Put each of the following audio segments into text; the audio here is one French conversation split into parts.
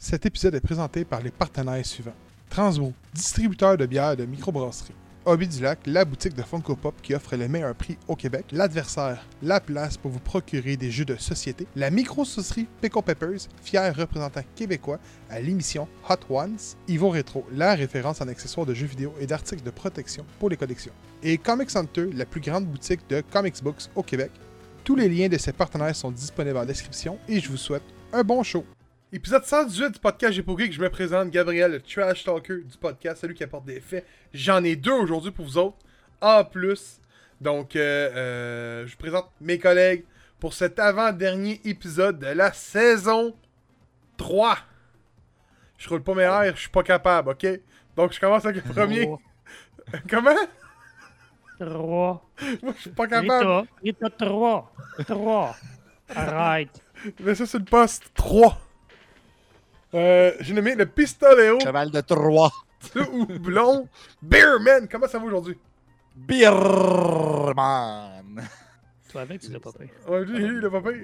Cet épisode est présenté par les partenaires suivants. Transmo, distributeur de bières de microbrasserie. Hobby du Lac, la boutique de Funko Pop qui offre les meilleurs prix au Québec. L'Adversaire, la place pour vous procurer des jeux de société. La micro-saucerie Pickle Peppers, fier représentant québécois à l'émission Hot Ones. Ivo Retro, la référence en accessoires de jeux vidéo et d'articles de protection pour les collections. Et Comics Hunter, la plus grande boutique de comics books au Québec. Tous les liens de ces partenaires sont disponibles en description et je vous souhaite un bon show. Épisode 118 du podcast J'ai Poké, que je me présente, Gabriel, le trash talker du podcast, celui qui apporte des faits. J'en ai deux aujourd'hui pour vous autres, en plus. Donc, je vous présente mes collègues pour cet avant-dernier épisode de la saison 3. Je roule pas mes airs, je suis pas capable, ok? Donc, je commence avec le premier. Comment? 3. Moi, je suis pas capable. Rita 3. 3. Arrête. Mais ça, c'est le poste 3. J'ai nommé le Pistoleo. Cheval de Troie. Ou blond. Beerman. Comment ça va aujourd'hui? Beerman. Toi avec, tu l'as pas pris. Ouais, lui, il a pas payé.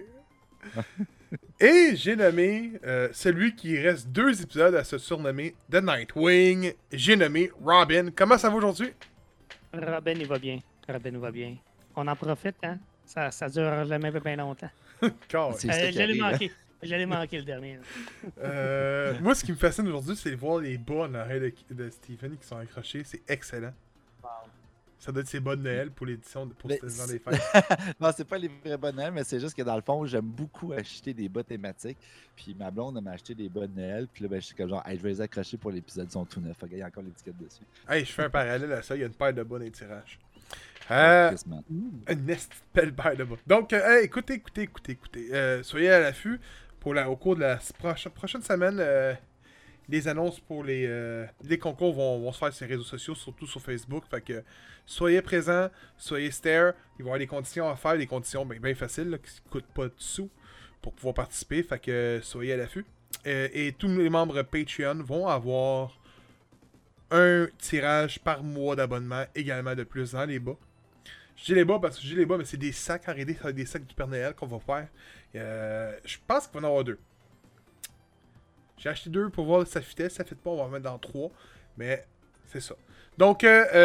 Et j'ai nommé celui qui reste 2 épisodes à se surnommer The Nightwing. J'ai nommé Robin. Comment ça va aujourd'hui? Robin, il va bien. Robin, il va bien. On en profite, hein? Ça dure jamais bien longtemps. C'est ce qui J'allais arrive, manquer. J'allais manquer le dernier. Moi, ce qui me fascine aujourd'hui, c'est de voir les bas en arrêt de Stephen qui sont accrochés. C'est excellent. Wow. Ça doit être ses bas de Noël pour l'édition pour Mais cette saison des fêtes. Non, c'est pas les vrais bas de Noël, mais c'est juste que dans le fond, j'aime beaucoup acheter des bas thématiques. Puis ma blonde m'a acheté des bas de Noël. Puis là, ben, je suis comme genre, hey, je vais les accrocher pour l'épisode, ils sont tout neufs. Il y a encore l'étiquette dessus. Hey, je fais un parallèle à ça. Il y a une paire de bas dans les tirages. Quasiment. Une belle paire de bas. Donc, hey, écoutez. Soyez à l'affût. Au cours de la prochaine semaine, les annonces pour les concours vont se faire sur les réseaux sociaux, surtout sur Facebook. Fait que soyez présents, soyez stare. Il va y avoir des conditions à faire, des conditions bien faciles là, qui ne coûtent pas de sous pour pouvoir participer. Fait que soyez à l'affût. Et tous les membres Patreon vont avoir un tirage par mois d'abonnement également de plus dans les bas. Je dis les bas parce que je dis les bas, mais c'est des sacs en réalité, ça va être des sacs du Père Noël qu'on va faire. Je pense qu'il va y en avoir 2. J'ai acheté 2 pour voir si ça fitait. Si ça fit pas, on va en mettre dans 3. Mais c'est ça. Donc,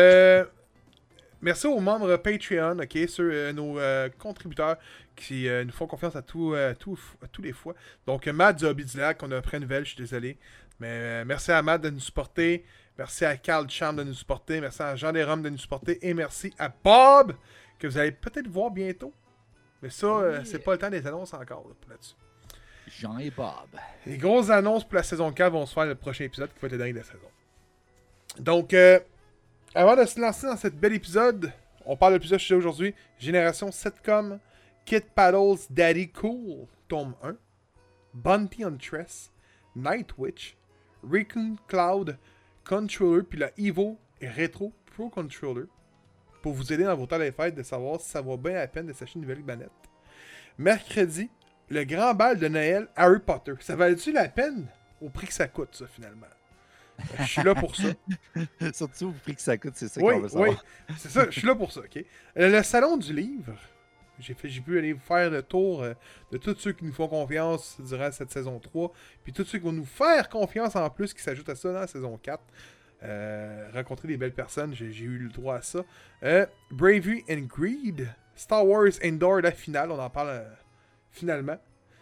merci aux membres Patreon, ok, sur nos contributeurs qui nous font confiance à tous les fois. Donc, Matt du Hobby du Lac, on a pris une nouvelle, je suis désolé. Mais merci à Matt de nous supporter. Merci à Carl Cham de nous supporter. Merci à Jean Desrome de nous supporter. Et merci à Bob, que vous allez peut-être voir bientôt. Mais ça, c'est pas le temps des annonces encore là-dessus. Jean et Bob. Les grosses annonces pour la saison 4 vont se faire le prochain épisode qui va être le dernier de la saison. Donc, avant de se lancer dans cet bel épisode, on parle de plusieurs sujets aujourd'hui. Génération Setcom, Kid Paddles Daddy Cool, tome 1, Bounty on Tress, Night Witch, Raccoon Cloud Controller, puis la Evo Retro Pro Controller, pour vous aider dans vos temps des fêtes de savoir si ça vaut bien la peine de s'acheter une nouvelle manette. Mercredi, le grand bal de Noël Harry Potter. Ça valait-tu la peine au prix que ça coûte, ça, finalement? Je suis là pour ça. Surtout au prix que ça coûte, c'est ça qu'on veut savoir. Oui, c'est ça, je suis là pour ça, ok? Le salon du livre, j'ai pu aller faire le tour de tous ceux qui nous font confiance durant cette saison 3, puis tous ceux qui vont nous faire confiance en plus, qui s'ajoutent à ça dans la saison 4. Rencontrer des belles personnes, j'ai eu le droit à ça. Bravery and Greed, Star Wars Endor, la finale, on en parle finalement.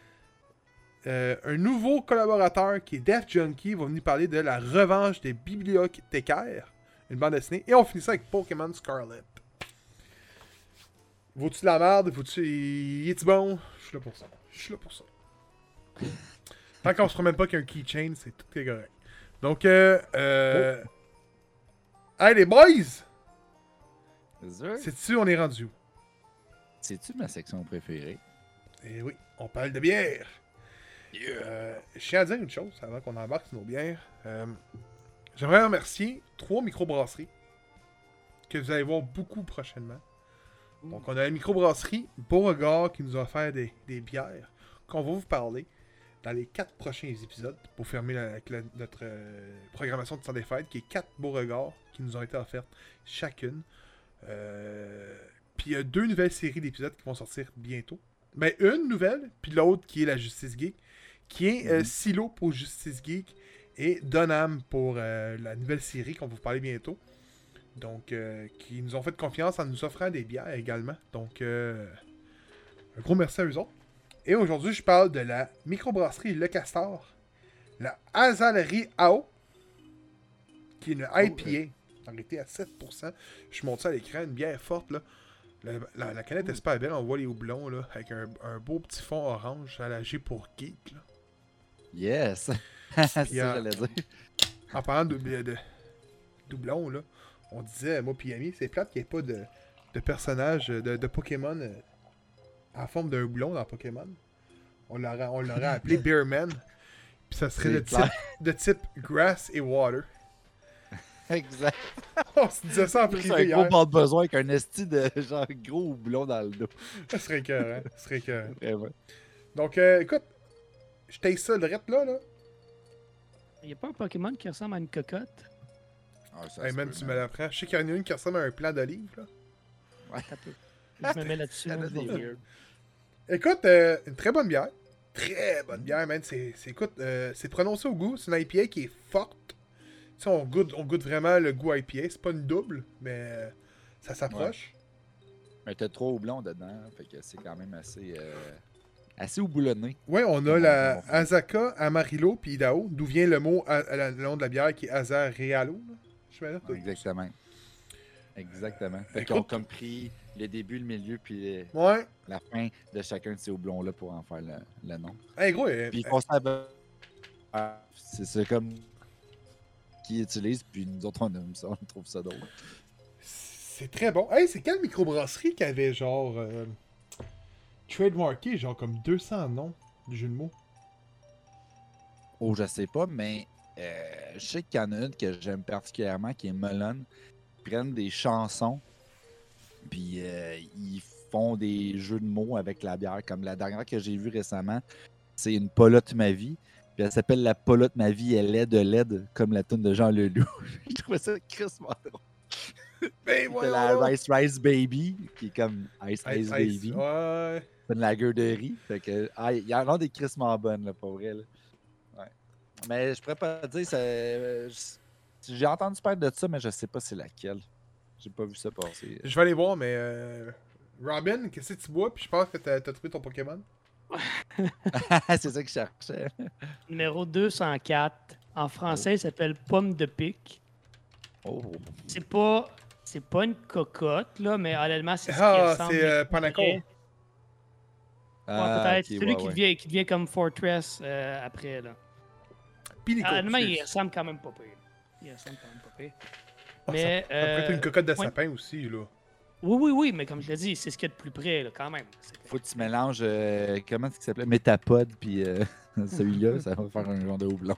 Un nouveau collaborateur qui est Def Junkie va venir parler de la revanche des bibliothécaires, une bande dessinée, et on finit ça avec Pokémon Scarlet. Vaut-tu de la merde? Il est-tu bon? Je suis là pour ça. Tant qu'on se promène pas qu'un keychain, c'est tout correct. Donc, hey les boys! Sais-tu, on est rendu où? C'est-tu ma section préférée? Eh oui, on parle de bière. Je tiens à dire une chose avant qu'on embarque sur nos bières. J'aimerais remercier 3 microbrasseries que vous allez voir beaucoup prochainement. Donc, on a la microbrasserie Beauregard qui nous a offert des bières qu'on va vous parler dans les 4 prochains épisodes pour fermer notre programmation de temps des fêtes, qui est 4 Beauregard qui nous ont été offertes chacune. Puis il y a 2 nouvelles séries d'épisodes qui vont sortir bientôt. Ben, une nouvelle, puis l'autre qui est la Justice Geek, qui est Silo pour Justice Geek et Donham pour la nouvelle série qu'on va vous parler bientôt. Donc, qui nous ont fait confiance en nous offrant des bières également. Donc, un gros merci à eux autres. Et aujourd'hui, je parle de la microbrasserie Le Castor, la Azalerie AO, qui est une IPA, arrêtée à 7%. Je monte ça à l'écran, une bière forte, là. La canette est super belle, on voit les houblons, là, avec un beau petit fond orange à la G pour geek, là. Yes! C'est ça que Puis, j'allais dire. en parlant de doublons, là, on disait, moi pis Ami, c'est plate qu'il n'y ait pas de personnage de Pokémon en forme d'un houblon dans Pokémon. On l'aurait appelé Bearman. Puis ça serait de type Grass et Water. Exact. On se disait ça en C'est privé un gros hier. porte-besoin avec un esti de genre gros houblon dans le dos. Ça serait écœurant. Ça serait écœurant. Vraiment. Donc, écoute, je taille ça le rep là. Il n'y a pas un Pokémon qui ressemble à une cocotte? Ah, ça Hey se man, peut, tu me l'apprends. Je sais qu'il y en a une qui ressemble à un plant d'olive, là. Attends un peu. Je me mets là-dessus. Ça là, donne des je vais- weird. Écoute, une très bonne bière. Très bonne bière, man. Écoute, c'est prononcé au goût. C'est une IPA qui est forte. Tu sais, on goûte vraiment le goût IPA. C'est pas une double, mais ça s'approche. Mais t'as 3 houblons dedans, fait que c'est quand même assez houblonné. Ouais, on a la Azaka, Amarillo puis Idaho, d'où vient le mot, le nom de la bière qui est Azarealo. Je mets là. Exactement. Exactement. Fait Écoute. qu'ils ont comme pris le début, le milieu, puis Ouais. la fin de chacun de ces houblons-là pour en faire le nom. Hey, gros, Puis ils conservent. C'est comme qui utilise, puis nous autres on aime ça, on trouve ça drôle. c'est très bon. Hey, c'est quelle microbrasserie qui avait genre trademarké, genre comme 200 noms du jeu de mots? Oh, je sais pas, mais je sais qu'il y en a une que j'aime particulièrement, qui est Melon. Ils prennent des chansons, puis ils font des jeux de mots avec la bière. Comme la dernière que j'ai vue récemment, c'est une Polotte ma vie. Puis elle s'appelle La Polotte ma vie, elle est de LED, comme la tune de Jean Leloup. Je trouvais ça crissement drôle. Ben C'est la Rice Baby, qui est comme Ice Baby. Ouais. C'est une lager de riz. Fait que, il y en a des crissement bonnes, là, pour vrai. Là. Ouais. Mais je pourrais pas dire, j'ai entendu parler de ça, mais je sais pas c'est laquelle. J'ai pas vu ça passer. Je vais aller voir, mais Robin, qu'est-ce que tu bois? Puis je pense que t'as trouvé ton Pokémon. C'est ça que je cherchais. Numéro 204. En français, il s'appelle Pomme de pique. Oh. C'est pas une cocotte, là, mais honnêtement, c'est ce qui Ah, ressemble. c'est Panaco. Ouais, peut-être. ok, Celui ouais. qui devient comme Fortress après, là. Pinico. Honnêtement, il ressemble quand même pas pire. Il ressemble quand même pas pire. Mais, Ça pourrait être une cocotte de ouais. sapin aussi, là. Oui, mais comme je l'ai dit, c'est ce qu'il y a de plus près, là, quand même. Faut que tu mélanges, comment est-ce qu'il s'appelait? Métapod, puis celui-là, ça va faire un genre de houblon.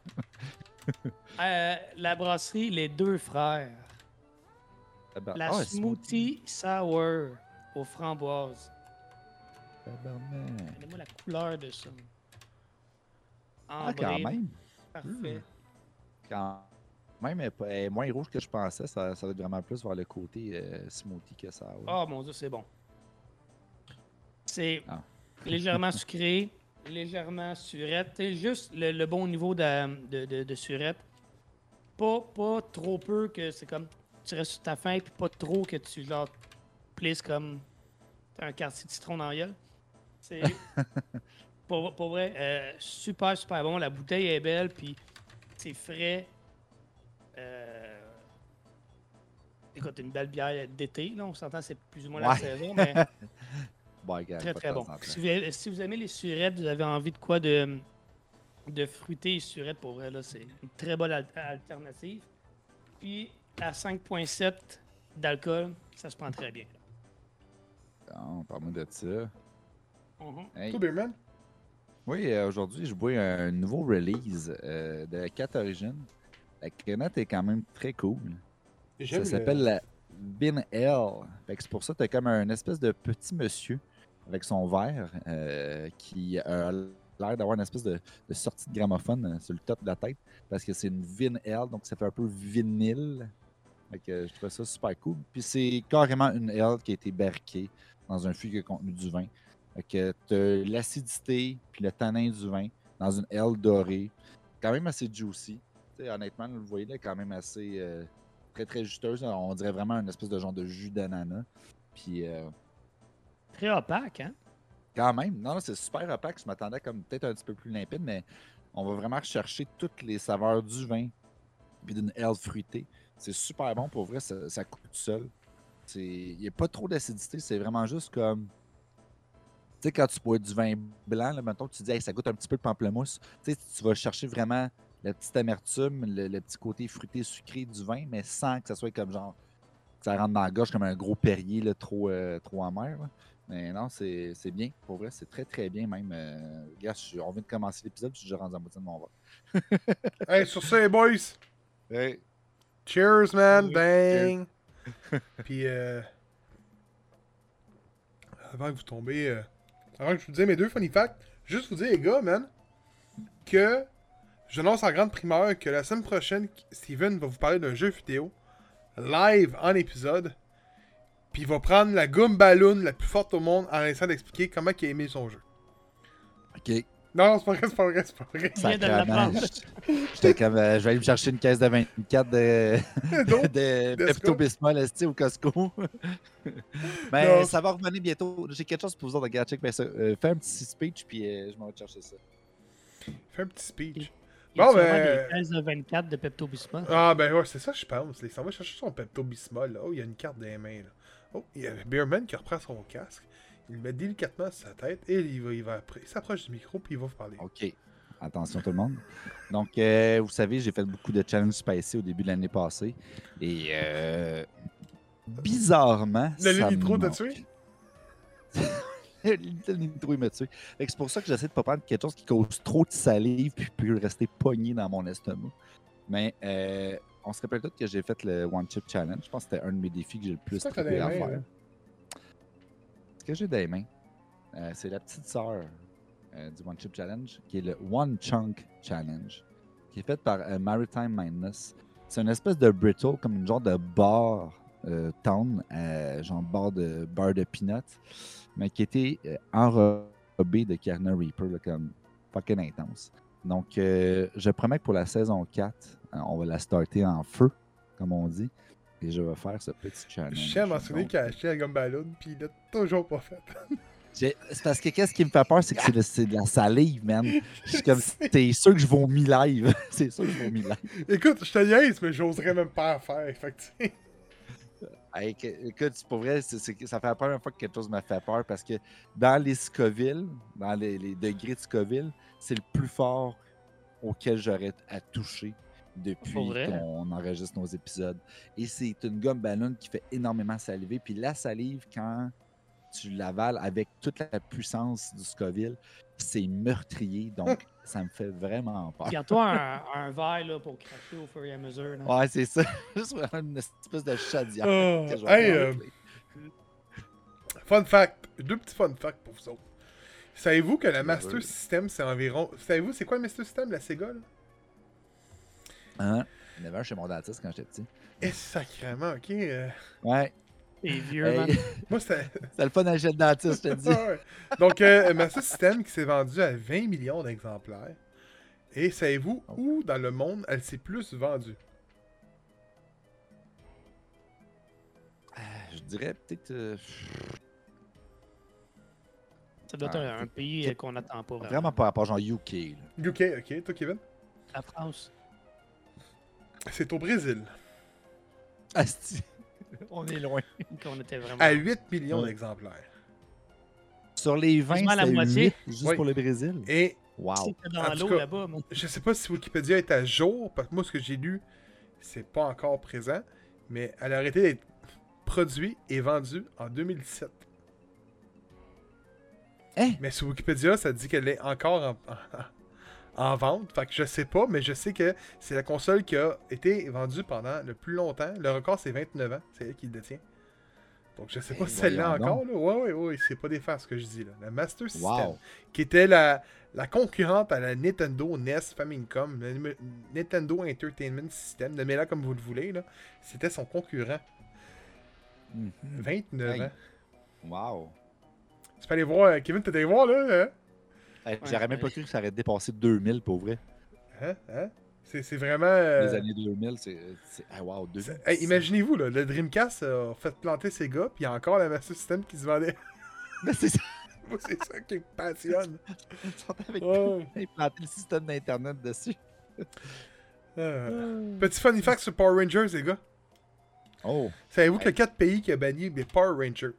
La brasserie Les Deux Frères. La Ah, smoothie sour aux framboises. Tabarnak. Regardez-moi la couleur de ça. Ah, quand Ambré, même. parfait. Quand même, elle est moins rouge que je pensais. Ça va être vraiment plus vers le côté smoothie que ça. Ouais. Oh mon dieu, c'est bon. C'est Ah. légèrement sucré, légèrement surette. C'est juste le bon niveau de surette. Pas trop peu que c'est comme tu restes sur ta faim, puis pas trop que tu genre plisses comme un quartier de citron dans la gueule. C'est pour vrai, super bon. La bouteille est belle, puis c'est frais. Écoute, une belle bière d'été, là, on s'entend, c'est plus ou moins la Ouais. saison, mais Bon, regarde, très pas très de bon. temps en temps. Si vous aimez les surettes, vous avez envie de quoi de fruité et surette, pour vrai, là, c'est une très bonne alternative. Puis à 5,7 d'alcool, ça se prend très bien. Bon, parle-moi de ça. Mhm. Hey. Toi, Beerman? Oui, aujourd'hui, je bois un nouveau release de 4 origines. La canette est quand même très cool. Ça s'appelle la Bin L. Fait que c'est pour ça que t'as comme un espèce de petit monsieur avec son verre qui a l'air d'avoir une espèce de sortie de gramophone sur le top de la tête parce que c'est une Vin L, donc ça fait un peu vinyle. Fait que je trouve ça super cool. Puis c'est carrément une L qui a été barriquée dans un fût qui a contenu du vin. Fait que t'as l'acidité puis le tanin du vin dans une L dorée. Quand même assez juicy. T'sais, honnêtement, vous voyez là, quand même assez très très juteuse. On dirait vraiment une espèce de genre de jus d'ananas. Puis Très opaque, hein? quand même, non, c'est super opaque. Je m'attendais comme peut-être un petit peu plus limpide, mais on va vraiment rechercher toutes les saveurs du vin puis d'une L fruitée. C'est super bon pour vrai, ça coule tout seul. Il n'y a pas trop d'acidité, c'est vraiment juste comme. Tu sais, quand tu bois du vin blanc, là, mettons, tu dis, hey, ça goûte un petit peu de pamplemousse. Tu sais, tu vas chercher vraiment la petite amertume, le petit côté fruité sucré du vin, mais sans que ça soit comme genre, que ça rentre dans la gorge comme un gros Perrier là, trop amer. Là. Mais non, c'est bien. Pour vrai, c'est très, très bien même. Regarde, on vient de commencer l'épisode, je suis déjà rendu à moitié de mon verre. Hey, sur ça, les boys! Hey. Cheers, man! Bang! Puis, avant que vous tombez, avant que je vous dise mes 2 funny facts, juste vous dire, les gars, man, que j'annonce en grande primeur que la semaine prochaine, Steven va vous parler d'un jeu vidéo live en épisode. Puis il va prendre la gomme ballon la plus forte au monde en essayant d'expliquer comment il a aimé son jeu. OK. Non, c'est pas vrai, c'est pas vrai, c'est pas vrai. Sacrément. J'étais comme, je vais aller me chercher une caisse de 24 de Pepto-Bismol au Costco. Mais non, ça va revenir bientôt. J'ai quelque chose pour vous autres, regarde, check bien ça. Fais un petit speech, puis je m'en vais chercher ça. Fais un petit speech. Bon, ben. Des 15 de 24 de Pepto-Bismol. Ah, ben ouais, c'est ça, je pense. Il s'en va chercher son Pepto-Bismol. Oh, il y a une carte dans les mains, là. Oh, il y a Beerman qui reprend son casque. Il le met délicatement sur sa tête et il s'approche du micro puis il va vous parler. OK. Attention tout le monde. Donc, vous savez, j'ai fait beaucoup de challenges spicy au début de l'année passée. Et bizarrement, le nitro t'a tué? Le nitro, il m'a tué. C'est pour ça que j'essaie de ne pas prendre quelque chose qui cause trop de salive puis peut rester pogné dans mon estomac. Mais on se rappelle tous que j'ai fait le One Chip Challenge. Je pense que c'était un de mes défis que j'ai le plus trippé à faire. Ce que j'ai dans les mains, c'est la petite sœur du One Chip Challenge, qui est le One Chunk Challenge, qui est fait par Maritime Mindness. C'est une espèce de brittle, comme une genre de bar town, genre beurre de peanut, mais qui était enrobé de Carner Reaper, là, comme fucking intense. Donc, je promets que pour la saison 4, on va la starter en feu, comme on dit. Et je vais faire ce petit challenge. Je tiens à mentionner qu'il a acheté la gomme ballon, puis il l'a toujours pas fait. C'est parce que qu'est-ce qui me fait peur, c'est que c'est de la salive, man. Je suis comme, t'es sûr que je vomis live. C'est sûr que je vomis live. Écoute, je te niaise, mais j'oserais même pas en faire. Fait que, hey, écoute, pour vrai, ça fait la première fois que quelque chose m'a fait peur parce que dans les Scoville, dans les degrés de Scoville, c'est le plus fort auquel j'aurais à toucher depuis qu'on enregistre nos épisodes. Et c'est une gomme ballon qui fait énormément saliver. Puis la salive, quand tu l'avales avec toute la puissance du Scoville, c'est meurtrier. Donc, ça me fait vraiment peur. Garde-toi un verre là, pour cracher au fur et à mesure. Là. Ouais, c'est ça. Juste vraiment une espèce de chaudière. Fun fact. 2 petits fun facts pour vous autres. Savez-vous que le Master System, c'est environ... Savez-vous, c'est quoi le Master System, la Sega, là? Hein? Il y en avait un chez mon dentiste quand j'étais petit. Eh, sacrément, ok. Ouais. C'est vieux, man. Moi, c'était le fun à chez le dentiste, je te dis. Ouais. Donc, Master System qui s'est vendu à 20 millions d'exemplaires. Et savez-vous où dans le monde elle s'est plus vendue? Je dirais peut-être... Ça doit être un pays qu'on n'attend pas vraiment. Vraiment pas, à part genre UK. Là. UK, ok. Toi, Kevin? La France. C'est au Brésil. Asti. On est loin. On était vraiment... À 8 millions d'exemplaires. Sur les 20, c'est 8 juste pour le Brésil. Et wow. C'était dans l'eau là-bas. Moi. Je sais pas si Wikipédia est à jour, parce que moi, ce que j'ai lu, c'est pas encore présent, mais elle a arrêté d'être produite et vendue en 2017. Hein? Mais sur Wikipédia, ça dit qu'elle est encore en vente. Fait que je sais pas, mais je sais que c'est la console qui a été vendue pendant le plus longtemps. Le record, c'est 29 ans. C'est elle qui le détient. Donc je sais pas si celle-là encore. Là. Ouais, c'est pas des farces ce que je dis là. La Master System, qui était la concurrente à la Nintendo NES Famicom, le Nintendo Entertainment System, nommez-la comme vous le voulez, là. C'était son concurrent. 29 ans. Wow. Tu peux aller voir, Kevin, t'es allé voir là? Hein? J'aurais même pas cru que ça aurait dépassé 2000 pour vrai. Hein? C'est vraiment... Les années 2000, c'est... wow, 2000. Hey, imaginez-vous, là, le Dreamcast a fait planter ses gars, puis il y a encore la Master System qui se vendait. Mais c'est ça. Moi, c'est ça qui me passionne. Ils sont avec Ouais. implanté le système d'Internet dessus. Petit funny fact sur Power Rangers, les gars. Oh. Savez-vous qu'il y a 4 pays qui ont banni les Power Rangers?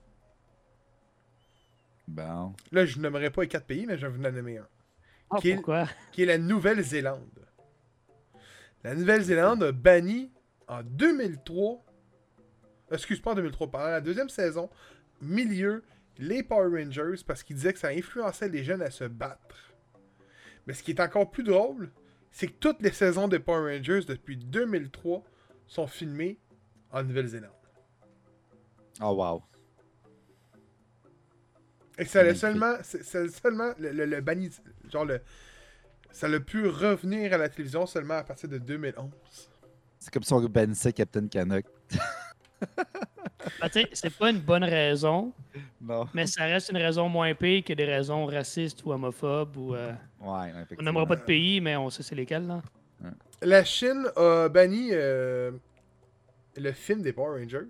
Bon. Là, je nommerai pas les 4 pays, mais je vais vous en nommer un. Ah, pourquoi? Qui est la Nouvelle-Zélande. La Nouvelle-Zélande a banni en 2003... Excuse, pas en 2003, pendant la deuxième saison, milieu, les Power Rangers, parce qu'ils disaient que ça influençait les jeunes à se battre. Mais ce qui est encore plus drôle, c'est que toutes les saisons de Power Rangers depuis 2003 sont filmées en Nouvelle-Zélande. Oh, wow. Et ça a seulement le banni, genre ça a pu revenir à la télévision seulement à partir de 2011. C'est comme si on bannissait Captain Canuck. Ben, tu sais, c'est pas une bonne raison, Non. mais ça reste une raison moins pire que des raisons racistes ou homophobes. Ou, Ouais, on effectivement. n'aimera pas de pays, mais on sait c'est lesquels, là. La Chine a banni le film des Power Rangers.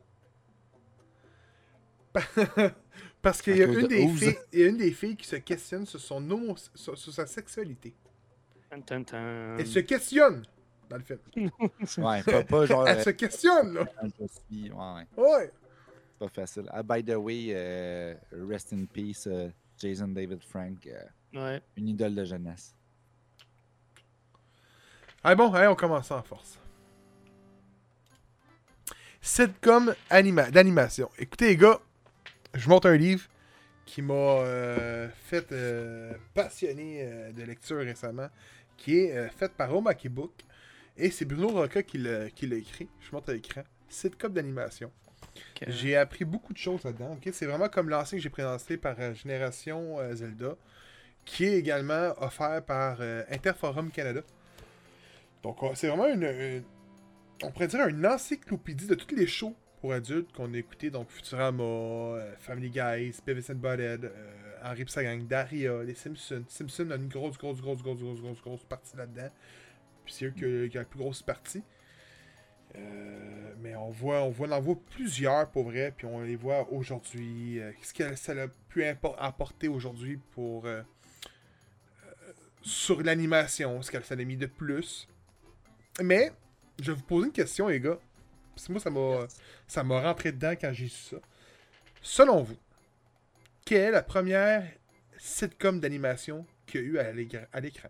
Parce qu'il y a une des filles qui se questionne sur sur sa sexualité. Elle se questionne dans le film. Ouais, pas genre... Elle se questionne, là. Ouais. C'est pas facile. Ah, by the way, rest in peace, Jason David Frank, Ouais. une idole de jeunesse. Ah bon, allez, on commence en force. Sitcom d'animation. Écoutez, les gars, je monte un livre qui m'a fait passionner de lecture récemment, qui est fait par Omaki Book. Et c'est Bruno Roca qui l'a écrit. Je montre à l'écran. Sitcom d'animation. Okay. J'ai appris beaucoup de choses là-dedans. Okay? C'est vraiment comme l'ancien que j'ai présenté par Génération Zelda, qui est également offert par Interforum Canada. Donc, c'est vraiment on pourrait dire une encyclopédie de tous les shows pour adultes qu'on a écoutés. Donc, Futurama, Family Guy, Beavis and Butthead, Henri pis sa gang, Daria, les Simpsons. Simpsons a une grosse partie là-dedans. Puis c'est eux qui ont la plus grosse partie. Mais on en voit plusieurs pour vrai. Puis on les voit aujourd'hui. Qu'est-ce que ça a pu apporter aujourd'hui pour sur l'animation? Ce qu'elle a mis de plus. Mais, je vais vous poser une question, les gars. Parce que moi, ça m'a rentré dedans quand j'ai su ça. Selon vous, quelle est la première sitcom d'animation qu'il y a eu à l'écran?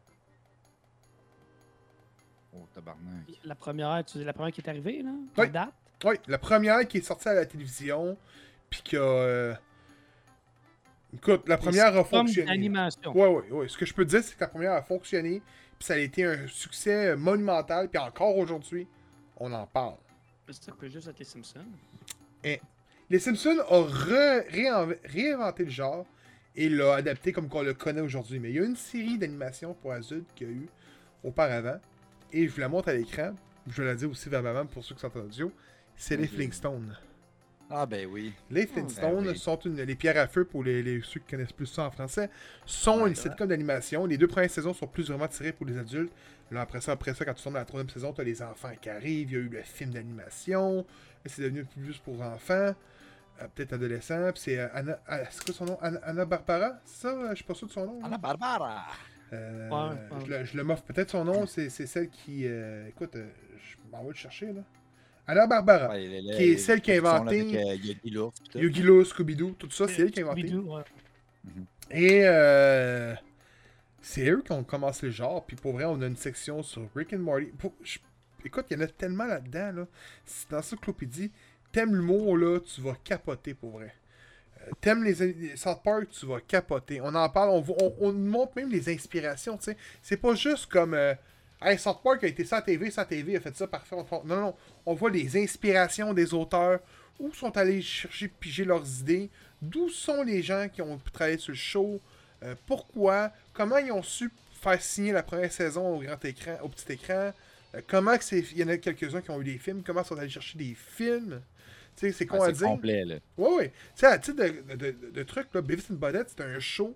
Oh, tabarnak. La première qui est arrivée, là? Oui. La date? Oui, la première qui est sortie à la télévision, puis qui a... Écoute, la première a fonctionné. D'animation. Oui. Ce que je peux te dire, c'est que la première a fonctionné, puis ça a été un succès monumental, puis encore aujourd'hui, on en parle. Ça peut juste être les Simpsons. Et les Simpsons ont réinventé le genre et l'ont adapté comme qu'on le connaît aujourd'hui. Mais il y a une série d'animation pour adultes qu'il y a eu auparavant, et je vous la montre à l'écran. Je vais la dire aussi vers ma maman pour ceux qui sont en audio. C'est les Flintstones. Ah ben oui. Les Flintstones sont les pierres à feu pour ceux qui connaissent plus ça en français. Sont une sitcom d'animation. Les 2 premières saisons sont plus vraiment tirées pour les adultes. Là, après ça, quand tu tombes dans la 3e saison, tu as les enfants qui arrivent. Il y a eu le film d'animation. C'est devenu plus pour enfants. Peut-être adolescents. Puis c'est c'est quoi son nom? Anna Barbara? C'est ça? Je suis pas sûr de son nom. Anna Barbara! Je le m'offre peut-être son nom. C'est celle qui... écoute, je m'en vais le chercher, là. Anna Barbara, qui est celle qui a inventé Yogi Lou, Scooby-Doo, tout ça, c'est elle qui a inventé. Ouais. Et c'est eux qui ont commencé le genre, puis pour vrai, on a une section sur Rick and Morty. Écoute, il y en a tellement là-dedans, là. Dans l'encyclopédie, t'aimes l'humour, là, tu vas capoter pour vrai. T'aimes les South Park, tu vas capoter. On en parle, on montre même les inspirations, tu sais. C'est pas juste comme... Hey, South Park a été ça à TV, a fait ça parfait. Non, on voit les inspirations des auteurs, où sont allés chercher, piger leurs idées, d'où sont les gens qui ont travaillé sur le show, pourquoi, comment ils ont su faire signer la première saison au grand écran, au petit écran, comment il y en a quelques-uns qui ont eu des films, comment ils sont allés chercher des films. Tu sais, c'est quoi à dire? C'est complet, là. Oui. Tu sais, à titre de truc, là, Beavis and Butthead, c'était un show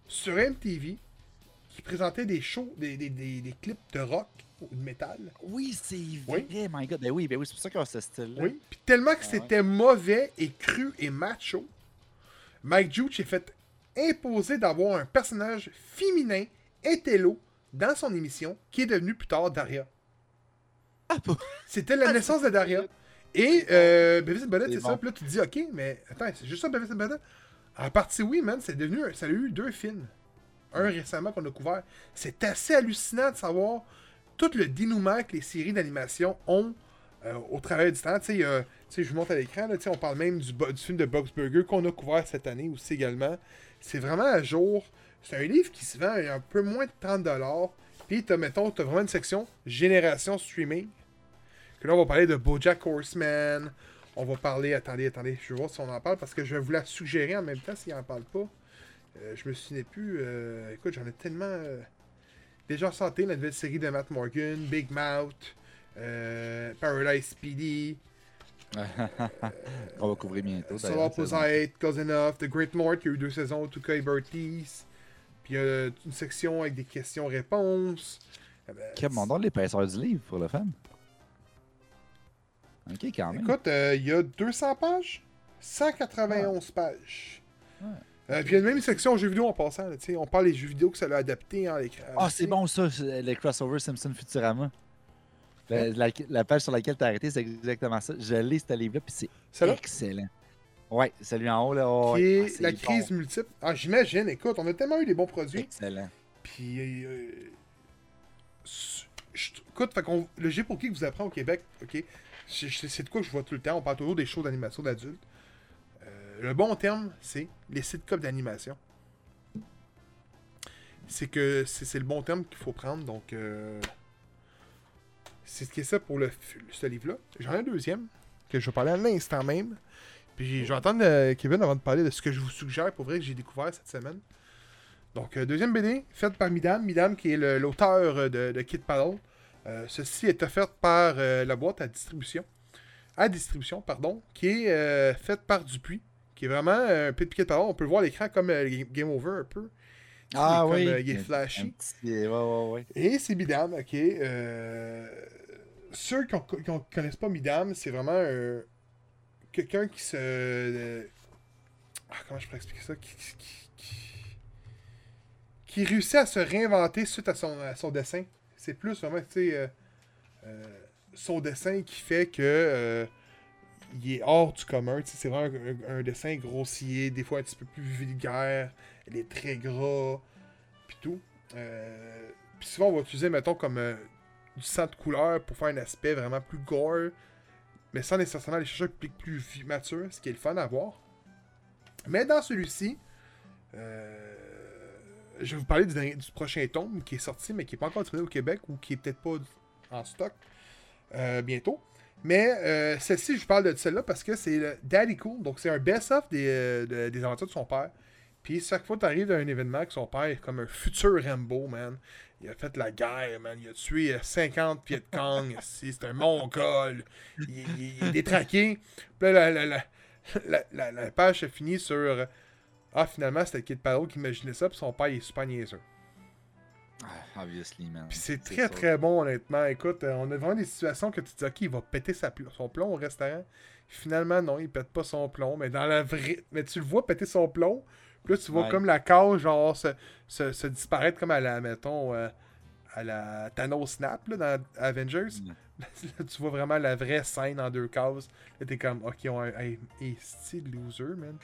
sur MTV qui présentait des shows, des clips de rock ou de métal. Oui, c'est vrai, my God. Ben oui, c'est pour ça qu'on a ce style-là. Oui, puis tellement que c'était mauvais et cru et macho, Mike Judge s'est fait imposer d'avoir un personnage féminin intello dans son émission qui est devenu plus tard Daria. C'était la naissance de Daria. Et Beavis and Butthead, c'est ça. Puis là, tu te dis, OK, mais attends, c'est juste ça, Beavis and Butthead? En partie, oui, man, ça a eu 2 films. Un récemment qu'on a couvert. C'est assez hallucinant de savoir tout le dénouement que les séries d'animation ont au travers du temps. Tu sais, je vous montre à l'écran, là, on parle même du film de Bob's Burger qu'on a couvert cette année aussi également. C'est vraiment à jour. C'est un livre qui se vend à un peu moins de 30$. Puis, t'as vraiment une section Génération Streaming. Que là, on va parler de BoJack Horseman. On va parler... Attendez, je vais voir si on en parle, parce que je vais vous la suggérer en même temps s'il n'en parle pas. Je me souvenais plus... écoute, j'en ai tellement... Déjà santé, la nouvelle série de Matt Morgan, Big Mouth, Paradise PD... on va couvrir bientôt. Solar Opposite, Cousin of, The Great North, qui a eu 2 saisons, Tuca et Bertis. Puis il y a une section avec des questions-réponses. Qui demandons l'épaisseur du livre pour le fan? Ok, quand même. Écoute, il y a 200 pages, 191 pages. Puis il y a même une section jeux vidéo en passant. Là, on parle des jeux vidéo que ça l'a adapté à l'écran. Ah, c'est bon ça, le crossover Simpson Futurama. La page sur laquelle tu as arrêté, c'est exactement ça. Je lis ce livre-là, puis c'est excellent. Ouais, celui en haut, là. Oh, qui est la crise multiple. Ah, j'imagine, écoute, on a tellement eu des bons produits. Excellent. Puis, écoute, le G pour qui vous apprend au Québec, ok, c'est de quoi que je vois tout le temps. On parle toujours des shows d'animation d'adultes. Le bon terme, c'est les sitcoms d'animation. C'est le bon terme qu'il faut prendre, donc... c'est ce qui est ça pour ce livre-là. J'en ai un deuxième, que je vais parler à l'instant même. Puis je vais entendre Kevin avant de parler de ce que je vous suggère, pour vrai, que j'ai découvert cette semaine. Donc, deuxième BD, faite par Midam. Midam, qui est l'auteur de Kid Paddle. Ceci est offert par la boîte à distribution, qui est faite par Dupuis, qui est vraiment un peu de Kid Paddle. On peut le voir à l'écran comme Game Over un peu. Ah oui. Il est flashy. Ouais. Et c'est Midam, ok. Ceux qui ne connaissent pas Midam, c'est vraiment quelqu'un qui se... comment je pourrais expliquer ça? Qui réussit à se réinventer suite à son dessin. C'est plus vraiment, tu sais, son dessin qui fait que il est hors du commun. C'est vraiment un dessin grossier, des fois un petit peu plus vulgaire. Il est très gras, puis tout. Puis souvent, on va utiliser, mettons, comme du sang de couleur pour faire un aspect vraiment plus gore, mais sans nécessairement aller chercher un public plus mature, ce qui est le fun à voir. Mais dans celui-ci, je vais vous parler du prochain tome qui est sorti, mais qui n'est pas encore disponible au Québec, ou qui est peut-être pas en stock bientôt. Mais celle-ci, je vous parle de celle-là parce que c'est le Daddy Cool, donc c'est un best-of des aventures de son père. Puis chaque fois que tu arrives à un événement que son père est comme un futur Rambo, man. Il a fait la guerre, man. Il a tué 50 pieds de Kong. C'est un mongol. Il est détraqué. Puis là, la page se finit sur... Ah, finalement, c'était le Kid Paddle qui imaginait ça, puis son père, il est super niaiseux. Obviously, man. Puis c'est très, très bon, honnêtement. Écoute, on a vraiment des situations que tu te dis, OK, il va péter son plomb au restaurant. Finalement, non, il pète pas son plomb. Mais dans la vraie... Mais tu le vois péter son plomb. Puis là, tu vois comme la case, genre, se disparaître comme à la, mettons, à la Thanos Snap, là, dans Avengers. Là, tu vois vraiment la vraie scène en 2 cases. Là, t'es comme, OK, style loser, man.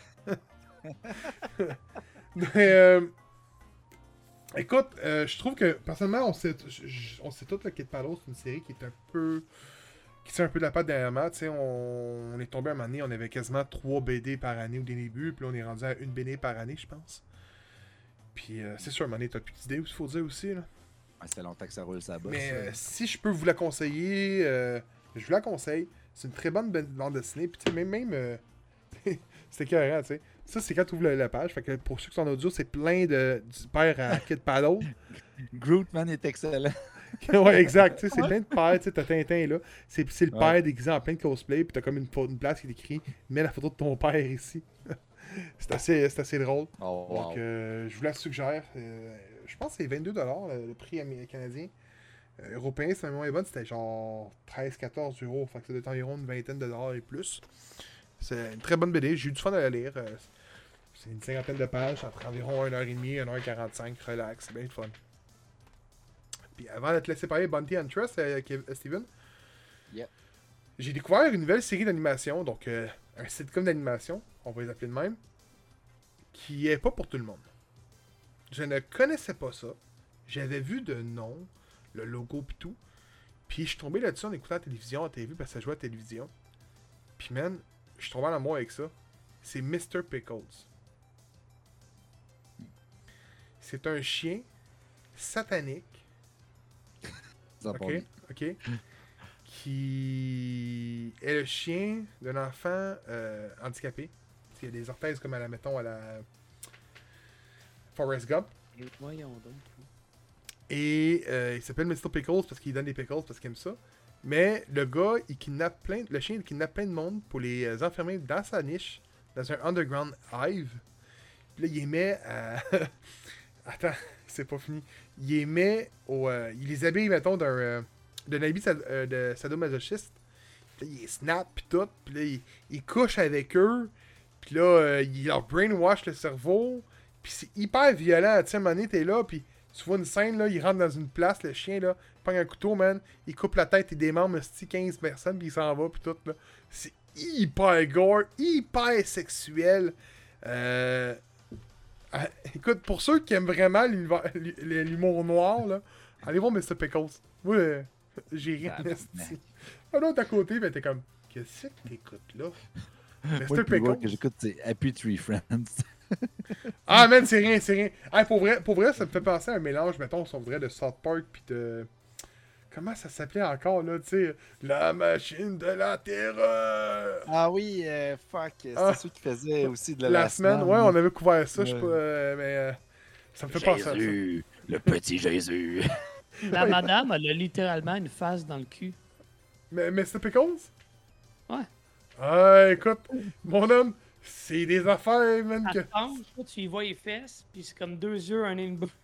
Mais, écoute, je trouve que, personnellement, on sait tout, le Kid Paddle, c'est une série qui est un peu... qui tient un peu de la patte dernièrement. Tu sais, on est tombé un moment donné, on avait quasiment 3 BD par année au début, puis là, on est rendu à 1 BD par année, je pense. Puis, c'est sûr, à un moment donné, t'as plus d'idées, il faut dire aussi, là. Ça fait longtemps que ça roule ça bosse. Mais si je peux vous la conseiller, je vous la conseille. C'est une très bonne bande dessinée, puis tu sais, même c'était carré, tu sais. Ça, c'est quand tu ouvres la page. Fait que pour ceux qui sont en audio, c'est plein du père à Kid Paddle. Groot, man, est excellent. Ouais, exact. Tu sais, c'est plein de pères. Tu sais, t'as Tintin là. C'est le père déguisé en plein de cosplay. Puis t'as comme une place qui est écrit « Mets la photo de ton père ici. » C'est assez drôle. Oh, wow. Donc, je vous la suggère. Je pense que c'est 22$ le prix canadien. Européen, c'est moins bon, c'était genre 13-14 euros. Fait que ça doit être environ une vingtaine de dollars et plus. C'est une très bonne BD. J'ai eu du fun à la lire. C'est une cinquantaine de pages, entre environ 1h30 1h45. Relax, c'est bien le fun. Puis avant de te laisser parler Bounty Huntress, Steven, Yep. j'ai découvert une nouvelle série d'animation, donc un sitcom d'animation, on va les appeler de même, qui est pas pour tout le monde. Je ne connaissais pas ça. J'avais vu de nom, le logo pis tout. Puis je suis tombé là-dessus en écoutant la télévision, à TV, parce que ça jouait à la télévision. Puis man, je suis tombé en amour avec ça. C'est Mr. Pickles. C'est un chien satanique. Ok. Qui est le chien d'un enfant handicapé. Il y a des orthèses comme mettons, à la Forrest Gump. Et voyons donc. Et il s'appelle Mr. Pickles parce qu'il donne des pickles parce qu'il aime ça. Mais le gars, le chien, il kidnappe plein de monde pour les enfermer dans sa niche, dans un underground hive. Puis là, il les met à... Attends, c'est pas fini. Il les met il les habille, mettons, d'un habit de sadomasochiste. Puis là, il les snap, pis tout. Puis là, il couche avec eux. Puis là, il leur brainwash le cerveau. Puis c'est hyper violent. Tu sais, à un moment donné, t'es là, puis tu vois une scène, là, il rentre dans une place, le chien, là, il prend un couteau, man, il coupe la tête et des membres, 15 personnes, puis il s'en va, puis tout, là. C'est hyper gore, hyper sexuel. Écoute, pour ceux qui aiment vraiment l'humour noir, là, allez voir Mr. Pickles. Moi, j'ai rien investi. Un autre à côté, ben t'es comme, qu'est-ce que t'écoutes, là? Mr. Pickles. Que j'écoute, c'est Happy Tree Friends. Ah, man, c'est rien. Hey, pour vrai, ça me fait penser à un mélange, mettons, si on voudrait, de South Park pis de... Comment ça s'appelait encore, là, tu sais? La machine de la terreur! Ah oui, fuck. C'est ceux qui faisaient aussi de la semaine. Ouais, on avait couvert ça, je sais pas, mais... ça me fait penser à ça. Jésus, le petit Jésus. La madame, elle a littéralement une face dans le cul. Mais Mr. Pickles? Ouais. Ah, écoute, mon homme... C'est des affaires, man, que... Tu y vois les fesses, puis c'est comme 2 yeux, un nez, une bouche.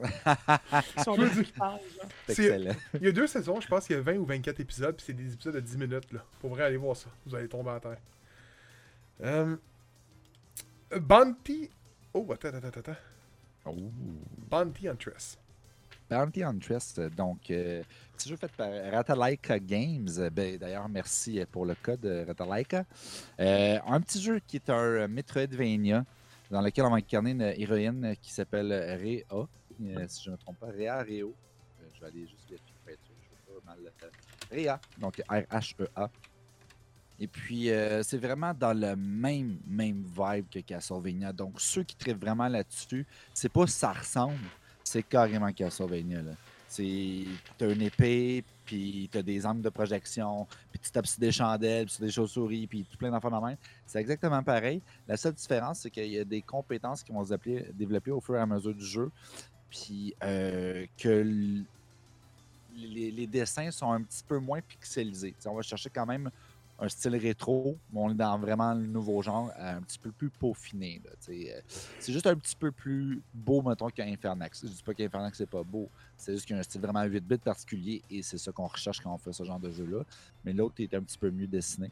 C'est excellent. Il y a 2 saisons, je pense qu'il y a 20 ou 24 épisodes, puis c'est des épisodes de 10 minutes, là. Pour vrai, aller voir ça. Vous allez tomber à terre. Bounty... Oh, attends. Oh. Bounty Huntress. Bounty Huntress, donc, petit jeu fait par Ratalaika Games. D'ailleurs, merci pour le code Ratalaika. Un petit jeu qui est un Metroidvania dans lequel on va incarner une héroïne qui s'appelle Rhea. Si je ne me trompe pas, Rhea. Je vais aller juste vérifier pour être sûr. Je ne veux pas mal. Rhea, donc R-H-E-A. Et puis, c'est vraiment dans le même vibe que Castlevania. Donc, ceux qui traitent vraiment là-dessus, c'est pas ça ressemble. C'est carrément Castlevania, là. T'as une épée, puis t'as des angles de projection, puis tu tapes sur des chandelles, puis sur des chauves-souris, puis tout plein d'enfants de même. C'est exactement pareil. La seule différence, c'est qu'il y a des compétences qui vont se développer au fur et à mesure du jeu, puis que les dessins sont un petit peu moins pixelisés. T'sais, on va chercher quand même un style rétro, mais on est dans vraiment le nouveau genre, un petit peu plus peaufiné. C'est juste un petit peu plus beau, mettons, qu'Infernax. Je dis pas qu'Infernax, c'est pas beau. C'est juste qu'il y a un style vraiment 8 bits particulier et c'est ça qu'on recherche quand on fait ce genre de jeu-là. Mais l'autre est un petit peu mieux dessiné.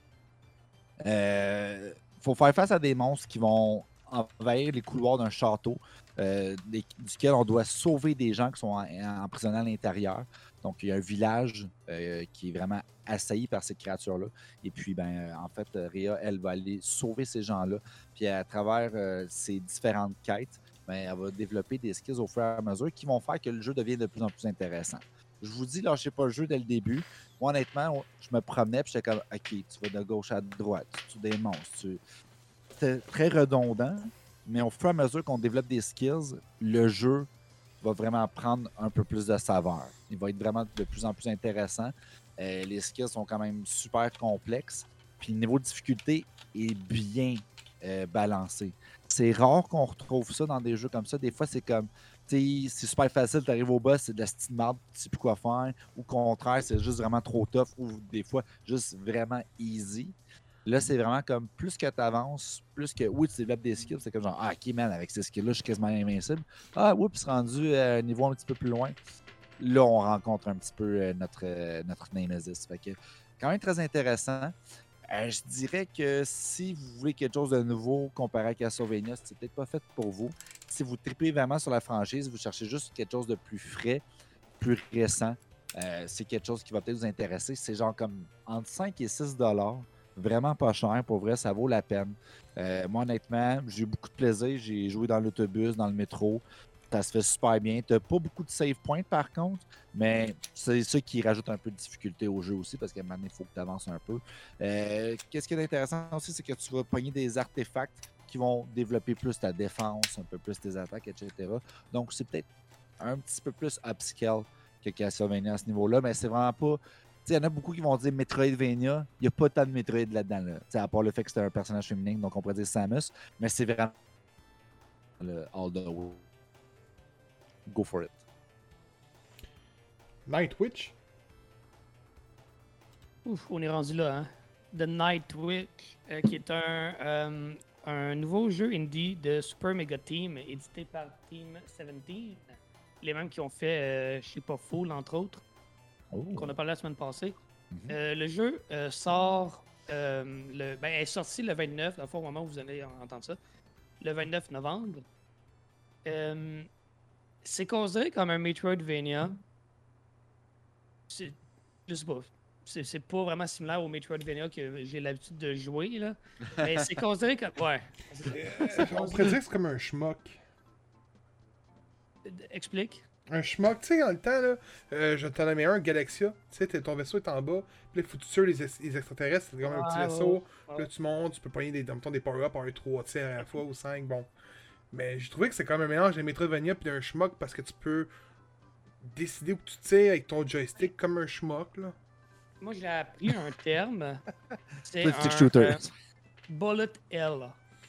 Faut faire face à des monstres qui vont envahir les couloirs d'un château duquel on doit sauver des gens qui sont emprisonnés à l'intérieur. Donc, il y a un village qui est vraiment assailli par ces créatures-là. Et puis, en fait, Rhea, elle va aller sauver ces gens-là. Puis, à travers ces différentes quêtes, elle va développer des skills au fur et à mesure qui vont faire que le jeu devienne de plus en plus intéressant. Je vous dis, lâchez pas le jeu dès le début. Moi, honnêtement, je me promenais puis j'étais comme, OK, tu vas de gauche à droite, tu tues des monstres. C'était très redondant, mais au fur et à mesure qu'on développe des skills, le jeu va vraiment prendre un peu plus de saveur. Il va être vraiment de plus en plus intéressant. Les skills sont quand même super complexes. Puis le niveau de difficulté est bien balancé. C'est rare qu'on retrouve ça dans des jeux comme ça. Des fois, c'est comme, tu sais, c'est super facile, tu arrives au boss, c'est de la petite marde, tu sais plus quoi faire. Ou au contraire, c'est juste vraiment trop tough. Ou des fois, juste vraiment easy. Là, c'est vraiment comme plus que tu avances, plus que oui, tu développes des skills, c'est comme genre, ah, ok, man, avec ces skills-là, je suis quasiment invincible. Ah, oups, rendu à un niveau un petit peu plus loin. Là, on rencontre un petit peu notre Nemesis. Fait que, quand même très intéressant. Je dirais que si vous voulez quelque chose de nouveau comparé à Castlevania, c'est peut-être pas fait pour vous. Si vous tripez vraiment sur la franchise, vous cherchez juste quelque chose de plus frais, plus récent, c'est quelque chose qui va peut-être vous intéresser. C'est genre comme entre 5 et 6 $. Vraiment pas cher. Pour vrai, ça vaut la peine. Moi, honnêtement, j'ai eu beaucoup de plaisir. J'ai joué dans l'autobus, dans le métro. Ça se fait super bien. Tu n'as pas beaucoup de save points par contre, mais c'est ça qui rajoute un peu de difficulté au jeu aussi parce qu'à un moment donné, il faut que tu avances un peu. Qu'est-ce qui est intéressant aussi, c'est que tu vas pogner des artefacts qui vont développer plus ta défense, un peu plus tes attaques, etc. Donc, c'est peut-être un petit peu plus upscale que Castlevania à ce niveau-là, mais c'est vraiment pas. Il y en a beaucoup qui vont dire Metroidvania. Il n'y a pas tant de Metroid là-dedans. Là. À part le fait que c'est un personnage féminin, donc on pourrait dire Samus, mais c'est vraiment le all the way. Go for it. Night Witch? Ouf, on est rendu là, hein. The Night Witch, qui est un nouveau jeu indie de Super Mega Team, édité par Team 17. Les mêmes qui ont fait Je sais pas Fool, entre autres, qu'on a parlé la semaine passée. Le jeu sort, est sorti le 29, dans le fond, au moment où vous allez entendre ça, le 29 novembre. C'est considéré comme un Metroidvania. Je sais pas. C'est pas vraiment similaire au Metroidvania que j'ai l'habitude de jouer, là. Mais c'est considéré comme. Ouais. On pourrait dire que c'est comme un schmuck. Explique. Un schmuck, tu sais, dans le temps, là, je t'en avais un, Galaxia. Tu sais, ton vaisseau est en bas, puis là, il faut que tu tues les extraterrestres, c'est comme un petit vaisseau. Puis là, tu montes, tu peux pogner des power-up en 3 à la fois ou 5, bon. Mais j'ai trouvé que c'est quand même un mélange de Metroidvania puis d'un schmuck parce que tu peux décider où tu tires avec ton joystick comme un schmuck, là. Moi, j'ai appris un terme. C'est un shooter. Bullet Hell.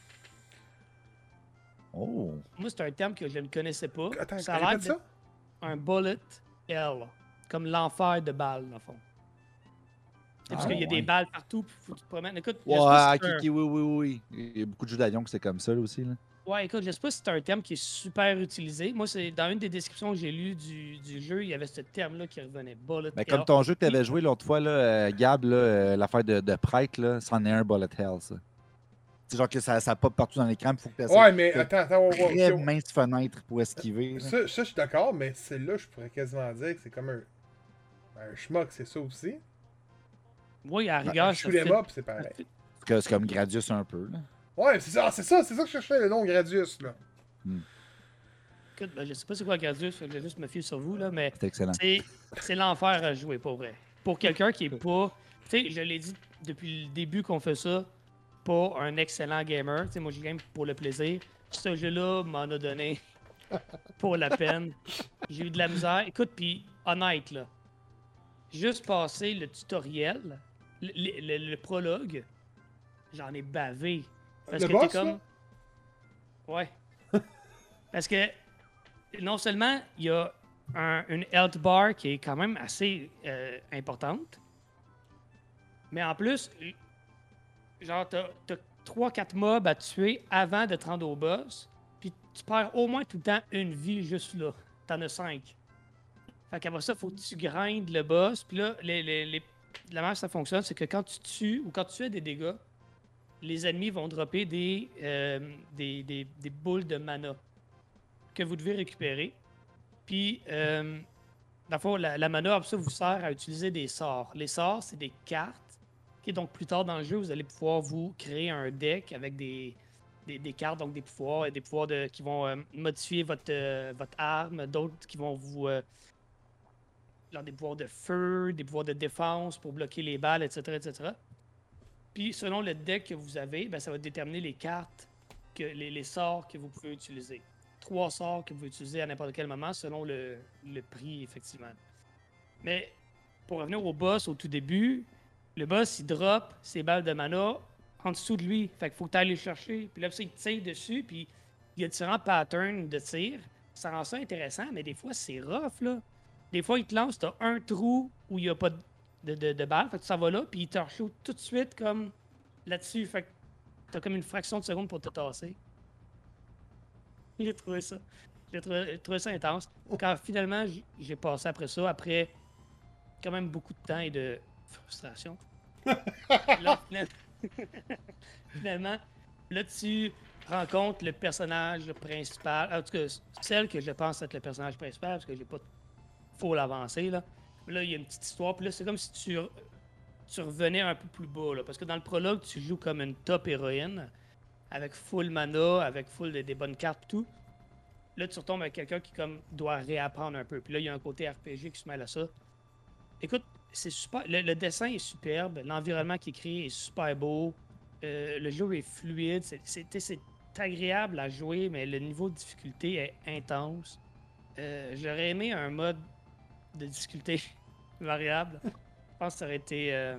Oh. Moi, c'est un terme que je ne connaissais pas. Attends, ça a l'air de un bullet hell. Comme l'enfer de balles, dans le fond. Parce qu'il y a des balles partout, puis faut que tu te promènes. Écoute, oui. Il y a beaucoup de jeux d'avion que c'est comme ça, là, aussi, là. Ouais, écoute, je sais pas si c'est un terme qui est super utilisé. Moi, c'est dans une des descriptions que j'ai lues du jeu, il y avait ce terme-là qui revenait. Bullet Mais hell. comme ton jeu que tu avais joué l'autre fois, là, Gab, l'affaire de prêtre, là, c'en est un bullet hell, ça. C'est genre que ça pop partout dans l'écran, il faut que tu essaies. Ouais, mais attends, on va voir. Très mince fenêtre pour esquiver. Ça, je suis d'accord, mais celle-là, je pourrais quasiment dire que c'est comme un schmuck, c'est ça aussi. Oui, à rigueur, un shoot 'em up, c'est pareil. C'est comme Gradius un peu, là. Ouais, c'est ça que je cherchais, le nom Gradius, là. Écoute, je sais pas c'est quoi Gradius, je vais juste me fier sur vous, là, mais c'est excellent. C'est l'enfer à jouer, pour vrai. Pour quelqu'un qui est pas... Tu sais, je l'ai dit depuis le début qu'on fait ça, pas un excellent gamer. Tu sais, moi, je game pour le plaisir. Ce jeu-là m'en a donné pour la peine. J'ai eu de la misère. Écoute, puis honnête, là, juste passer le tutoriel, le prologue, j'en ai bavé. Parce le que boss, t'es comme... Ouais. Parce que non seulement il y a une health bar qui est quand même assez importante, mais en plus, genre, t'as 3-4 mobs à tuer avant de te rendre au boss, puis tu perds au moins tout le temps une vie juste là. T'en as 5. Fait qu'après ça, il faut que tu grindes le boss, puis là, la manière que ça fonctionne, c'est que quand tu tues ou quand tu fais des dégâts, les ennemis vont dropper des boules de mana que vous devez récupérer. Puis, dans le fond, la mana, ça vous sert à utiliser des sorts. Les sorts, c'est des cartes. Okay, donc, plus tard dans le jeu, vous allez pouvoir vous créer un deck avec des cartes, donc des pouvoirs qui vont modifier votre arme, d'autres qui vont vous... genre des pouvoirs de feu, des pouvoirs de défense pour bloquer les balles, etc., etc. Puis, selon le deck que vous avez, ben, ça va déterminer les cartes, les sorts que vous pouvez utiliser. 3 sorts que vous pouvez utiliser à n'importe quel moment, selon le prix, effectivement. Mais, pour revenir au boss, au tout début, le boss, il drop ses balles de mana en dessous de lui. Fait qu'il faut que tu ailles les chercher. Puis là, il tire dessus, puis il y a différents patterns de tir. Ça rend ça intéressant, mais des fois, c'est rough, là. Des fois, il te lance, t'as un trou où il n'y a pas de balles. Fait que ça va là, puis il te re-shoot tout de suite comme là-dessus, fait que t'as comme une fraction de seconde pour te tasser. J'ai trouvé ça. J'ai trouvé ça intense. Quand finalement, j'ai passé après ça, après quand même beaucoup de temps et de frustration. Là, finalement, là, tu rencontres le personnage principal. En tout cas, celle que je pense être le personnage principal, parce que j'ai pas faut l'avancer, là. Là, il y a une petite histoire, puis là, c'est comme si tu revenais un peu plus bas, là, parce que dans le prologue, tu joues comme une top héroïne, avec full mana, avec full des bonnes cartes et tout. Là, tu retombes avec quelqu'un qui comme doit réapprendre un peu. Puis là, il y a un côté RPG qui se mêle à ça. Écoute, c'est super. Le dessin est superbe, l'environnement qui est créé est super beau, le jeu est fluide, c'est agréable à jouer, mais le niveau de difficulté est intense. J'aurais aimé un mode de difficulté variable. Je pense que ça aurait été.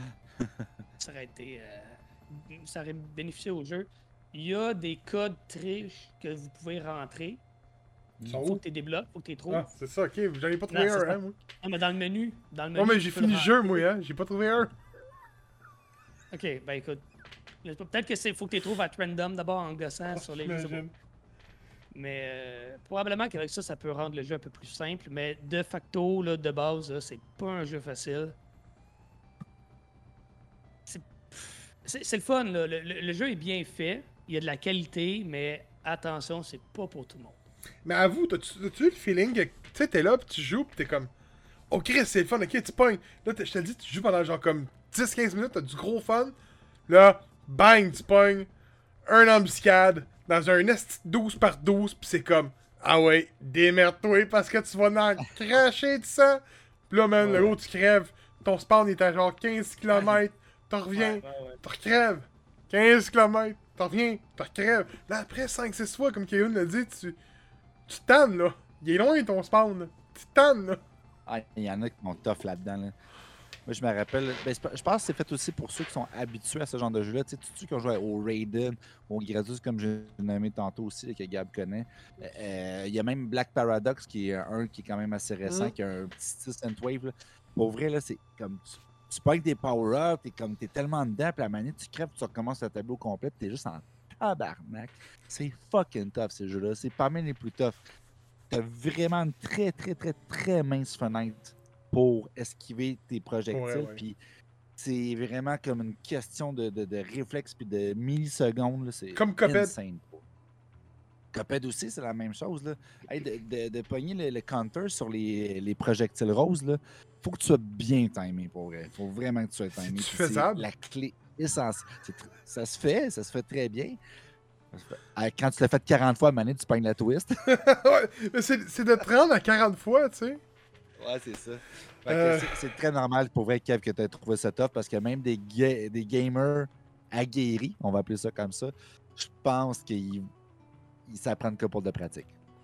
Ça aurait bénéficié au jeu. Il y a des codes triches que vous pouvez rentrer. Il faut que tu les débloques, faut que tu les trouves. Ah, c'est ça, ok. J'en ai pas trouvé un, hein, moi. Non, mais dans le menu. Non, mais j'ai fini le jeu, moi, hein. J'ai pas trouvé un. Ok, ben écoute. Peut-être que faut que tu les trouves à random d'abord en gossant sur les jeux. Mais probablement qu'avec ça, ça peut rendre le jeu un peu plus simple. Mais de facto, là, de base, là, c'est pas un jeu facile. C'est le fun, là. Le jeu est bien fait. Il y a de la qualité, mais attention, c'est pas pour tout le monde. Mais avoue, t'as-tu eu le feeling que, tu sais, t'es là, pis tu joues, pis t'es comme, oh Chris, c'est le fun, ok, tu pognes. Là, je te le dis, tu joues pendant genre comme 10-15 minutes, t'as du gros fun. Là, bang, tu pognes un embuscade dans un esti 12 par 12, pis c'est comme, ah ouais, démerde-toi parce que tu vas en cracher de sang. Pis là, man, le gros, tu crèves. Ton spawn est à genre 15 km. T'en reviens, t'en recrèves. 15 km, t'en reviens, t'en recrèves. Là, après 5-6 fois, comme Kevin l'a dit, tu tannes, là. Il est loin, ton spawn, là. Tu tannes, là. Ah, il y en a qui sont tough là-dedans, là. Moi, je me rappelle... Ben, je pense que c'est fait aussi pour ceux qui sont habitués à ce genre de jeu-là. Tu sais, tous ceux qui ont joué au Raiden, au Gradius, comme j'ai nommé tantôt aussi, là, que Gab connaît. Il y a même Black Paradox, qui est un qui est quand même assez récent, qui a un petit style Synthwave, là. Pour vrai, là, c'est comme... Tu pognes des power-ups, t'es tellement dedans, puis la manette, tu crèves, tu recommences le tableau complet, t'es juste en tabarnak. C'est fucking tough, ces jeux-là. C'est parmi les plus toughs. T'as vraiment une très, très, très, très mince fenêtre pour esquiver tes projectiles, puis c'est vraiment comme une question de réflexe puis de millisecondes. C'est comme Cuphead. Cuphead aussi, c'est la même chose. Là. Hey, de pogner le counter sur les projectiles roses, là, faut que tu sois bien timé pour vrai. Faut vraiment que tu sois timé. C'est faisable. La clé essentielle. Ça se fait très bien. Quand tu l'as fait 40 fois à manette, tu pognes la twist. Ouais, mais c'est de 30 à 40 fois, tu sais. Ouais, c'est ça. C'est très normal pour vrai, Kev, que tu aies trouvé ça tough parce que même des gamers aguerris, on va appeler ça comme ça, je pense qu'ils s'apprennent que pour de pratique.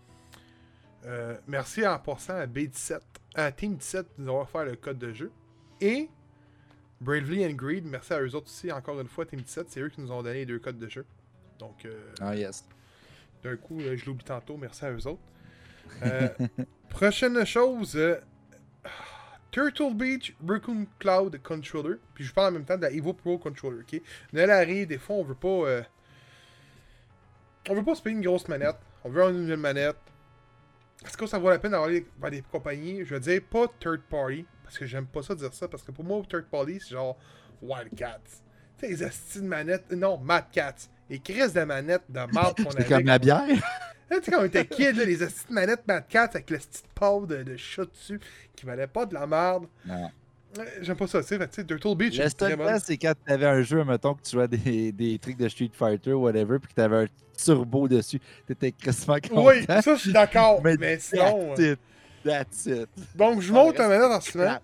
Merci en passant à B17, à Team 17 de nous avoir fait le code de jeu. Et Bravely and Greed, merci à eux autres aussi, encore une fois, Team 17, c'est eux qui nous ont donné les 2 codes de jeu. Donc, yes. D'un coup, je l'oublie tantôt, merci à eux autres. Prochaine chose, Turtle Beach Raccoon Cloud Controller. Puis je parle en même temps de la Evo Pro Controller, ok? Noël arrive, des fois on veut pas se payer une grosse manette. On veut une nouvelle manette. Est-ce que ça vaut la peine d'avoir des compagnies, je veux dire, pas third party, parce que j'aime pas ça dire ça, parce que pour moi, third party, c'est genre Wildcats. Tu sais, les astis de manettes, non, Mad Cats. Les crises de manettes de marde qu'on avait. C'est comme la bière. Tu sais, quand on était kid, là, les astis de manettes Mad Cats avec le petit pot de chat dessus, qui valait pas de la merde. Non. J'aime pas ça, tu sais, Turtle Beach. Le seul temps, c'est quand t'avais un jeu, mettons, que tu jouais des trucs de Street Fighter ou whatever, puis que t'avais un turbo dessus. T'étais crissement content. Oui, ça, je suis d'accord. mais sinon. That's it. Donc, je monte la manette en ce moment.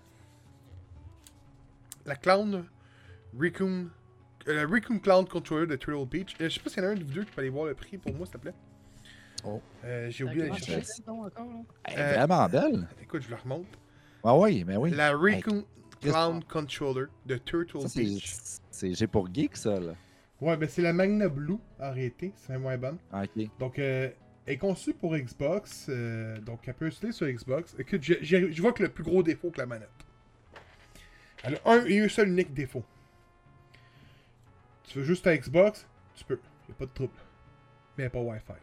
La Clown Raccoon. Le Raccoon Cloud Controller de Turtle Beach. Je sais pas s'il y en a un de vous deux qui peut aller voir le prix pour moi, s'il te plaît. Oh. J'ai oublié d'aller chercher. Elle est vraiment belle. Écoute, je la remonte. Ah oui, mais oui. La Raccoon Cloud Controller de Turtle Beach. C'est G pour geek, ça, là. Ouais, ben c'est la Magna Blue, arrêtée. C'est moins bonne. Ok. Donc, elle est conçue pour Xbox. Donc, elle peut se sur Xbox. Écoute, je vois que le plus gros défaut que la manette. Elle a un seul unique défaut. tu veux juste ta Xbox, tu peux. Il n'y a pas de trouble. Mais pas Wi-Fi.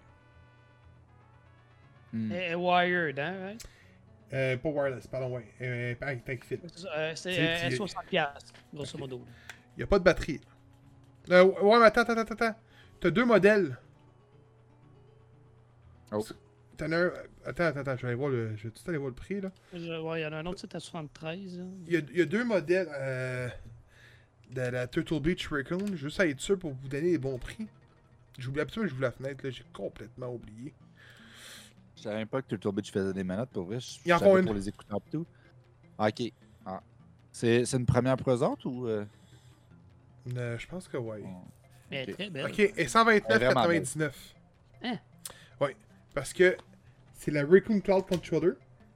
Et wired, hein? Pas wireless, pardon, ouais. Avec fil. C'est 60$, grosso modo. Il n'y a pas de batterie. Ouais, mais attends. T'as 2 modèles. Oh. T'en as un. Attends, je vais aller voir le. Je vais tout aller voir le prix, là. Ouais, il y en a un autre site à 73. Il y a 2 modèles de la Turtle Beach Raccoon. Juste à être sûr pour vous donner les bons prix. J'oublie absolument, j'ouvre la fenêtre, là. J'ai complètement oublié. Je savais même pas que Turtle Beach faisait des manettes, pour vrai. Il y en a une. Pour les écouteurs et tout. Ok. Ah. C'est une première pour eux autres ou. Je pense que oui. Elle est très belle. Ok, et 129,99. Hein? Oui, parce que c'est la Raccoon Cloud Controller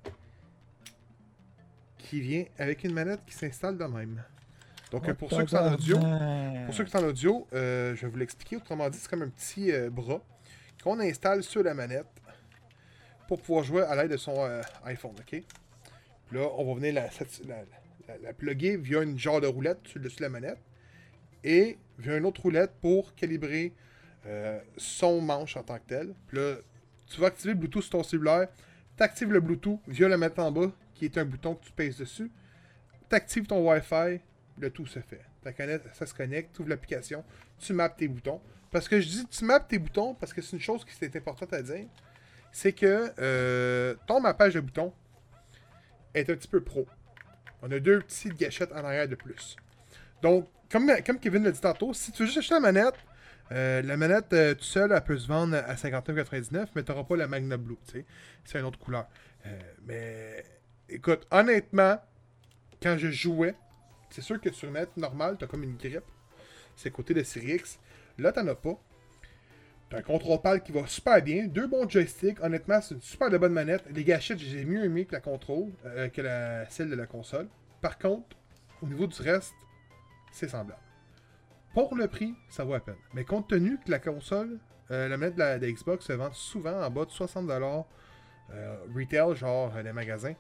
qui vient avec une manette qui s'installe de même. Donc pour ceux qui sont en audio, je vais vous l'expliquer. Autrement dit, c'est comme un petit bras qu'on installe sur la manette pour pouvoir jouer à l'aide de son iPhone, ok? Puis là, on va venir la plugger via une genre de roulette sur le dessus de la manette et via une autre roulette pour calibrer son manche en tant que tel. Puis là, tu vas activer le Bluetooth sur ton cellulaire, tu actives le Bluetooth via la manette en bas, qui est un bouton que tu pèses dessus, tu actives ton Wi-Fi, le tout se fait. Ça se connecte, tu ouvres l'application, tu mappes tes boutons. Parce que je dis tu mappes tes boutons, parce que c'est une chose qui est importante à dire, c'est que ton mappage de boutons est un petit peu pro. On a 2 petites gâchettes en arrière de plus. Donc, comme Kevin l'a dit tantôt, si tu veux juste acheter la manette toute seule, elle peut se vendre à 59,99, mais tu n'auras pas la Magna Blue, tu sais. C'est une autre couleur. Mais, écoute, honnêtement, quand je jouais, c'est sûr que sur une manette normale, tu as comme une grippe. C'est côté de Series X. Là, tu n'en as pas. Tu as un contrôle pad qui va super bien. 2 bons joysticks. Honnêtement, c'est une super de bonne manette. Les gâchettes, j'ai mieux aimé que la contrôle, celle de la console. Par contre, au niveau du reste, c'est semblable. Pour le prix, ça vaut la peine. Mais compte tenu que la console, la manette de la Xbox se vend souvent en bas de 60$ retail, genre les magasins,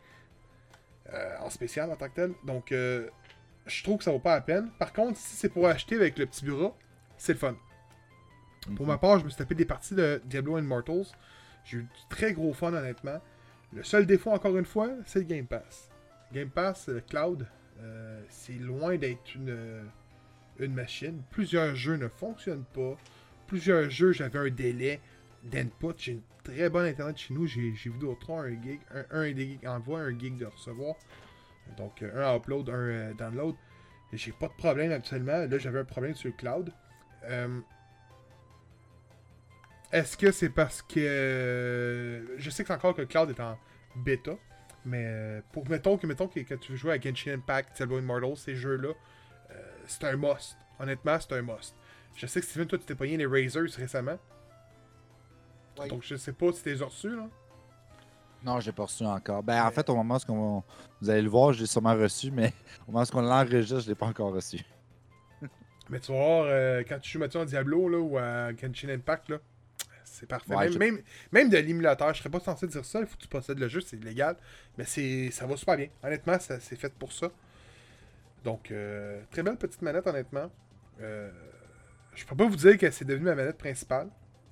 en spécial en tant que tel. Donc, je trouve que ça vaut pas la peine. Par contre, si c'est pour acheter avec le petit bureau, c'est le fun. Pour ma part, je me suis tapé des parties de Diablo Immortals. J'ai eu du très gros fun, honnêtement. Le seul défaut, encore une fois, c'est le Game Pass. Game Pass, Cloud, c'est loin d'être une machine. Plusieurs jeux ne fonctionnent pas. Plusieurs jeux, j'avais un délai d'input. J'ai une très bonne internet chez nous. J'ai Vidéotron, 1 gig. Un gig envoi, 1 gig de recevoir. Donc, un upload, un download. Et j'ai pas de problème actuellement. Là, j'avais un problème sur le cloud. Est-ce que c'est parce que... je sais que c'est encore que le cloud est en bêta. Mais mettons que quand tu veux jouer à Genshin Impact, Diablo Immortals, ces jeux-là, c'est un must. Honnêtement, c'est un must. Je sais que Steven, toi, tu t'es pogné les Razers récemment. Oui. Donc, je sais pas si t'es reçu, là. Non, j'ai pas reçu encore. En fait, au moment où vous allez le voir, je l'ai sûrement reçu, mais au moment où on l'enregistre, je l'ai pas encore reçu. Mais tu vas voir, quand tu joues maintenant à Diablo, là, ou à Genshin Impact, là, c'est parfait. Ouais, même de l'émulateur, je serais pas censé dire ça, il faut que tu possèdes le jeu, c'est illégal. Mais ça va super bien. Honnêtement, c'est fait pour ça. Donc, très belle petite manette, honnêtement. Je peux pas vous dire que c'est devenu ma manette principale.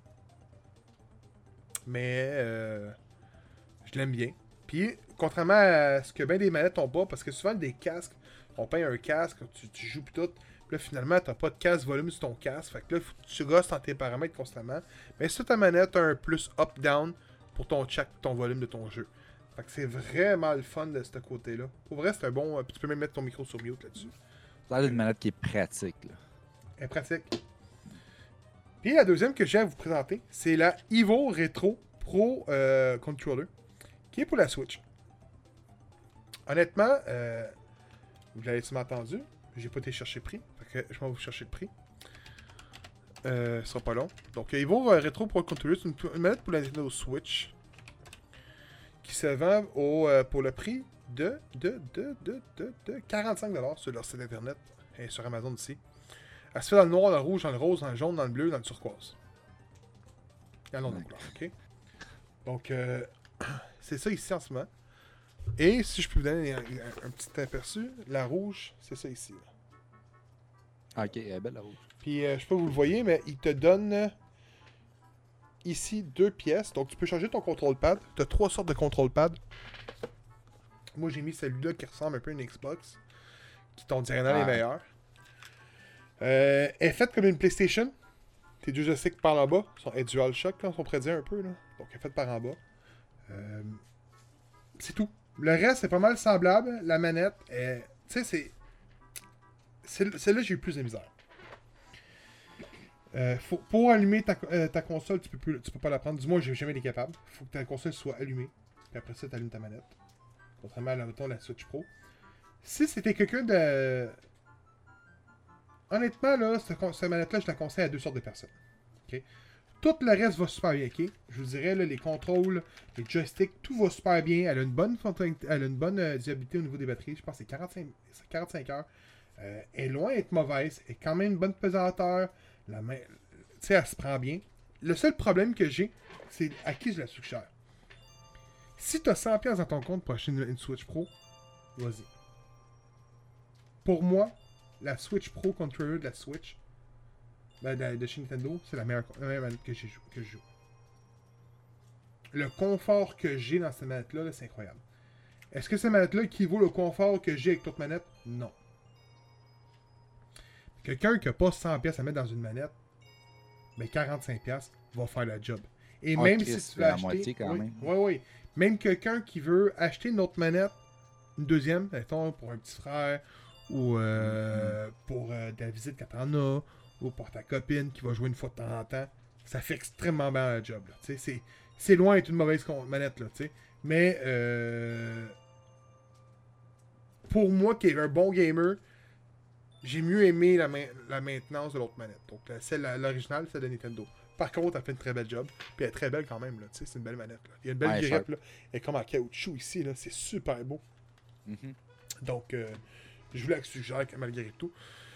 Mais je l'aime bien. Puis, contrairement à ce que bien des manettes ont pas, parce que souvent des casques, on paye un casque, tu joues pis tout. Puis là, finalement, t'as pas de casque volume sur ton casque. Fait que là, faut que tu gosses dans tes paramètres constamment. Mais sur ta manette, t'as un plus up-down pour ton volume de ton jeu. Fait que c'est vraiment le fun de ce côté-là. Pour vrai, c'est un bon... tu peux même mettre ton micro sur mute là-dessus. C'est une manette qui est pratique, là. Elle est pratique. Puis la deuxième que j'ai à vous présenter, c'est la Evo Retro Pro Controller, qui est pour la Switch. Honnêtement, vous l'avez sûrement entendu, j'ai pas été chercher le prix, fait que je vais vous chercher le prix. Ce sera pas long. Donc Evo Retro Pro Controller, c'est une manette pour la Nintendo Switch, qui se vend pour le prix de 45$ sur leur site internet et sur Amazon aussi. Elle se fait dans le noir, dans le rouge, dans le rose, dans le jaune, dans le bleu, dans le turquoise. Il y a un nom de couleur, ok? Donc, c'est ça ici en ce moment. Et si je peux vous donner un petit aperçu, la rouge, c'est ça ici. Là. Ok, belle la rouge. Puis, je sais pas si vous le voyez, mais il te donne ici 2 pièces. Donc, tu peux changer ton contrôle pad. Tu as 3 sortes de contrôle pad. Moi, j'ai mis celui-là qui ressemble un peu à une Xbox. Qui, ton diagonale est meilleur. Elle est faite comme une PlayStation. Tes deux joysticks par en bas. Et DualShock, là, on pourrait dire un peu. Là. Donc, elle est faite par en bas. C'est tout. Le reste, c'est pas mal semblable. La manette, tu sais, c'est... Celle-là, j'ai eu plus de misère. Pour allumer ta console, tu peux pas la prendre. Du moins, j'ai jamais été capable. Faut que ta console soit allumée. Puis après ça, tu allumes ta manette. Contrairement à la Switch Pro. Si c'était quelqu'un de... Honnêtement, là, cette manette-là, je la conseille à 2 sortes de personnes. Okay? Tout le reste va super bien. Okay? Je vous dirais, là, les contrôles, les joysticks, tout va super bien. Elle a une bonne durabilité au niveau des batteries. Je pense que c'est 45 heures. Elle est loin d'être mauvaise. Elle est quand même une bonne pesanteur. Tu sais, elle se prend bien. Le seul problème que j'ai, c'est à qui je la suggère. Si tu as 100$ dans ton compte pour acheter une Switch Pro, vas-y. Pour moi, la Switch Pro controller de la Switch de chez Nintendo, c'est la meilleure manette que je joue. Le confort que j'ai dans cette manette-là, c'est incroyable. Est-ce que cette manette-là équivaut le confort que j'ai avec toute manette? Non. Quelqu'un qui n'a pas 100$ à mettre dans une manette, ben 45$ va faire le job. Et même si tu veux acheter... Oui. Même quelqu'un qui veut acheter une autre manette, une deuxième, mettons, pour un petit frère, ou pour de la visite quand t'en as, ou pour ta copine qui va jouer une fois de temps en temps, ça fait extrêmement bien le job. C'est loin d'être une mauvaise manette, là, t'sais. Mais pour moi qui est un bon gamer, j'ai mieux aimé la maintenance de l'autre manette. Donc l'originale, celle de Nintendo. Par contre, elle fait une très belle job. Puis elle est très belle quand même. Là. C'est une belle manette. Là. Il y a une belle grippe. Là. Elle est comme en caoutchouc ici. Là. C'est super beau. Donc, je vous la suggère malgré tout.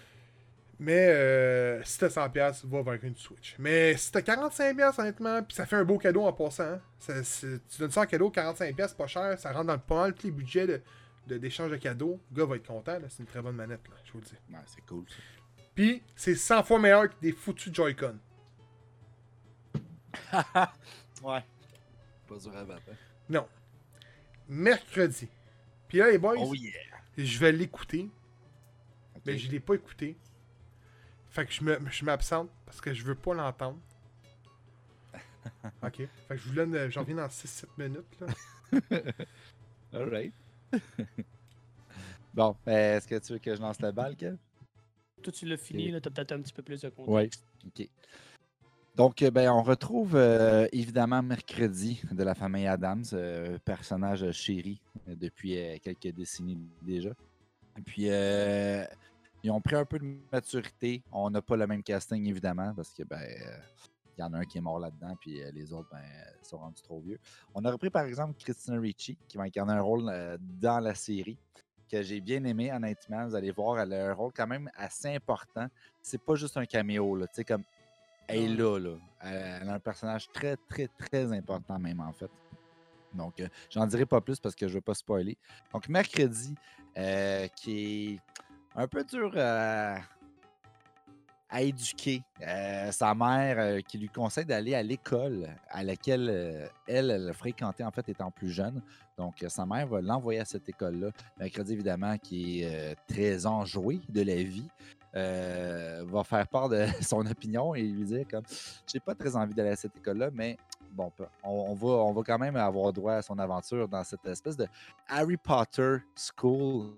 Mais si t'as 100$, va vers une Switch. Mais si t'as 45$, honnêtement, puis ça fait un beau cadeau en passant. Hein. Tu donnes ça en cadeau, 45$, pas cher. Ça rentre dans pas mal tous les budgets d'échange de cadeaux. Le gars va être content. C'est une très bonne manette, là, je vous le dis. Ouais, c'est cool. Puis, c'est 100 fois meilleur que des foutus Joy-Con. Ouais. Pas dur à battre. Hein? Non. Mercredi. Puis là, les boys, je vais l'écouter. Okay. Mais je l'ai pas écouté. Fait que je m'absente parce que je veux pas l'entendre. Ok. Fait que je vous donne, j'en reviens dans 6-7 minutes. Là. Alright. Bon, est-ce que tu veux que je lance la balle, Kev? Toi, tu l'as fini, là, t'as peut-être un petit peu plus de contexte. Oui. Ok. Donc, on retrouve évidemment mercredi de la famille Addams, personnage chéri depuis quelques décennies déjà. Et puis, ils ont pris un peu de maturité. On n'a pas le même casting, évidemment, parce que il y en a un qui est mort là-dedans, puis les autres sont rendus trop vieux. On a repris, par exemple, Christina Ricci, qui va incarner un rôle dans la série, que j'ai bien aimé, honnêtement. Vous allez voir, elle a un rôle quand même assez important. C'est pas juste un caméo, là. Tu sais, comme elle est là. Elle a un personnage très, très, très important même, en fait. Donc, j'en dirai pas plus parce que je veux pas spoiler. Donc, mercredi, qui est un peu dur à éduquer. Sa mère qui lui conseille d'aller à l'école à laquelle elle fréquentait, en fait, étant plus jeune. Donc, sa mère va l'envoyer à cette école-là. Mercredi, évidemment, qui est très enjoué de la vie. Va faire part de son opinion et lui dire comme j'ai pas très envie d'aller à cette école-là, mais bon, on va quand même avoir droit à son aventure dans cette espèce de Harry Potter School.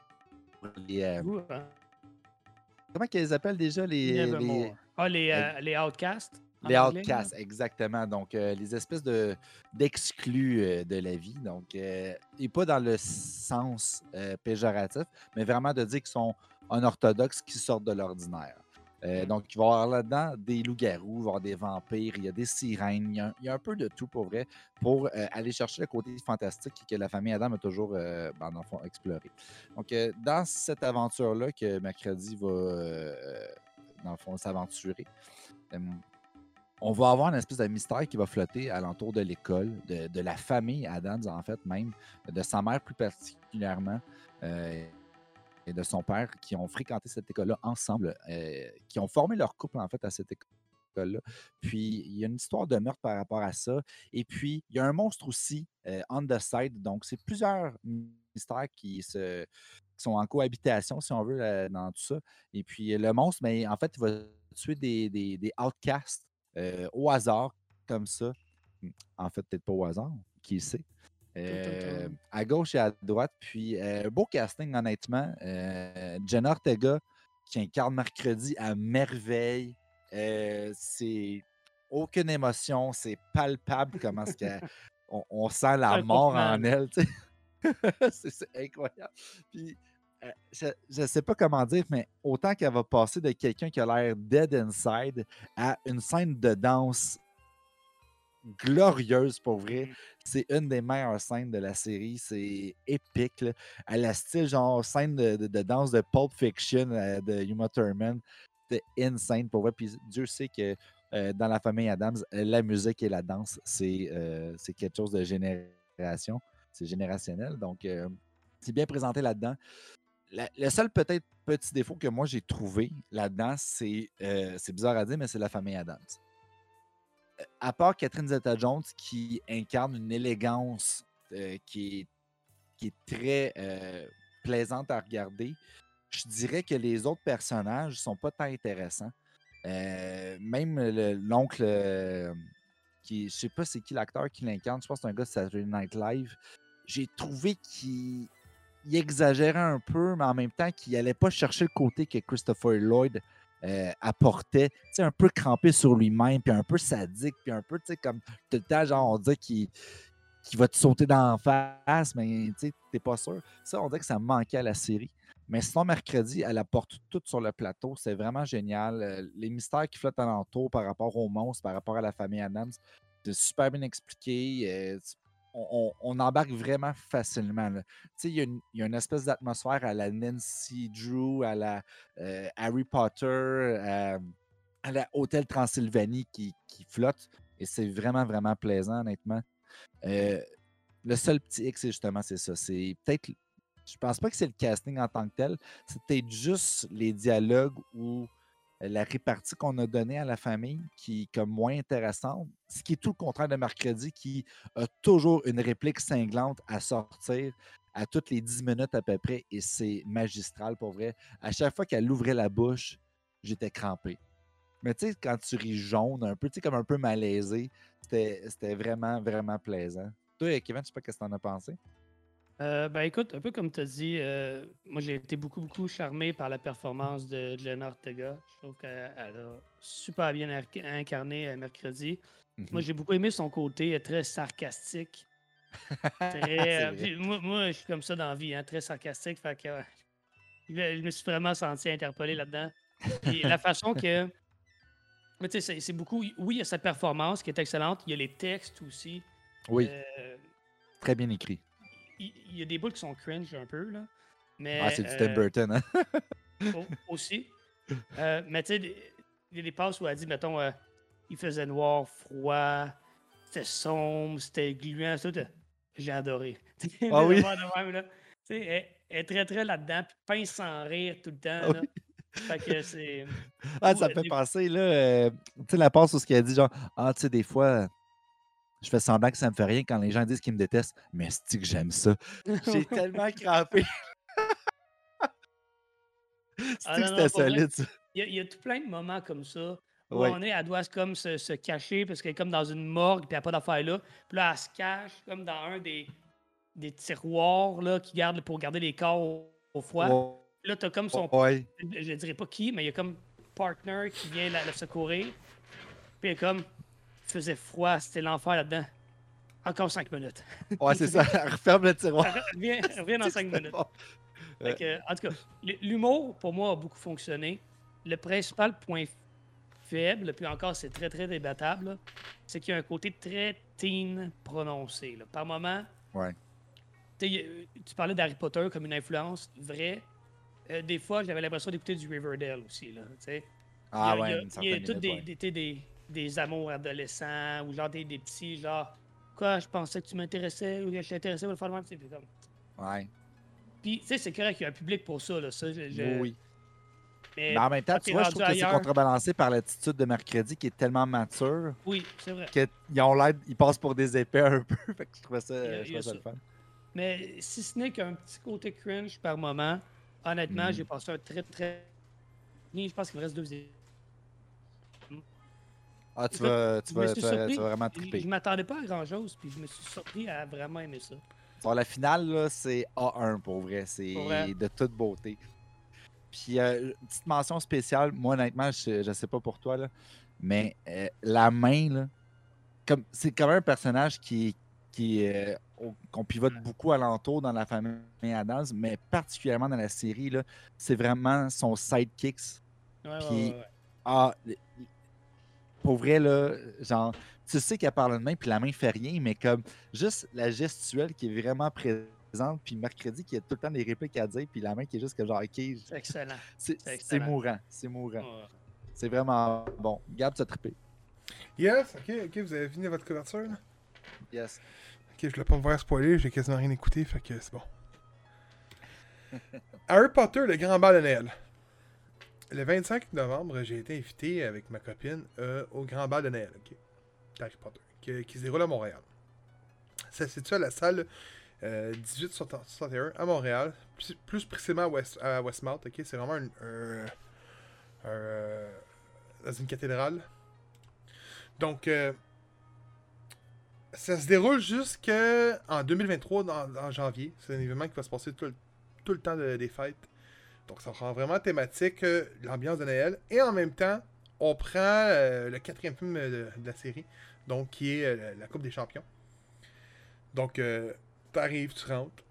Comment qu'ils appellent déjà les Outcasts? Les Outcasts, exactement. Donc, les espèces d'exclus de la vie. Donc, et pas dans le sens péjoratif, mais vraiment de dire qu'ils sont unorthodoxes, qui sortent de l'ordinaire. Donc, il va y avoir là-dedans des loups-garous, il va y avoir des vampires, il y a des sirènes, il y a un peu de tout pour vrai, pour aller chercher le côté fantastique que la famille Adam a toujours, dans le fond, exploré. Donc, dans cette aventure-là que mercredi va, dans le fond, s'aventurer, on va avoir une espèce de mystère qui va flotter alentour de l'école, de la famille Adams, en fait, même, de sa mère plus particulièrement. et de son père qui ont fréquenté cette école-là ensemble, qui ont formé leur couple, en fait, à cette école-là. Puis, il y a une histoire de meurtre par rapport à ça. Et puis, il y a un monstre aussi, on the side. Donc, c'est plusieurs mystères qui sont en cohabitation, si on veut, dans tout ça. Et puis, le monstre, mais en fait, il va tuer des outcasts au hasard, comme ça. En fait, peut-être pas au hasard, qui le sait. À gauche et à droite. Puis, beau casting, honnêtement. Jenna Ortega, qui incarne Mercredi à merveille. C'est aucune émotion, c'est palpable comment est-ce on sent la mort en elle. C'est incroyable. Puis, je ne sais pas comment dire, mais autant qu'elle va passer de quelqu'un qui a l'air dead inside à une scène de danse glorieuse pour vrai. C'est une des meilleures scènes de la série. C'est épique. Là. À la style, genre, scène de danse de Pulp Fiction de Uma Thurman. C'était insane pour vrai. Puis Dieu sait que dans la famille Adams, la musique et la danse, c'est quelque chose de génération. C'est générationnel. Donc, c'est bien présenté là-dedans. Le seul peut-être petit défaut que moi j'ai trouvé là-dedans, c'est bizarre à dire, mais c'est la famille Adams. À part Catherine Zeta-Jones qui incarne une élégance qui est très plaisante à regarder, je dirais que les autres personnages sont pas tant intéressants. Même l'oncle, je sais pas c'est qui l'acteur qui l'incarne, je pense que c'est un gars de Saturday Night Live. J'ai trouvé qu'il exagérait un peu, mais en même temps qu'il n'allait pas chercher le côté que Christopher Lloyd apportait, un peu crampé sur lui-même, puis un peu sadique, puis un peu, comme tout le temps, genre, on dit qu'il va te sauter dans la face, mais tu t'es pas sûr. Ça, on dirait que ça manquait à la série. Mais sinon, Mercredi, elle apporte tout sur le plateau. C'est vraiment génial. Les mystères qui flottent alentour par rapport aux monstres, par rapport à la famille Adams, c'est super bien expliqué. On embarque vraiment facilement. Il y a une espèce d'atmosphère à la Nancy Drew, à la Harry Potter, à la Hôtel Transylvanie qui flotte. Et c'est vraiment, vraiment plaisant, honnêtement. Le seul petit X, c'est ça. C'est peut-être. Je pense pas que c'est le casting en tant que tel. C'est peut-être juste les dialogues ou la répartie qu'on a donnée à la famille qui est comme moins intéressante. Ce qui est tout le contraire de Mercredi qui a toujours une réplique cinglante à sortir à toutes les 10 minutes à peu près et c'est magistral pour vrai. À chaque fois qu'elle ouvrait la bouche, j'étais crampé. Mais tu sais, quand tu ris jaune, un peu, tu sais, comme un peu malaisé, c'était vraiment, vraiment plaisant. Toi, Kevin, je sais pas ce que tu en as pensé. Ben écoute, un peu comme tu as dit, moi j'ai été beaucoup, beaucoup charmé par la performance de Jenna Ortega. Je trouve qu'elle a super bien incarné Mercredi. Moi j'ai beaucoup aimé son côté très sarcastique. Très, moi, je suis comme ça dans la vie, hein, très sarcastique. Fait que je me suis vraiment senti interpellé là-dedans. Puis la façon que. Mais tu sais, c'est beaucoup. Oui, il y a sa performance qui est excellente. Il y a les textes aussi. Oui. Très bien écrit. Il y a des bouts qui sont cringe un peu, là. Mais, c'est du Tim Burton, hein? Aussi. Mais tu sais, il y a des passes où elle dit, mettons, il faisait noir, froid, c'était sombre, c'était gluant, tout. J'ai adoré. Ah oui? Elle est très, très là-dedans, puis pince sans rire tout le temps. Là. Fait que c'est. Ça me fait penser, là, tu sais, la passe où ce qu'elle dit, genre, tu sais, des fois, je fais semblant que ça me fait rien quand les gens disent qu'ils me détestent, mais c'est que j'aime ça. J'ai tellement crampé. C'est que c'était solide, ça. Il y a tout plein de moments comme ça où elle doit comme se cacher parce qu'elle est comme dans une morgue puis elle n'a pas d'affaires là. Puis là, elle se cache comme dans un des tiroirs là, qui gardent pour garder les corps au froid. Là, tu as comme son. Je ne dirais pas qui, mais il y a comme partner qui vient la secourir. Puis elle est comme. Il faisait froid, c'était l'enfer là-dedans. Encore 5 minutes. Ouais, c'est ça. Elle referme le tiroir. Reviens dans 5 minutes. Bon. En tout cas, l'humour, pour moi, a beaucoup fonctionné. Le principal point faible, puis encore, c'est très, très débattable, c'est qu'il y a un côté très teen prononcé. Là. Par moment, tu parlais d'Harry Potter comme une influence vraie. Des fois, j'avais l'impression d'écouter du Riverdale aussi. Là, il y a toutes des amours adolescents ou genre des petits, genre, quoi, je pensais que tu m'intéressais ou que je t'intéressais pour le faire le même. C'est comme. Ouais. Puis, tu sais, c'est correct qu'il y a un public pour ça, là. Oui. Mais en même temps, tu vois, je trouve que c'est contrebalancé par l'attitude de Mercredi qui est tellement mature. Oui, c'est vrai. Ils passent pour des épais un peu. Fait que je trouvais ça, le fun. Mais si ce n'est qu'un petit côté cringe par moment, honnêtement, j'ai passé un très, très... Je pense qu'il me reste 2 épisodes. Ah, tu vas vraiment triper. Je m'attendais pas à grand-chose, puis je me suis surpris à vraiment aimer ça. Bon, la finale, là, c'est A1 pour vrai. C'est de toute beauté. Puis, une petite mention spéciale, moi, honnêtement, je sais pas pour toi, là, mais la main, là, c'est quand même un personnage qu'on pivote beaucoup alentour dans la famille Adams, mais particulièrement dans la série, là, c'est vraiment son sidekicks. Ouais. Pour vrai, là, genre, tu sais qu'elle parle de main, puis la main fait rien, mais comme juste la gestuelle qui est vraiment présente, puis Mercredi qui a tout le temps des répliques à dire, puis la main qui est juste comme genre, OK. C'est excellent. C'est mourant. C'est mourant. Ouais. C'est vraiment bon. Gab, tu as trippé. Yes, ok, vous avez fini votre couverture, là? Yes. Ok, je voulais pas me voir spoiler, j'ai quasiment rien écouté, fait que c'est bon. Harry Potter, le grand bal de Noël. Le 25 novembre, j'ai été invité avec ma copine au grand bal de Noël, d'Harry Potter, qui se déroule à Montréal. Ça se situe à la salle 1861 à Montréal, plus précisément à Westmount, c'est vraiment dans une cathédrale. Donc, ça se déroule jusqu'en 2023, en janvier. C'est un événement qui va se passer tout le temps des fêtes. Donc, ça rend vraiment thématique l'ambiance de Noël. Et en même temps, on prend le 4e film de la série, donc qui est la Coupe des Champions. Donc, t'arrives, tu rentres.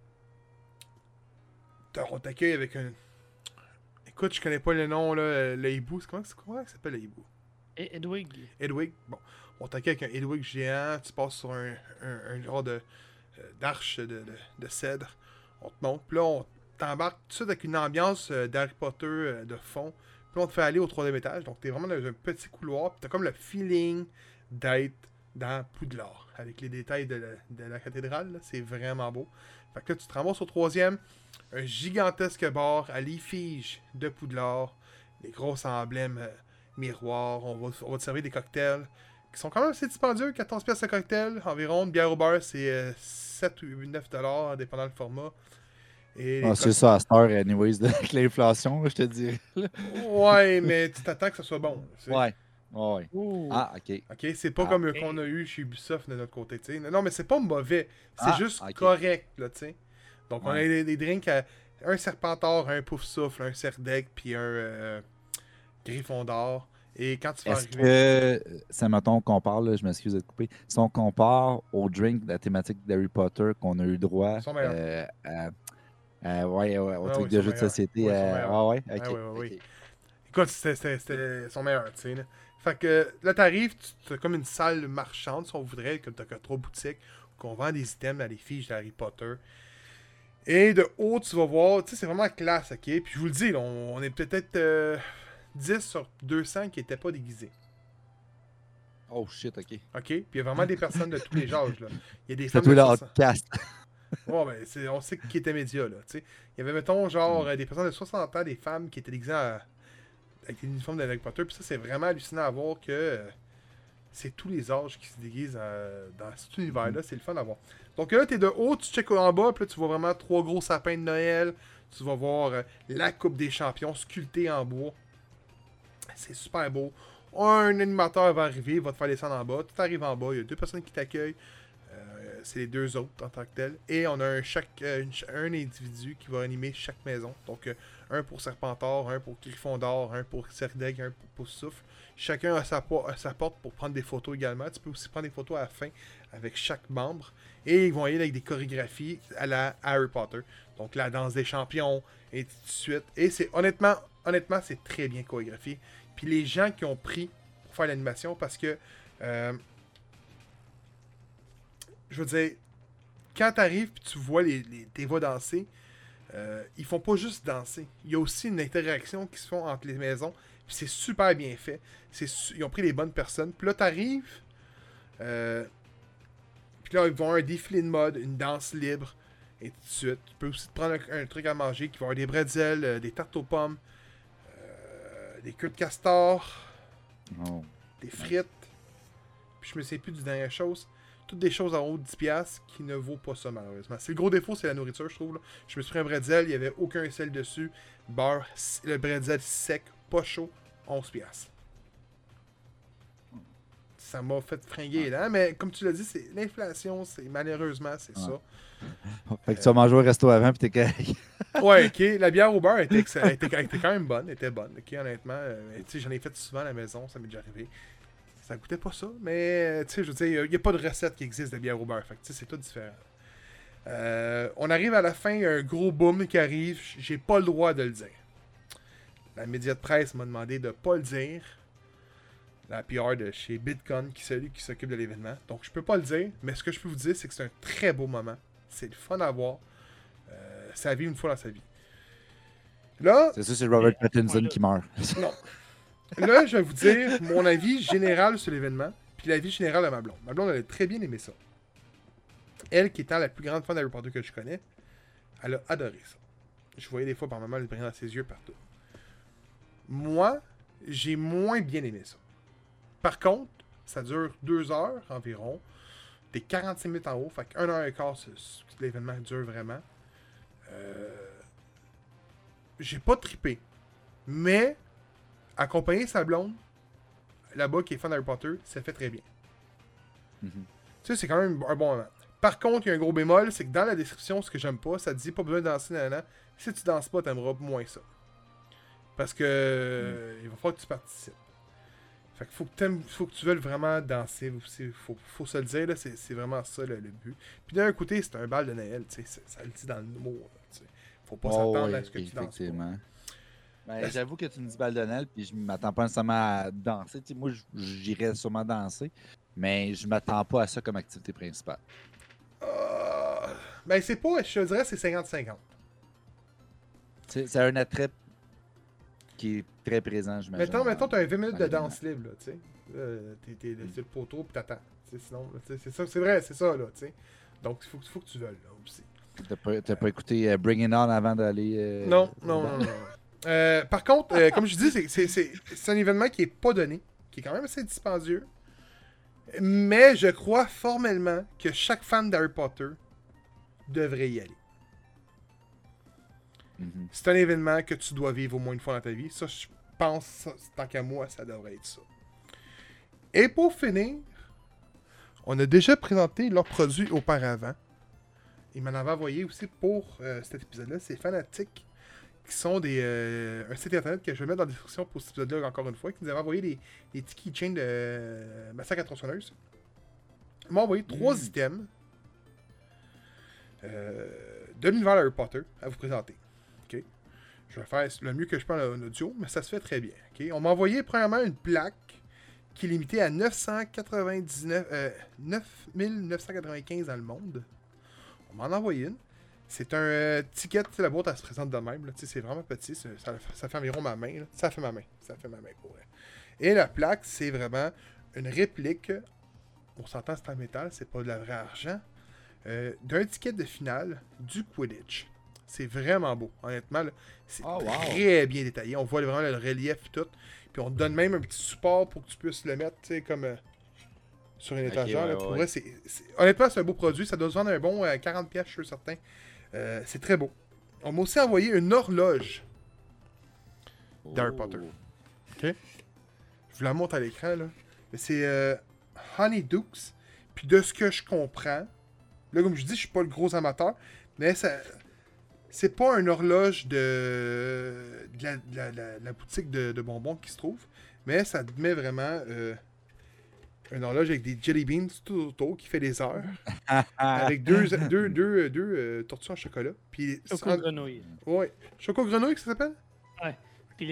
On t'accueille avec un... Écoute, je connais pas le nom, là, le hibou. Comment ça s'appelle, le hibou? Edwig. Bon, on t'accueille avec un Edwig géant. Tu passes sur un genre d'arche de cèdre. On te monte. Puis là, on t'embarque tout de suite avec une ambiance d'Harry Potter de fond. Puis on te fait aller au 3e étage. Donc, t'es vraiment dans un petit couloir. Puis t'as comme le feeling d'être dans Poudlard. Avec les détails de la cathédrale. Là. C'est vraiment beau. Fait que là, tu te ramasses au 3e. Un gigantesque bar à l'effigie de Poudlard. Les gros emblèmes miroirs. On va te servir des cocktails qui sont quand même assez dispendieux. 14 pièces de cocktail environ. Une bière au beurre, c'est 7 ou 9 $, dépendant du format. C'est ça, à cette heure, anyways, avec l'inflation, je te dirais. Ouais, mais tu t'attends que ça soit bon. Ouais. Ouh. Ah, OK. OK, c'est pas comme qu'on a eu chez Ubisoft de notre côté, tu sais. Non, mais c'est pas mauvais. C'est juste correct, là, tu sais. Donc, on a des drinks à un Serpentard, un Pouf-Souffle, un Cerdec, puis un Gryffondor. Et quand tu vas arriver... ça mettons qu'on parle, je m'excuse de te couper, si on compare au drink de la thématique d'Harry Potter qu'on a eu droit au truc de jeu de société. Oui. Écoute, c'était son meilleur, tu sais. Fait que là, t'arrives, tu as comme une salle marchande, si on voudrait, comme t'as 3 boutiques, où on vend des items à l'effigie d'Harry Potter. Et de haut, tu vas voir, tu sais, c'est vraiment classe, ok? Puis je vous le dis, là, on est peut-être 10 sur 200 qui n'étaient pas déguisés. Oh shit, ok. Ok? Puis il y a vraiment des personnes de tous les âges, là. Il y a des femmes de 60... Ouais, ben, on sait qui était média, là, tu sais. Il y avait, mettons, genre, des personnes de 60 ans, des femmes qui étaient déguisées avec l'uniforme de Harry Potter. Puis ça, c'est vraiment hallucinant à voir que c'est tous les âges qui se déguisent dans cet univers-là. C'est le fun à voir. Donc là, t'es de haut, tu checkes en bas, puis là, tu vois vraiment 3 gros sapins de Noël. Tu vas voir la Coupe des Champions sculptée en bois. C'est super beau. Un animateur va arriver, il va te faire descendre en bas. Tu arrives en bas, il y a 2 personnes qui t'accueillent. C'est les 2 autres en tant que tel. Et on a un individu qui va animer chaque maison. Donc, un pour Serpentard, un pour Gryffondor, un pour Cerdec, un pour Pouf-Souffle. Chacun a sa porte pour prendre des photos également. Tu peux aussi prendre des photos à la fin avec chaque membre. Et ils vont y aller avec des chorégraphies à la Harry Potter. Donc, la danse des champions, et tout de suite. Et c'est honnêtement, c'est très bien chorégraphié. Puis les gens qui ont pris pour faire l'animation, parce que... je veux dire, quand t'arrives et tu vois tes voix danser, ils font pas juste danser. Il y a aussi une interaction qui se fait entre les maisons. Puis c'est super bien fait. Ils ont pris les bonnes personnes. Puis là, t'arrives. Puis là, ils vont avoir un défilé de mode, une danse libre. et tout de suite. Tu peux aussi te prendre un truc à manger qui va avoir des bretzels, des tartes aux pommes, des queues de castor, des frites. Puis je me sais plus du dernière chose. Toutes des choses en haut de 10$ qui ne vaut pas ça, malheureusement. C'est le gros défaut, c'est la nourriture, je trouve. Là. Je me suis pris un bretzel, il n'y avait aucun sel dessus. Beurre, le bretzel sec, pas chaud, 11$. Ça m'a fait fringuer là, mais comme tu l'as dit, c'est l'inflation, malheureusement, c'est ça. Fait que tu vas manger au resto avant, puis t'es correct. Ouais, ok. La bière au beurre était quand même bonne, ok, honnêtement. Tu sais, j'en ai fait souvent à la maison, ça m'est déjà arrivé. Ça goûtait pas ça, mais tu sais, je veux dire, il n'y a pas de recette qui existe de bière au beurre. Fait que tu sais, c'est tout différent. On arrive à la fin, il y a un gros boom qui arrive, j'ai pas le droit de le dire. La média de presse m'a demandé de pas le dire. La PR de chez Bitcoin, qui est celui qui s'occupe de l'événement. Donc, je peux pas le dire, mais ce que je peux vous dire, c'est que c'est un très beau moment. C'est le fun à voir. Ça vit une fois dans sa vie. Là... C'est ça, c'est Robert Pattinson qui meurt. Non. Là, je vais vous dire mon avis général sur l'événement, puis l'avis général de ma blonde. Ma blonde, elle a très bien aimé ça. Elle, qui étant la plus grande fan d'Harry Potter que je connais, elle a adoré ça. Je voyais des fois par moments le brillant dans ses yeux partout. Moi, j'ai moins bien aimé ça. Par contre, ça dure 2 heures environ. T'es 45 minutes en haut, fait que 1 heure et quart, l'événement dure vraiment. J'ai pas trippé. Mais, accompagner sa blonde, là-bas, qui est fan d'Harry Potter, ça fait très bien. Tu sais, c'est quand même un bon moment. Par contre, il y a un gros bémol, c'est que dans la description, ce que j'aime pas, ça te dit pas besoin de danser, nanana. Si tu danses pas, t'aimeras moins ça. Parce que il va falloir que tu participes. Fait qu'il faut que tu veuilles vraiment danser. Faut se le dire, là, c'est vraiment ça le but. Puis d'un côté, c'est un bal de Noël, tu sais, ça le dit dans le mot. Faut pas s'attendre à ce que tu danses pas. Ben, j'avoue que tu me dis balle de Noël, puis je m'attends pas nécessairement à danser. T'sais, moi, j'irais sûrement danser, mais je m'attends pas à ça comme activité principale. Ben, c'est pas, je te dirais, c'est 50-50. C'est un attrait qui est très présent, je m'imagine. Mettons, t'as un 20 minutes de danse libre, là, tu sais. T'es sur le poteau, puis t'attends. Sinon, c'est ça, c'est vrai, c'est ça, là, tu sais. Donc, il faut que tu veuilles, là, aussi. T'as pas écouté Bring It On avant d'aller... Non. Par contre, comme je dis, c'est un événement qui est pas donné, qui est quand même assez dispendieux. Mais je crois formellement que chaque fan d'Harry Potter devrait y aller. C'est un événement que tu dois vivre au moins une fois dans ta vie. Ça, je pense, tant qu'à moi, ça devrait être ça. Et pour finir, on a déjà présenté leurs produits auparavant. Ils m'en avaient envoyé aussi pour cet épisode-là. C'est Fanatics, qui sont un site internet que je vais mettre dans la description pour cet épisode-là encore une fois, qui nous avaient envoyé des petits keychains de Massacre à tronçonneuse. Ils m'ont envoyé 3 items de l'univers Harry Potter à vous présenter. Okay. Je vais faire le mieux que je peux en audio, mais ça se fait très bien. Okay. On m'a envoyé premièrement une plaque qui est limitée à 9995 dans le monde. On m'en a envoyé une. C'est un ticket, la boîte elle se présente de même. Là, c'est vraiment petit, ça fait environ ma main. Là. Ça fait ma main pour vrai. Et la plaque, c'est vraiment une réplique. On s'entend, c'est en métal, c'est pas de la vraie argent. D'un ticket de finale du Quidditch. C'est vraiment beau, honnêtement. Là, c'est très bien détaillé. On voit vraiment le relief et tout. Puis on te donne même un petit support pour que tu puisses le mettre, tu sais, comme sur une étagère. Là, pour vrai, honnêtement, c'est un beau produit. Ça doit se vendre un bon 40$, je suis certain. C'est très beau. On m'a aussi envoyé une horloge d'Harry Potter. OK? Je vous la montre à l'écran, là. Mais c'est Honeydukes. Puis de ce que je comprends, là, comme je dis, je suis pas le gros amateur, mais c'est pas une horloge de la boutique de bonbons qui se trouve, mais ça te met vraiment une horloge avec des jelly beans tout autour qui fait des heures, avec deux tortues en chocolat. Puis Choco-grenouille. Ouais. Choco-grenouille, ça s'appelle? Ouais. Puis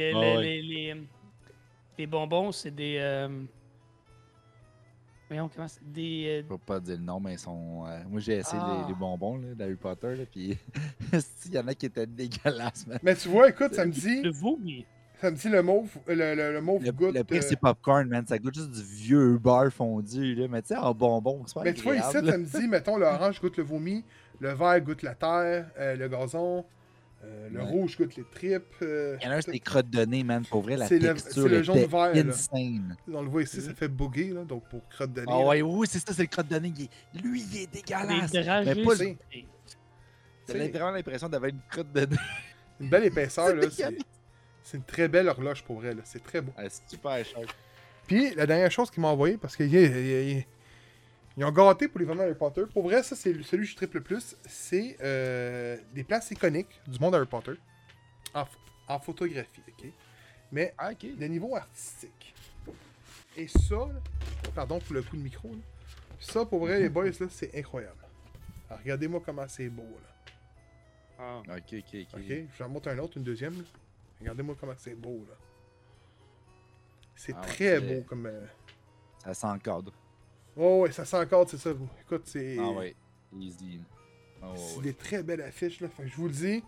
les bonbons, c'est des... Voyons, comment c'est des... Je peux pas dire le nom, mais ils sont... moi, j'ai essayé les bonbons d'Harry Potter, là, puis il y en a qui étaient dégueulasses. Mais tu vois, écoute, ça me dit... Le vomi. Ça me dit le mauve goûte... Le pire, c'est popcorn, man. Ça goûte juste du vieux beurre fondu, là. Mais tu sais, en bonbon, c'est pas mais tu vois, ici, ça me dit, mettons, l'orange goûte le vomi, Le vert goûte la terre, le gazon. Le rouge goûte les tripes. Il y en a un, c'est des crottes de nez, man. Pour vrai, la c'est texture le jaune était vert. insane. On le voit ici, ça fait bugger, là, donc pour crotte de nez. Ah ouais, oui, c'est ça, c'est le crotte de nez. Lui, il est dégueulasse. Mais pas T'as vraiment l'impression d'avoir une crotte de nez. Une belle épaisseur, là. C'est une très belle horloge pour vrai, là. C'est très beau. C'est super cher. Puis, la dernière chose qu'ils m'ont envoyé, parce qu'ils ont gâté pour les événements Harry Potter. Pour vrai, ça, c'est celui que je triple le plus. C'est des places iconiques du monde Harry Potter. En photographie, OK? Mais de niveau artistique. Et ça, là, pardon pour le coup de micro, là. Ça, pour vrai, les boys, là, c'est incroyable. Alors, regardez-moi comment c'est beau, là. Ah. Ok. Je vais en montre un autre, une deuxième. Là. Regardez-moi comment c'est beau, là. C'est très beau comme... Ça s'encadre. Oh, ouais, ça s'encadre, c'est ça. Écoute, c'est... Ah ouais, easy. C'est des très belles affiches, là. Fait que je vous le dis.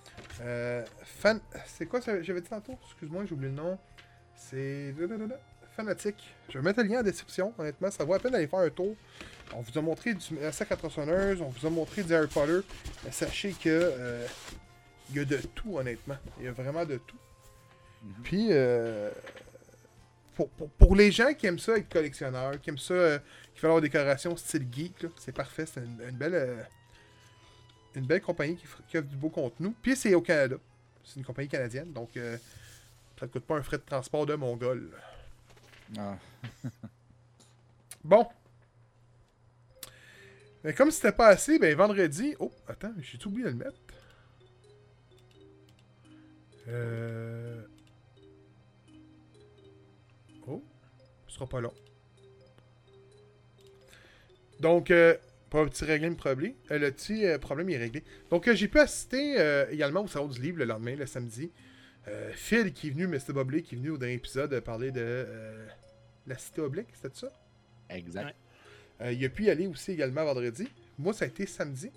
C'est quoi ça j'avais dit tantôt? Excuse-moi, j'ai oublié le nom. C'est... Fanatique. Je vais mettre le lien en description. Honnêtement, ça vaut la peine d'aller faire un tour. On vous a montré du sac à tronçonneuse, on vous a montré du Harry Potter. Mais sachez que il y a de tout, honnêtement. Il y a vraiment de tout. Puis, pour les gens qui aiment ça être collectionneurs, qui aiment ça, qui veulent avoir des décorations style geek, c'est parfait. C'est une belle compagnie qui offre du beau contenu. Puis, c'est au Canada. C'est une compagnie canadienne, donc ça ne coûte pas un frais de transport de Mongol. Ah. Bon. Mais comme c'était pas assez, ben vendredi... Oh, attends, j'ai tout oublié de le mettre. Oh, ce sera pas long. Donc, pas un petit problème. Le petit problème est réglé. Donc, j'ai pu assister également au salon du livre le lendemain, le samedi. Phil qui est venu, Mr. Bobley qui est venu au dernier épisode parler de la Cité Oblique, c'était ça? Exact. Ouais. Il a pu y aller aussi également vendredi. Moi, ça a été samedi.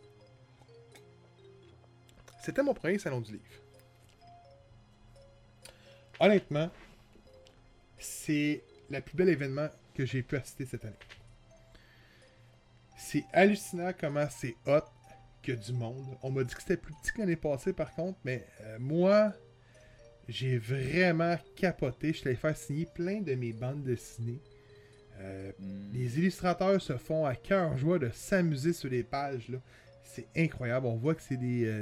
C'était mon premier salon du livre. Honnêtement, c'est le plus bel événement que j'ai pu assister cette année. C'est hallucinant comment c'est hot qu'il y a du monde. On m'a dit que c'était plus petit que l'année passée par contre, mais moi, j'ai vraiment capoté. Je suis allé faire signer plein de mes bandes dessinées. Les illustrateurs se font à cœur joie de s'amuser sur les pages, là. C'est incroyable. On voit que c'est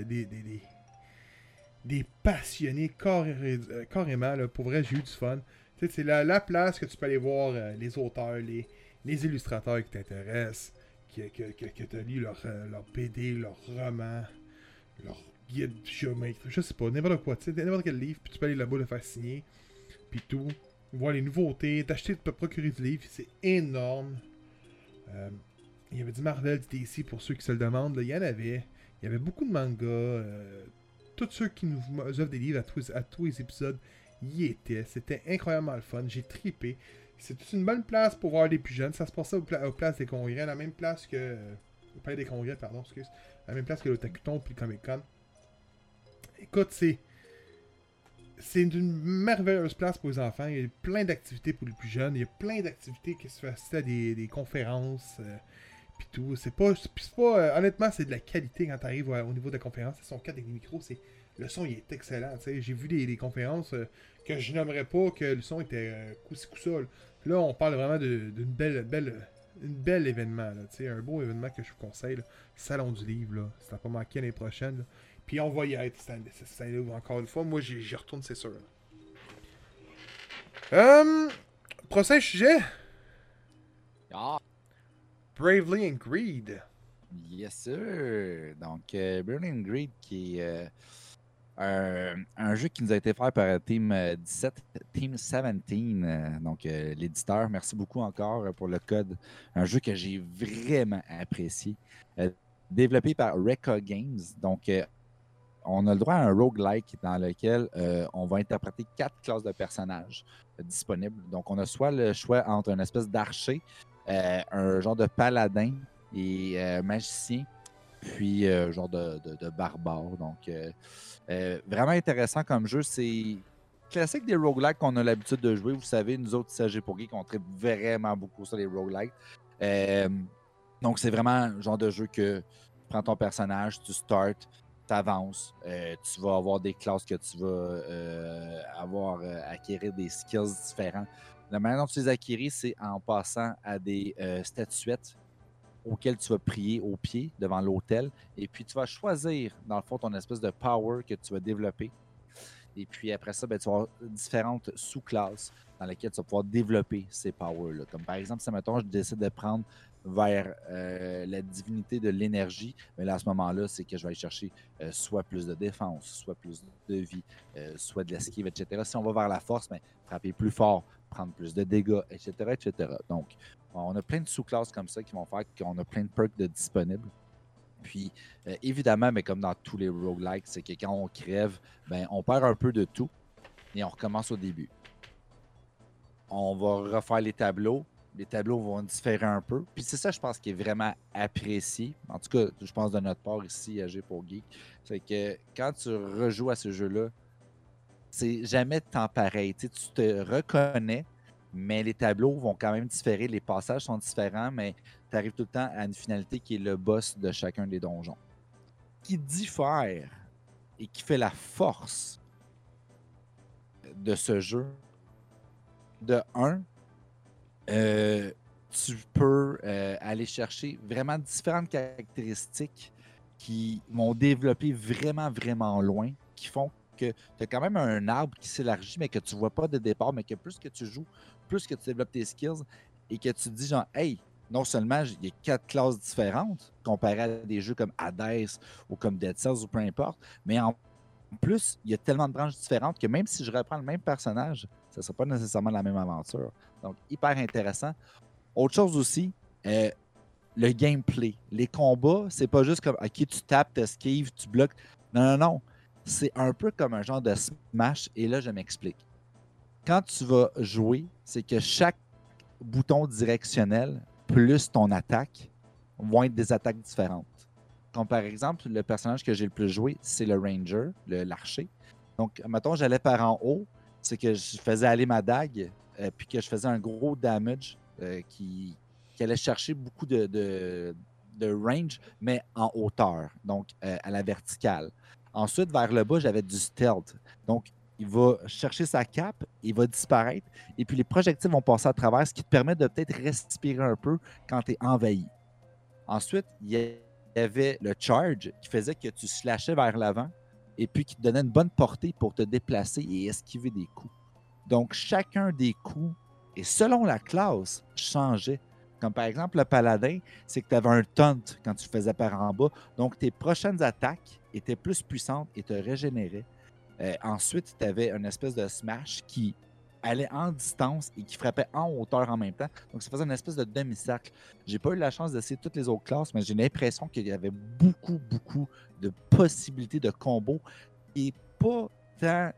des passionnés carrément. Là. Pour vrai, j'ai eu du fun. Tu sais, c'est la place que tu peux aller voir les auteurs, les illustrateurs qui t'intéressent, que tu as lu leur BD, leur roman, leur guide géométrique, je sais pas, n'importe quoi. Tu sais, n'importe quel livre, puis tu peux aller là-bas le faire signer, puis tout. Voir les nouveautés, t'acheter, tu peux procurer du livre, c'est énorme. Il y avait du Marvel, du DC pour ceux qui se le demandent. Là, il y en avait. Il y avait beaucoup de mangas. Tous ceux qui nous offrent des livres à tous les épisodes y étaient. C'était incroyablement le fun. J'ai trippé. C'est une bonne place pour voir les plus jeunes. Ça se passait aux places des congrès, la même place que... au palais des congrès, pardon, excuse. La même place que l'Otakuton puis le Comic-Con. Écoute, c'est une merveilleuse place pour les enfants. Il y a plein d'activités pour les plus jeunes. Il y a plein d'activités qui se font assister à des conférences. Puis tout. C'est pas honnêtement, c'est de la qualité quand tu arrives au niveau de la conférence. Ils sont 4 avec des micros. Le son il est excellent. T'sais. J'ai vu des conférences que je nommerais pas que le son était coup-ci coup-ça. Là, on parle vraiment d'une belle événement. Là, un beau événement que je vous conseille. Là. Salon du livre. Là. Ça va pas manquer l'année prochaine. Là. Puis on va y être cette année, encore une fois. Moi, j'y retourne, c'est sûr. Prochain sujet. Ah. Bravely and Greed. Yes, sir. Donc, Bravely and Greed, qui est un jeu qui nous a été fait par Team 17, Team 17. Donc, l'éditeur, merci beaucoup encore pour le code. Un jeu que j'ai vraiment apprécié. Développé par Rekka Games. Donc, on a le droit à un roguelike dans lequel on va interpréter 4 classes de personnages disponibles. Donc, on a soit le choix entre une espèce d'archer, un genre de paladin et magicien, puis genre de barbare. Donc, vraiment intéressant comme jeu. C'est classique des roguelikes qu'on a l'habitude de jouer. Vous savez, nous autres, CG pour Geek, on traite vraiment beaucoup sur les roguelikes. Donc, c'est vraiment le genre de jeu que prends ton personnage, tu starts, tu avances, tu vas avoir des classes que tu vas acquérir des skills différents. La manière dont tu les acquéris, c'est en passant à des statuettes auxquelles tu vas prier au pied devant l'autel. Et puis, tu vas choisir, dans le fond, ton espèce de power que tu vas développer. Et puis après ça, ben, tu vas avoir différentes sous-classes dans lesquelles tu vas pouvoir développer ces powers-là. Comme par exemple, si mettons, je décide de prendre vers la divinité de l'énergie, mais là, à ce moment-là, c'est que je vais aller chercher soit plus de défense, soit plus de vie, soit de l'esquive, etc. Si on va vers la force, ben, frapper plus fort, prendre plus de dégâts, etc., etc. Donc, on a plein de sous-classes comme ça qui vont faire qu'on a plein de perks de disponibles. Puis, évidemment, mais comme dans tous les roguelikes, c'est que quand on crève, ben, on perd un peu de tout et on recommence au début. On va refaire les tableaux. Les tableaux vont différer un peu. Puis c'est ça, je pense, qui est vraiment apprécié. En tout cas, je pense de notre part ici, à G pour Geek. C'est que quand tu rejoues à ce jeu-là, c'est jamais de temps pareil. Tu te reconnais, mais les tableaux vont quand même différer. Les passages sont différents, mais tu arrives tout le temps à une finalité qui est le boss de chacun des donjons. Qui diffère et qui fait la force de ce jeu, de un, tu peux aller chercher vraiment différentes caractéristiques qui vont développer vraiment, vraiment loin, qui font que tu as quand même un arbre qui s'élargit, mais que tu ne vois pas de départ, mais que plus que tu joues, plus que tu développes tes skills et que tu te dis genre, hey, non seulement il y a 4 classes différentes comparé à des jeux comme Hades ou comme Dead Cells ou peu importe, mais en plus, il y a tellement de branches différentes que même si je reprends le même personnage, ça ne sera pas nécessairement la même aventure. Donc, hyper intéressant. Autre chose aussi, le gameplay. Les combats, c'est pas juste comme, OK, tu tapes, tu esquives, tu bloques. Non, non, non. C'est un peu comme un genre de Smash. Et là, je m'explique. Quand tu vas jouer, c'est que chaque bouton directionnel plus ton attaque vont être des attaques différentes. Comme par exemple, le personnage que j'ai le plus joué, c'est le Ranger, l'archer. Donc, mettons, j'allais par en haut, c'est que je faisais aller ma dague, puis que je faisais un gros damage qui allait chercher beaucoup de range, mais en hauteur, donc à la verticale. Ensuite, vers le bas, j'avais du stealth. Donc, il va chercher sa cape, il va disparaître, et puis les projectiles vont passer à travers, ce qui te permet de peut-être respirer un peu quand tu es envahi. Ensuite, il y avait le charge qui faisait que tu slashais vers l'avant et puis qui te donnait une bonne portée pour te déplacer et esquiver des coups. Donc, chacun des coups, et selon la classe, changeait. Comme par exemple, le paladin, c'est que tu avais un taunt quand tu faisais par en bas. Donc, tes prochaines attaques étaient plus puissantes et te régénéraient. Ensuite, tu avais une espèce de smash qui allait en distance et qui frappait en hauteur en même temps. Donc, ça faisait une espèce de demi-cercle. J'ai pas eu la chance d'essayer toutes les autres classes, mais j'ai l'impression qu'il y avait beaucoup, beaucoup de possibilités de combos et pas tant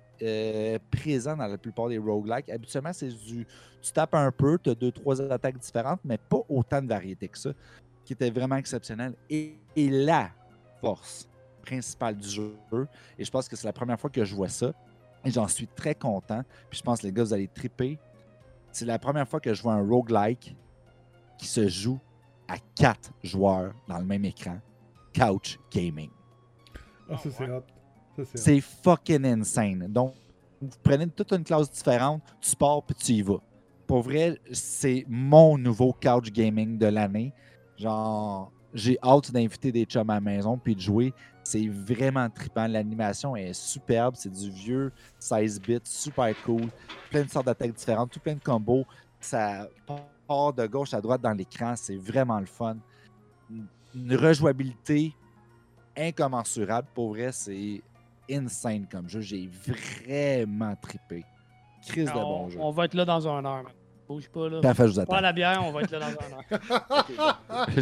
présent dans la plupart des roguelikes. Habituellement, c'est tu tapes un peu, tu as 2-3 attaques différentes, mais pas autant de variétés que ça, qui était vraiment exceptionnel. Et la force principale du jeu, et je pense que c'est la première fois que je vois ça, et j'en suis très content. Puis je pense que les gars, vous allez triper. C'est la première fois que je vois un roguelike qui se joue à 4 joueurs dans le même écran. Couch gaming. Ah, ça c'est hot. C'est fucking insane. Donc, vous prenez toute une classe différente, tu pars puis tu y vas. Pour vrai, c'est mon nouveau couch gaming de l'année. Genre, j'ai hâte d'inviter des chums à la maison puis de jouer. C'est vraiment trippant. L'animation est superbe. C'est du vieux 16 bits, super cool. Plein de sortes d'attaques différentes, tout plein de combos. Ça part de gauche à droite dans l'écran. C'est vraiment le fun. Une rejouabilité incommensurable. Pour vrai, c'est insane comme jeu. J'ai vraiment trippé. Crise de bon jeu. On va être là dans 1 heure. Man. Bouge pas là. Parfait, je vous attends. Pas la bière, on va être là dans 1 heure.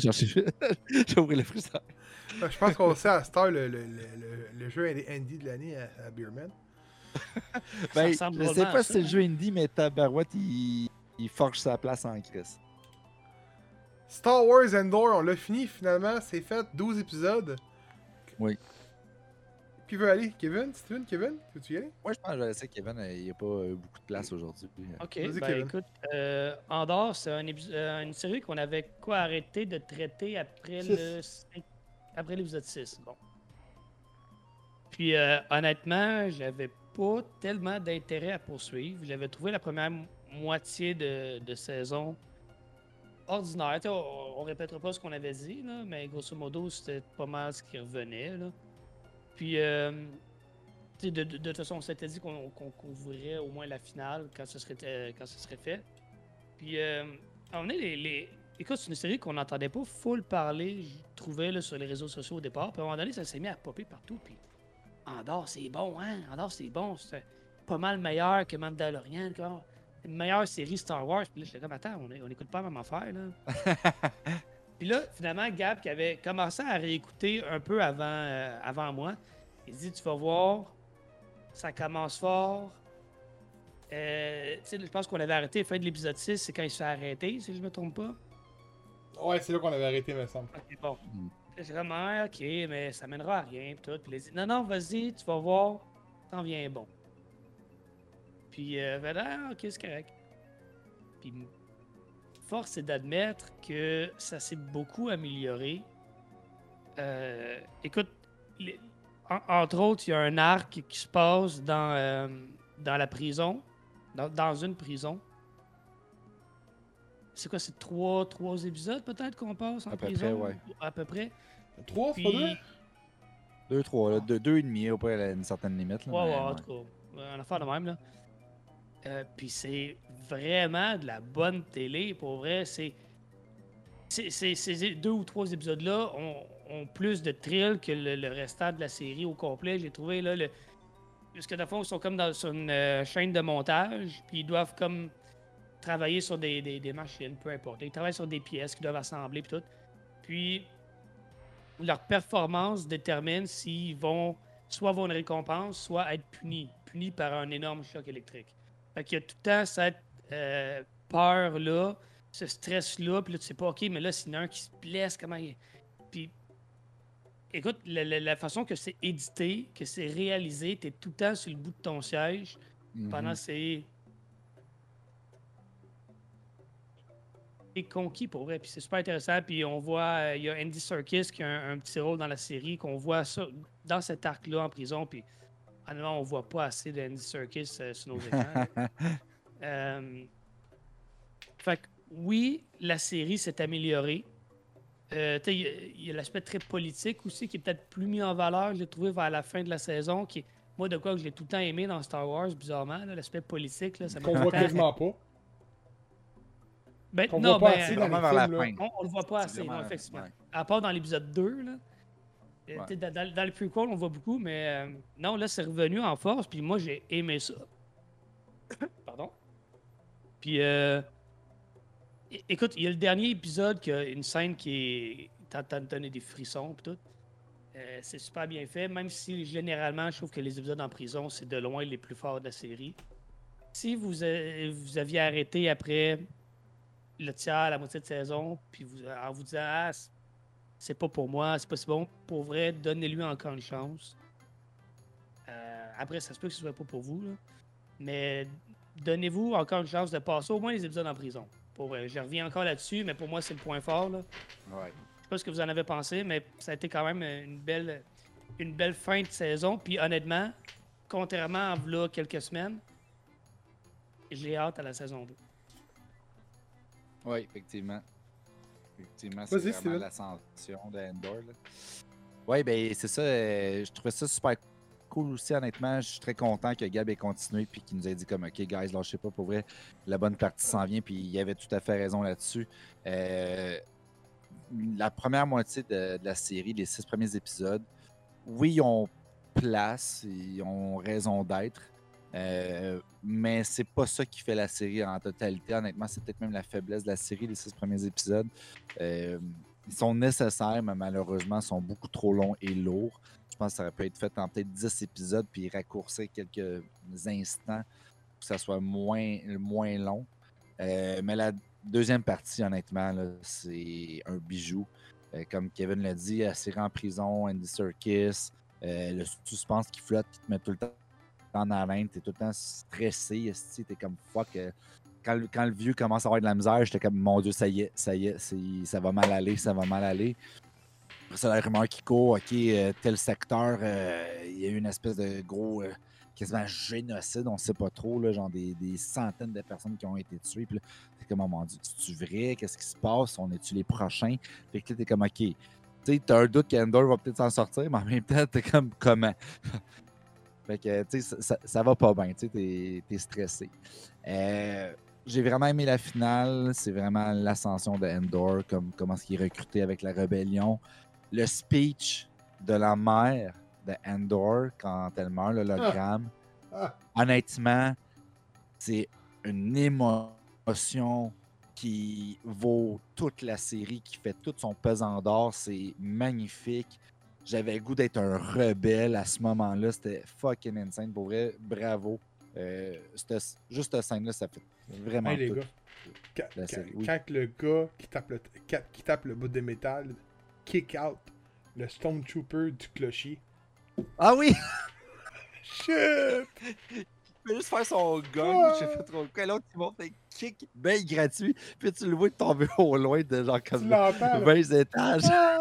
J'ai ouvert le freezer. Je pense qu'on sait à cette heure le jeu indie de l'année à Beerman. Ben, je sais pas si c'est le jeu indie, mais Tabarouette, il forge sa place en crise. Star Wars Endor, on l'a fini finalement. C'est fait 12 épisodes. Oui. Qui veut aller? Kevin? Kevin? Veux-tu y aller? Moi, je pense que je sais Kevin, il n'y a pas beaucoup de place aujourd'hui. Ok, ben écoute, Andor, c'est une série qu'on avait arrêté de traiter après après l'épisode 6. Bon. Puis honnêtement, j'avais pas tellement d'intérêt à poursuivre. J'avais trouvé la première moitié de saison ordinaire. On répétera pas ce qu'on avait dit, là, mais grosso modo, c'était pas mal ce qui revenait. Là. Puis, de toute façon, on s'était dit qu'on couvrirait au moins la finale quand ce serait fait. Puis, on est écoute, c'est une série qu'on n'entendait pas full parler, je trouvais là, sur les réseaux sociaux au départ. Puis à un moment donné, ça s'est mis à popper partout. Puis, Andorre, c'est bon, hein? Andorre, c'est bon. C'est pas mal meilleur que Mandalorian. Une meilleure série Star Wars. Puis là, j'étais comme, attends, on écoute pas la même affaire, là. Puis là, finalement, Gab, qui avait commencé à réécouter un peu avant moi, il dit, tu vas voir, ça commence fort. Tu sais, je pense qu'on avait arrêté, fin de l'épisode 6, c'est quand il se fait arrêter, si je me trompe pas. Ouais, c'est là qu'on avait arrêté, me semble. Ok, bon. J'ai vraiment, ok, mais ça mènera à rien, pis tout. Puis il a dit, non, vas-y, tu vas voir, t'en viens bon. Puis, ok, c'est correct. Puis, force est d'admettre que ça s'est beaucoup amélioré. Écoute, entre autres, il y a un arc qui se passe dans la prison, dans une prison. C'est quoi, c'est trois épisodes peut-être qu'on passe en prison? À peu près, ouais. À peu près. 3, c'est pas 2? 2, 3, là. 2 et demi, au près, une certaine limite. Là, Ouais, mais, en tout cas, une affaire de même, là. Puis c'est vraiment de la bonne télé, pour vrai. Ces 2 ou 3 épisodes-là ont plus de thrill que le restant de la série au complet. J'ai trouvé, là, parce que, dans le fond, ils sont comme sur une chaîne de montage, puis ils doivent comme travailler sur des machines, peu importe. Ils travaillent sur des pièces qu'ils doivent assembler, puis tout. Puis, leur performance détermine s'ils vont soit avoir une récompense, soit être punis par un énorme choc électrique. Fait qu'il y a tout le temps cette peur-là, ce stress-là, puis là, tu sais pas, OK, mais là, s'il y en a un qui se blesse, comment il... Puis, écoute, la façon que c'est édité, que c'est réalisé, t'es tout le temps sur le bout de ton siège pendant ces... conquis pour vrai, puis c'est super intéressant. Puis on voit, il y a Andy Serkis qui a un petit rôle dans la série, qu'on voit ça dans cet arc-là en prison. Puis honnêtement, on voit pas assez d'Andy Serkis sur nos écrans. Fait que oui, la série s'est améliorée. Il y a l'aspect très politique aussi qui est peut-être plus mis en valeur, je l'ai trouvé vers la fin de la saison, qui est, moi, de quoi que je l'ai tout le temps aimé dans Star Wars, bizarrement, là, l'aspect politique. Là, ça qu'on voit quasiment pas. Ben, on non, voit pas ben, assez dans dans vers les la films, fin. on le voit pas assez, vraiment, effectivement. ouais. À part dans l'épisode 2, là. Ouais. Dans le prequel, on le voit beaucoup, mais non, là, c'est revenu en force, puis moi, j'ai aimé ça. Pardon. Puis, écoute, il y a le dernier épisode qui a une scène qui est... T'as donné des frissons, puis tout. C'est super bien fait, même si, généralement, je trouve que les épisodes en prison, c'est de loin les plus forts de la série. Si vous aviez arrêté après le tiers, la moitié de saison, puis en vous disant « Ah, c'est pas pour moi, c'est pas si bon. » Pour vrai, donnez-lui encore une chance. Après, ça se peut que ce soit pas pour vous, là. Mais donnez-vous encore une chance de passer au moins les épisodes en prison. Pour vrai, je reviens encore là-dessus, mais pour moi, c'est le point fort, là. Ouais. Je sais pas ce que vous en avez pensé, mais ça a été quand même une belle fin de saison. Puis honnêtement, contrairement à là quelques semaines, j'ai hâte à la saison 2. Oui, effectivement. Effectivement, Vas-y, c'est Steven. vraiment l'ascension de Endor. Oui, ben c'est ça. Je trouvais ça super cool aussi, honnêtement. Je suis très content que Gab ait continué et qu'il nous ait dit comme OK, guys, lâchez pas, pour vrai, la bonne partie s'en vient. Puis il avait tout à fait raison là-dessus. La première moitié de la série, les 6 premiers épisodes, oui, ils ont place, ils ont raison d'être. Mais c'est pas ça qui fait la série en totalité. Honnêtement, c'est peut-être même la faiblesse de la série, les 6 premiers épisodes. Ils sont nécessaires, mais malheureusement, ils sont beaucoup trop longs et lourds. Je pense que ça aurait pu être fait en peut-être 10 épisodes, puis raccourcir quelques instants pour que ça soit moins long. Mais la deuxième partie, honnêtement, là, c'est un bijou. Comme Kevin l'a dit, la série en prison, Andy Serkis, le suspense qui flotte, qui te met tout le temps en haleine, t'es tout le temps stressé, t'es comme fuck. Quand le vieux commence à avoir de la misère, j'étais comme mon Dieu, ça y est, ça va mal aller. C'est la rumeur qui court, OK, tel secteur, il y a eu une espèce de gros, quasiment génocide, on sait pas trop, là, genre des centaines de personnes qui ont été tuées. Puis là, t'es comme, oh mon Dieu, c'est-tu vrai? Qu'est-ce qui se passe? On est-tu les prochains? Fait que là, t'es comme, OK, tu sais, t'as un doute qu'Endor va peut-être s'en sortir, mais en même temps, t'es comme, comment? Fait que, tu sais, ça va pas bien, tu sais, t'es stressé. J'ai vraiment aimé la finale. C'est vraiment l'ascension de Endor, comment est-ce qu'il est recruté avec la rébellion. Le speech de la mère de Endor quand elle meurt, l'hologramme. Honnêtement, c'est une émotion qui vaut toute la série, qui fait tout son pesant d'or. C'est magnifique. J'avais le goût d'être un rebelle à ce moment-là. C'était fucking insane. Pour vrai, bravo. Juste cette scène-là, ça fait vraiment hey, les tout. gars, quand le gars qui tape le bout de métal kick out le Stormtrooper du clocher. Ah oui! Shit! Il peut juste faire son gong, je sais pas trop quoi. L'autre, il monte un kick bien gratuit, puis tu le vois tomber au loin de genre comme 20 étages.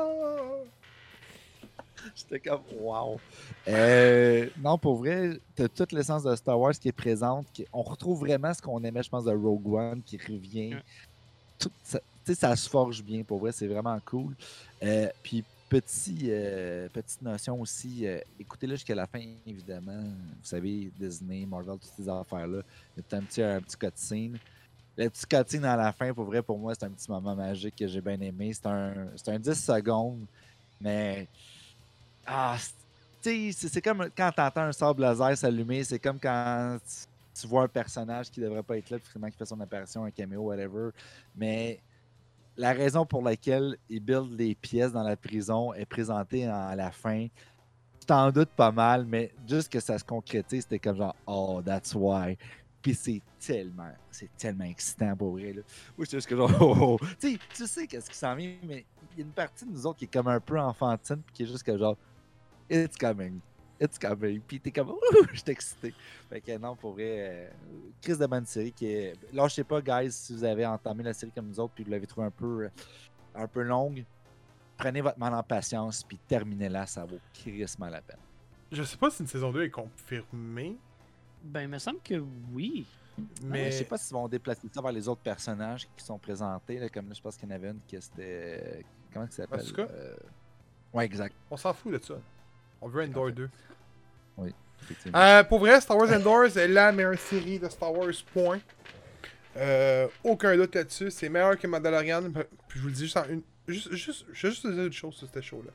J'étais comme, wow. Non, pour vrai, t'as toute l'essence de Star Wars qui est présente. On retrouve vraiment ce qu'on aimait, je pense, de Rogue One qui revient. Tu sais, ça se forge bien, pour vrai, c'est vraiment cool. Puis, petite notion aussi, écoutez-le jusqu'à la fin, évidemment. Vous savez, Disney, Marvel, toutes ces affaires-là. Il y a un petit cutscene. Le petit cutscene à la fin, pour vrai, pour moi, c'est un petit moment magique que j'ai bien aimé. C'est un 10 secondes, mais... Ah, tu sais, c'est comme quand t'entends un sable laser s'allumer, c'est comme quand tu vois un personnage qui devrait pas être là, puis finalement qui fait son apparition, un caméo, whatever. Mais la raison pour laquelle ils build les pièces dans la prison est présentée à la fin. Tu t'en doutes pas mal, mais juste que ça se concrétise, c'était comme genre, oh, that's why. Puis c'est tellement excitant pour vrai. Là. Moi, c'est juste que genre, oh, oh. Tu sais qu'est-ce qui s'en vient, mais il y a une partie de nous autres qui est comme un peu enfantine, puis qui est juste que genre, it's coming. It's coming. Puis t'es comme, je suis excité. Fait que non, pour vrai, crise de bonne série qui est. Lâchez pas, guys, si vous avez entamé la série comme nous autres, puis vous l'avez trouvé un peu longue, prenez votre mal en patience, puis terminez-la, ça vaut crissement la peine. Je sais pas si une saison 2 est confirmée. Ben, il me semble que oui. Mais je sais pas s'ils vont déplacer ça vers les autres personnages qui sont présentés, là, comme là, je pense qu'il y en avait une qui c'était. Comment ça s'appelle? Asuka? Ouais, exact. On s'en fout de ça. On veut Endor 2. Oui, effectivement. Pour vrai, Star Wars Endor, c'est la meilleure série de Star Wars, point. Aucun doute là-dessus. C'est meilleur que Mandalorian. Puis je vous le dis juste en une. Je vais juste te dire une chose sur cette show-là.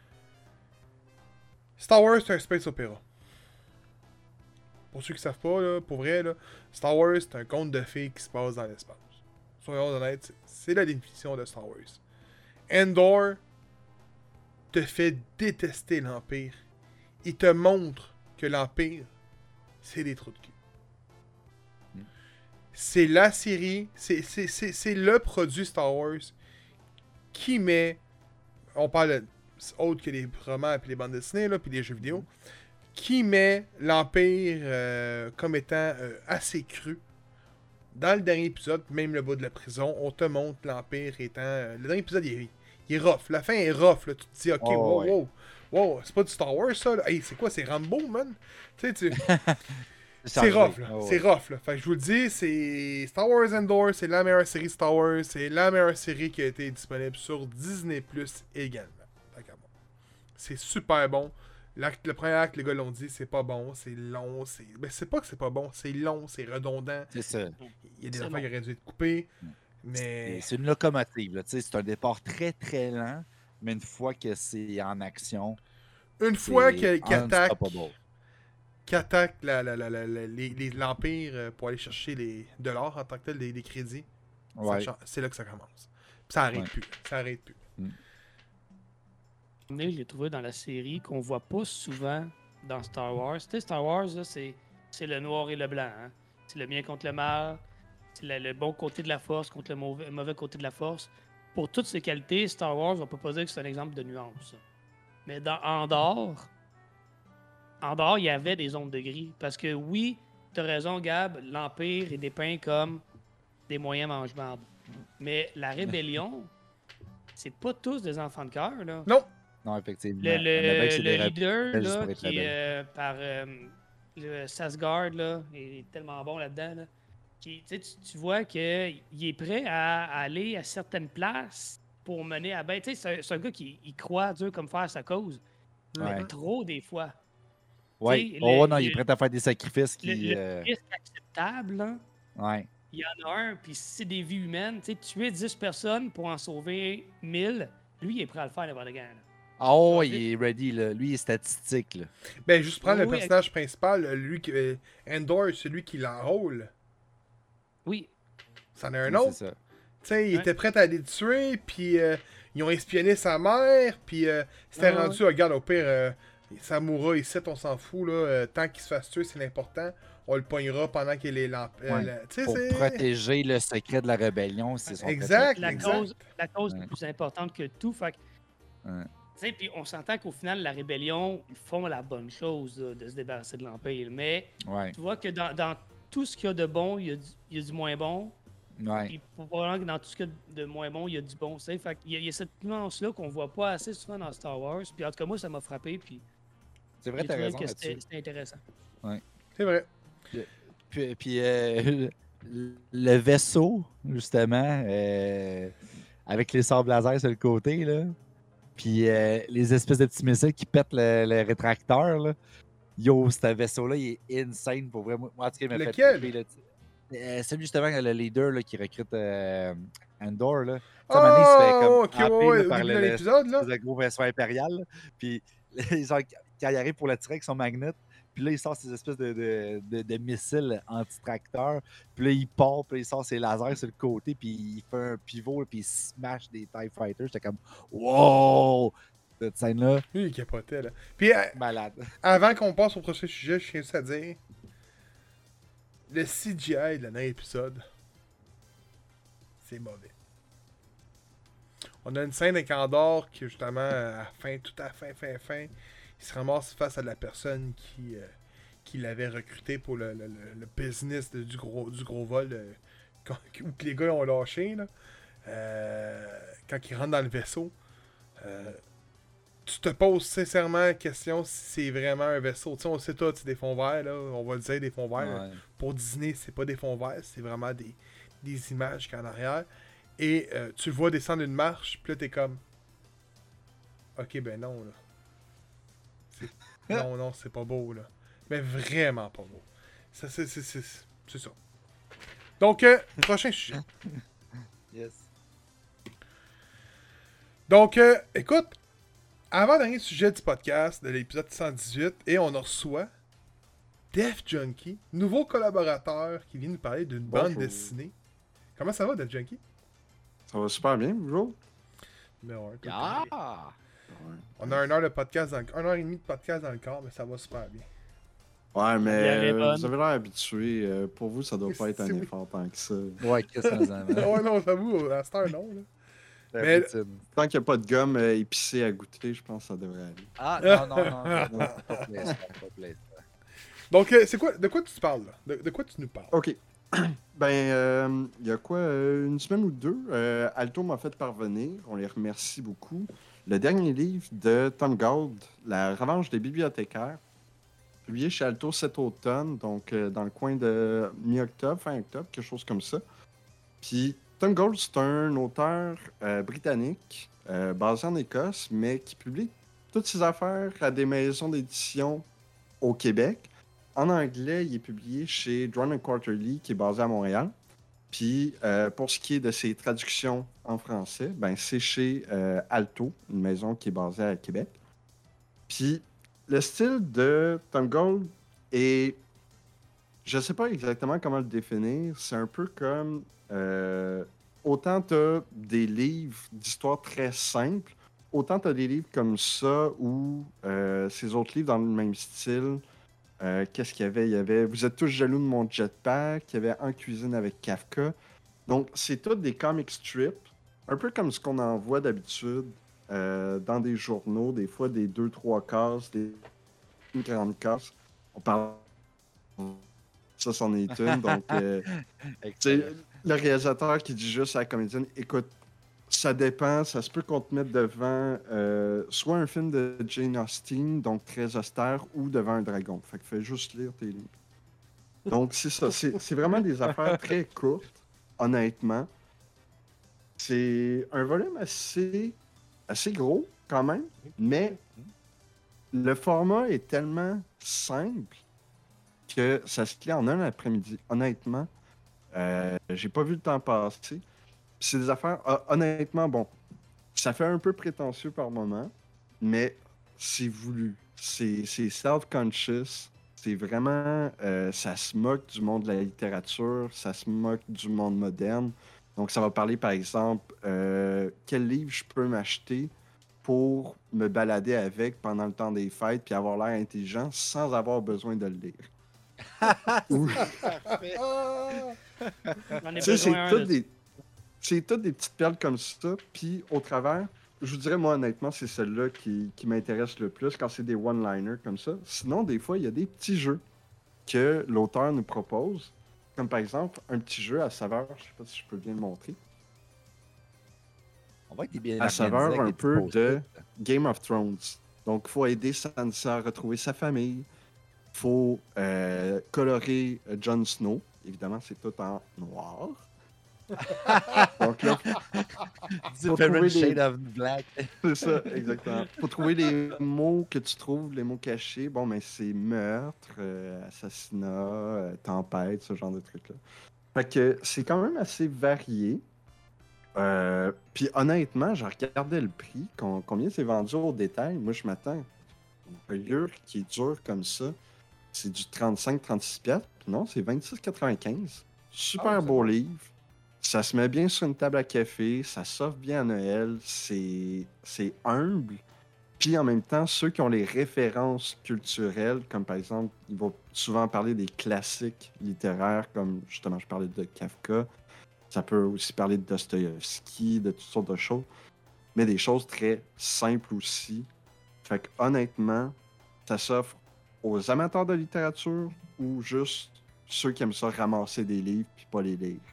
Star Wars, c'est un space opéra. Pour ceux qui savent pas, là, pour vrai, là, Star Wars, c'est un conte de fées qui se passe dans l'espace. Soyons honnêtes, c'est la définition de Star Wars. Endor te fait détester l'Empire. Il te montre que l'Empire, c'est des trous de cul. C'est la série, c'est le produit Star Wars qui met, on parle autre que les romans et les bandes dessinées, là, puis les jeux vidéo, qui met l'Empire comme étant assez cru. Dans le dernier épisode, même le bout de la prison, on te montre l'Empire étant... le dernier épisode, il est rough. La fin est rough. Là. Tu te dis, ok, wow, c'est pas du Star Wars, ça. Là. Hey, c'est quoi, c'est Rambo, man? Tu sais, c'est rough, là. C'est rough, là. Fait que je vous le dis, c'est Star Wars Endor, c'est la meilleure série Star Wars. C'est la meilleure série qui a été disponible sur Disney Plus également. C'est super bon. Le premier acte, les gars l'ont dit, c'est pas bon, c'est long, c'est pas que c'est pas bon, c'est long, c'est redondant. C'est ça. Il y a des affaires qui auraient dû être coupées, mais... C'est une locomotive, là. C'est un départ très, très lent, mais une fois que c'est en action... Une fois qu'il attaque l'Empire pour aller chercher de l'or en tant que tel, des crédits, c'est là que ça commence. Puis ça arrête plus. Ça arrête plus. Je l'ai trouvé dans la série qu'on voit pas souvent dans Star Wars. Tu sais, Star Wars, là, c'est le noir et le blanc. Hein? C'est le bien contre le mal. C'est le bon côté de la force contre le mauvais côté de la force. Pour toutes ces qualités, Star Wars, on peut pas dire que c'est un exemple de nuance. Mais dans Andorre, il y avait des zones de gris. Parce que oui, t'as raison, Gab, l'Empire est dépeint comme des moyens mange-marde. Mais la rébellion, c'est pas tous des enfants de cœur, là. Non! Non, effectivement. Le leader, rebelles là, pour être qui rebelle. est par le Sasgard, là, il est tellement bon là-dedans. Là, tu vois qu'il est prêt à aller à certaines places pour mener à bien. C'est un gars qui il croit dur comme faire sa cause, mais Ouais. trop des fois. Ouais. Tu sais, Oh, non, il est prêt à faire des sacrifices qui. le risque acceptable, là, Ouais. il y en a un, puis si c'est des vies humaines, tuer 10 personnes pour en sauver 1000, lui, il est prêt à le faire n'importe quand. Là. Oh, Genre, il est ready, là. Lui, il est statistique, là. Ben, juste prendre le oui, personnage principal, lui qui. Endor, celui qui l'enrôle. oui. C'en est un Ouais, autre. c'est ça. Tu sais, il Ouais. était prêt à les tuer, puis ils ont espionné sa mère, puis c'était Ah, rendu, regarde, au pire, ça mourra ici, on s'en fout, là. Tant qu'il se fasse tuer, c'est l'important. On le pognera pendant qu'il est lamp. Ouais. Tu sais, Pour c'est. protéger le secret de la rébellion, c'est son Exact, La préféré. cause, la cause Ouais. est plus importante que tout. Fait que, Ouais. tu sais, puis on s'entend qu'au final, la rébellion, ils font la bonne chose là, de se débarrasser de l'Empire. Mais Ouais. tu vois que dans tout ce qu'il y a de bon, il y a du moins bon. Ouais. Puis probablement que dans tout ce qu'il y a de moins bon, il y a du bon. Tu sais. Fait qu'il y a cette nuance-là qu'on voit pas assez souvent dans Star Wars. Puis en tout cas, moi, ça m'a frappé. Puis C'est vrai, j'ai t'as trouvé raison que là-dessus. c'était intéressant. C'est vrai. Puis le vaisseau, justement, avec les sables laser sur le côté, là. Puis les espèces de petits missiles qui pètent le rétracteur, là. Yo, ce vaisseau-là, il est insane pour vrai. Moi, en tout cas, il m'a fait Lequel? triper, là. Celui, justement, le leader là, qui recrute Andor, là. Tu sais, à un moment donné, il se fait Oh, comme ok, happer, ouais, là, au par début de l'épisode, là. le gros vaisseau impérial, là. Puis, genre, quand il arrive pour le tirer avec son magnet, puis là, il sort ces espèces de missiles anti-tracteurs. Puis là, il part, puis là, il sort ses lasers sur le côté, puis il fait un pivot, là, puis il smash des TIE Fighters. J'étais comme, wow! Cette scène-là, Lui, il capotait, là. Puis, malade. avant qu'on passe au prochain sujet, je tiens juste à dire le CGI de l'année épisode, c'est mauvais. On a une scène avec Andor qui, justement, à la fin, tout à la fin, il se ramasse face à la personne qui l'avait recruté pour le business du gros vol où les gars ont lâché, là. Quand ils rentrent dans le vaisseau. Tu te poses sincèrement la question si c'est vraiment un vaisseau. Tu sais, on sait tout, c'est des fonds verts, là. On va le dire, des fonds verts. Ouais. Pour Disney, c'est pas des fonds verts, c'est vraiment des images qu'il y a en arrière. Et tu le vois descendre une marche, puis là, t'es comme... Ok, ben non, là. Non, c'est pas beau, là. Mais vraiment pas beau. Ça, c'est ça. Donc, prochain sujet. Yes. Donc, écoute, avant-dernier sujet du podcast, de l'épisode 118, et on en reçoit Def Junkie, nouveau collaborateur qui vient nous parler d'une bande dessinée. Comment ça va, Def Junkie? Ça va super bien, vous? Mais ouais, écoute, Ah! on a 1 heure de podcast, 1 heure et demie de podcast dans le corps, mais ça va super bien. Ouais, Bien, mais les bonnes. vous avez l'air habitué. Pour vous, ça doit pas être un Oui. effort tant que ça. Ouais, qu'est-ce que ça Ouais, non, j'avoue, à cette heure, non. Là. Mais- Tant qu'il n'y a pas de gomme épicée à goûter, je pense que ça devrait aller. Ah, non. Pas plaisir, pas plaisir. Donc, c'est quoi, de quoi tu parles, là? De quoi tu nous parles? Ok. Ben, il y a quoi, une semaine ou deux, Alto m'a fait parvenir, on les remercie beaucoup, le dernier livre de Tom Gold, La revanche des bibliothécaires, publié chez Alto cet automne, donc dans le coin de mi-octobre, fin octobre, quelque chose comme ça. Puis Tom Gold, c'est un auteur britannique, basé en Écosse, mais qui publie toutes ses affaires à des maisons d'édition au Québec. En anglais, il est publié chez Drone Quarterly, qui est basé à Montréal. Puis, pour ce qui est de ses traductions en français, ben, c'est chez Alto, une maison qui est basée à Québec. Puis, le style de Tom Gold est... Je sais pas exactement comment le définir. C'est un peu comme... autant tu as des livres d'histoire très simples, autant tu as des livres comme ça ou ces autres livres dans le même style. Qu'est-ce qu'il y avait? Il y avait Vous êtes tous jaloux de mon jetpack. Il y avait En cuisine avec Kafka. Donc, c'est tous des comic strips, un peu comme ce qu'on en voit d'habitude dans des journaux, des fois des 2-3 cases, des 40 cases. On parle. Ça, c'en est une. Donc, le réalisateur qui dit juste à la comédienne, écoute, Ça dépend. Ça se peut qu'on te mette devant soit un film de Jane Austen, donc très austère, ou devant un dragon. Fait que fais juste lire tes livres. Donc, c'est ça. C'est vraiment des affaires très courtes, honnêtement. C'est un volume assez gros, quand même, mais le format est tellement simple que ça se lit en un après-midi. Honnêtement, j'ai pas vu le temps passer. Puis c'est des affaires, honnêtement, bon, ça fait un peu prétentieux par moment, mais c'est voulu. C'est self-conscious. C'est vraiment, ça se moque du monde de la littérature, ça se moque du monde moderne. Donc, ça va parler, par exemple, quel livre je peux m'acheter pour me balader avec pendant le temps des fêtes puis avoir l'air intelligent sans avoir besoin de le lire. Ou- J'en ai Tu sais, besoin c'est toutes des petites perles comme ça. Puis au travers, je vous dirais, moi, honnêtement, c'est celle-là qui m'intéresse le plus quand c'est des one-liners comme ça. Sinon, des fois, il y a des petits jeux que l'auteur nous propose. Comme par exemple, un petit jeu à saveur, je sais pas si je peux bien le montrer, On voit que t'es bien à organisé saveur avec un des petits peu post-it. de Game of Thrones. Donc, il faut aider Sansa à retrouver sa famille. Il faut colorer Jon Snow. Évidemment, c'est tout en noir. Donc là, faut Different trouver shade des... of black. C'est ça, exactement. Faut trouver les mots que tu trouves, les mots cachés. Bon, mais c'est meurtre, assassinat, tempête, ce genre de trucs-là. Fait que c'est quand même assez varié. Puis honnêtement, je regardais le prix, combien c'est vendu au détail. Moi, je m'attends. Un livre qui est dur comme ça, c'est du 35-36$. Non, c'est 26,95$. Super beau livre. Ça se met bien sur une table à café, ça s'offre bien à Noël, c'est humble. Puis en même temps, ceux qui ont les références culturelles, comme par exemple, ils vont souvent parler des classiques littéraires, comme justement, je parlais de Kafka. Ça peut aussi parler de Dostoïevski, de toutes sortes de choses, mais des choses très simples aussi. Fait que honnêtement, ça s'offre aux amateurs de littérature ou juste ceux qui aiment ça ramasser des livres puis pas les lire.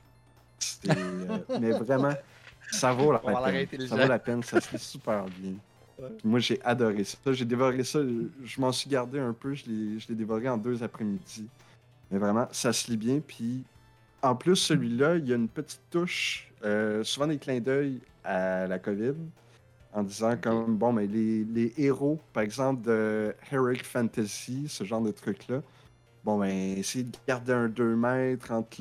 Mais vraiment, ça vaut la On va l'air peine. intelligent. Ça vaut la peine, ça se lit super bien. Ouais. Puis moi, j'ai adoré ça. J'ai dévoré ça. Je m'en suis gardé un peu. Je l'ai dévoré en 2 après-midi. Mais vraiment, ça se lit bien. Puis en plus, celui-là, il y a une petite touche, souvent des clins d'œil à la COVID, en disant comme, bon, mais les héros, par exemple, de Heroic Fantasy, ce genre de truc-là, bon, ben, essayer de garder un 2 mètres entre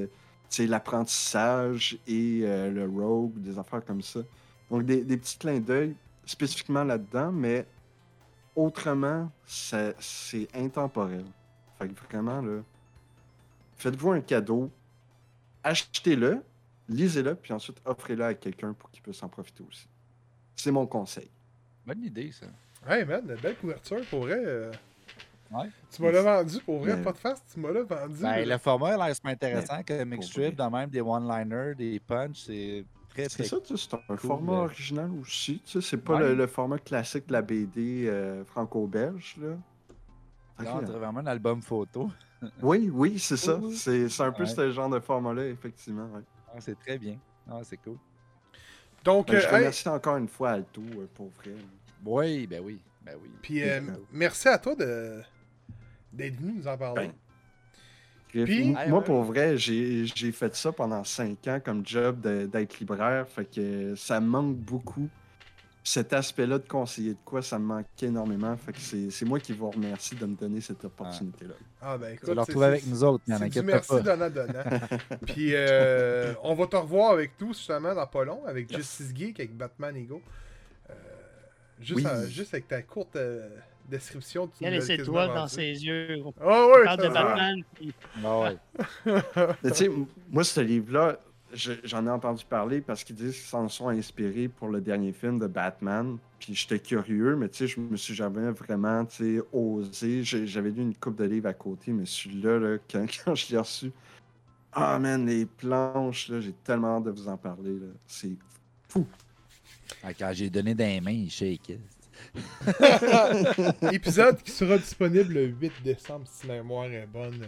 l'apprentissage et le rogue, des affaires comme ça. Donc, des petits clins d'œil spécifiquement là-dedans, mais autrement, c'est intemporel. Fait que vraiment, là, faites-vous un cadeau, achetez-le, lisez-le, puis ensuite offrez-le à quelqu'un pour qu'il puisse en profiter aussi. C'est mon conseil. Bonne idée, ça. Hey man, belle couverture pour vrai. Ouais. Tu m'as l'as vendu pour vrai, Mais- pas de face, tu m'as l'as vendu. Ben, là. le format a l'air super intéressant. Comic pour strip, vrai. de même, des one-liners, des punch, c'est très, C'est très ça, tu sais, c'est un cool, format là. original aussi. Tu sais, c'est pas Ouais. le format classique de la BD franco-belge, là. Fait Là, que, on dirait vraiment un album photo. oui, c'est ça. Oui. C'est un peu Ouais. ce genre de format-là, effectivement. Ouais. Ah, c'est très bien. Ah, c'est cool. Donc, Ben, je hey, remercie encore une fois Alto, pour vrai. Oui, ben oui. Ben oui. puis Ben, merci à toi d'être venu nous en parler. Ben, Puis- moi, pour vrai, j'ai fait ça pendant 5 ans comme job d'être libraire, fait que ça me manque beaucoup. Cet aspect-là de conseiller de quoi, ça me manquait énormément, fait que c'est moi qui vous remercie de me donner cette opportunité-là. Ah ben Tu écoute, vas le retrouver avec nous autres, mais c'est du inquiète merci pas. donnant. Puis on va te revoir avec tout justement dans pas long, avec Justice Geek, avec Batman Ego. Juste, Oui. juste avec ta courte description. Il y a les étoiles dans ses yeux. Ah Il ouais, parle de ça va. Batman. Puis Ah ouais. Mais tu sais, moi, ce livre-là, j'en ai entendu parler parce qu'ils disent qu'ils s'en sont inspirés pour le dernier film de Batman. Puis j'étais curieux, mais tu sais, je me suis jamais vraiment, tu sais, osé. J'avais lu une couple de livres à côté, mais celui-là, là, quand je l'ai reçu, ah man, les planches, là, j'ai tellement hâte de vous en parler, là. C'est fou. Ah, quand j'ai donné des mains, il shake. Épisode qui sera disponible le 8 décembre, si ma mémoire est bonne.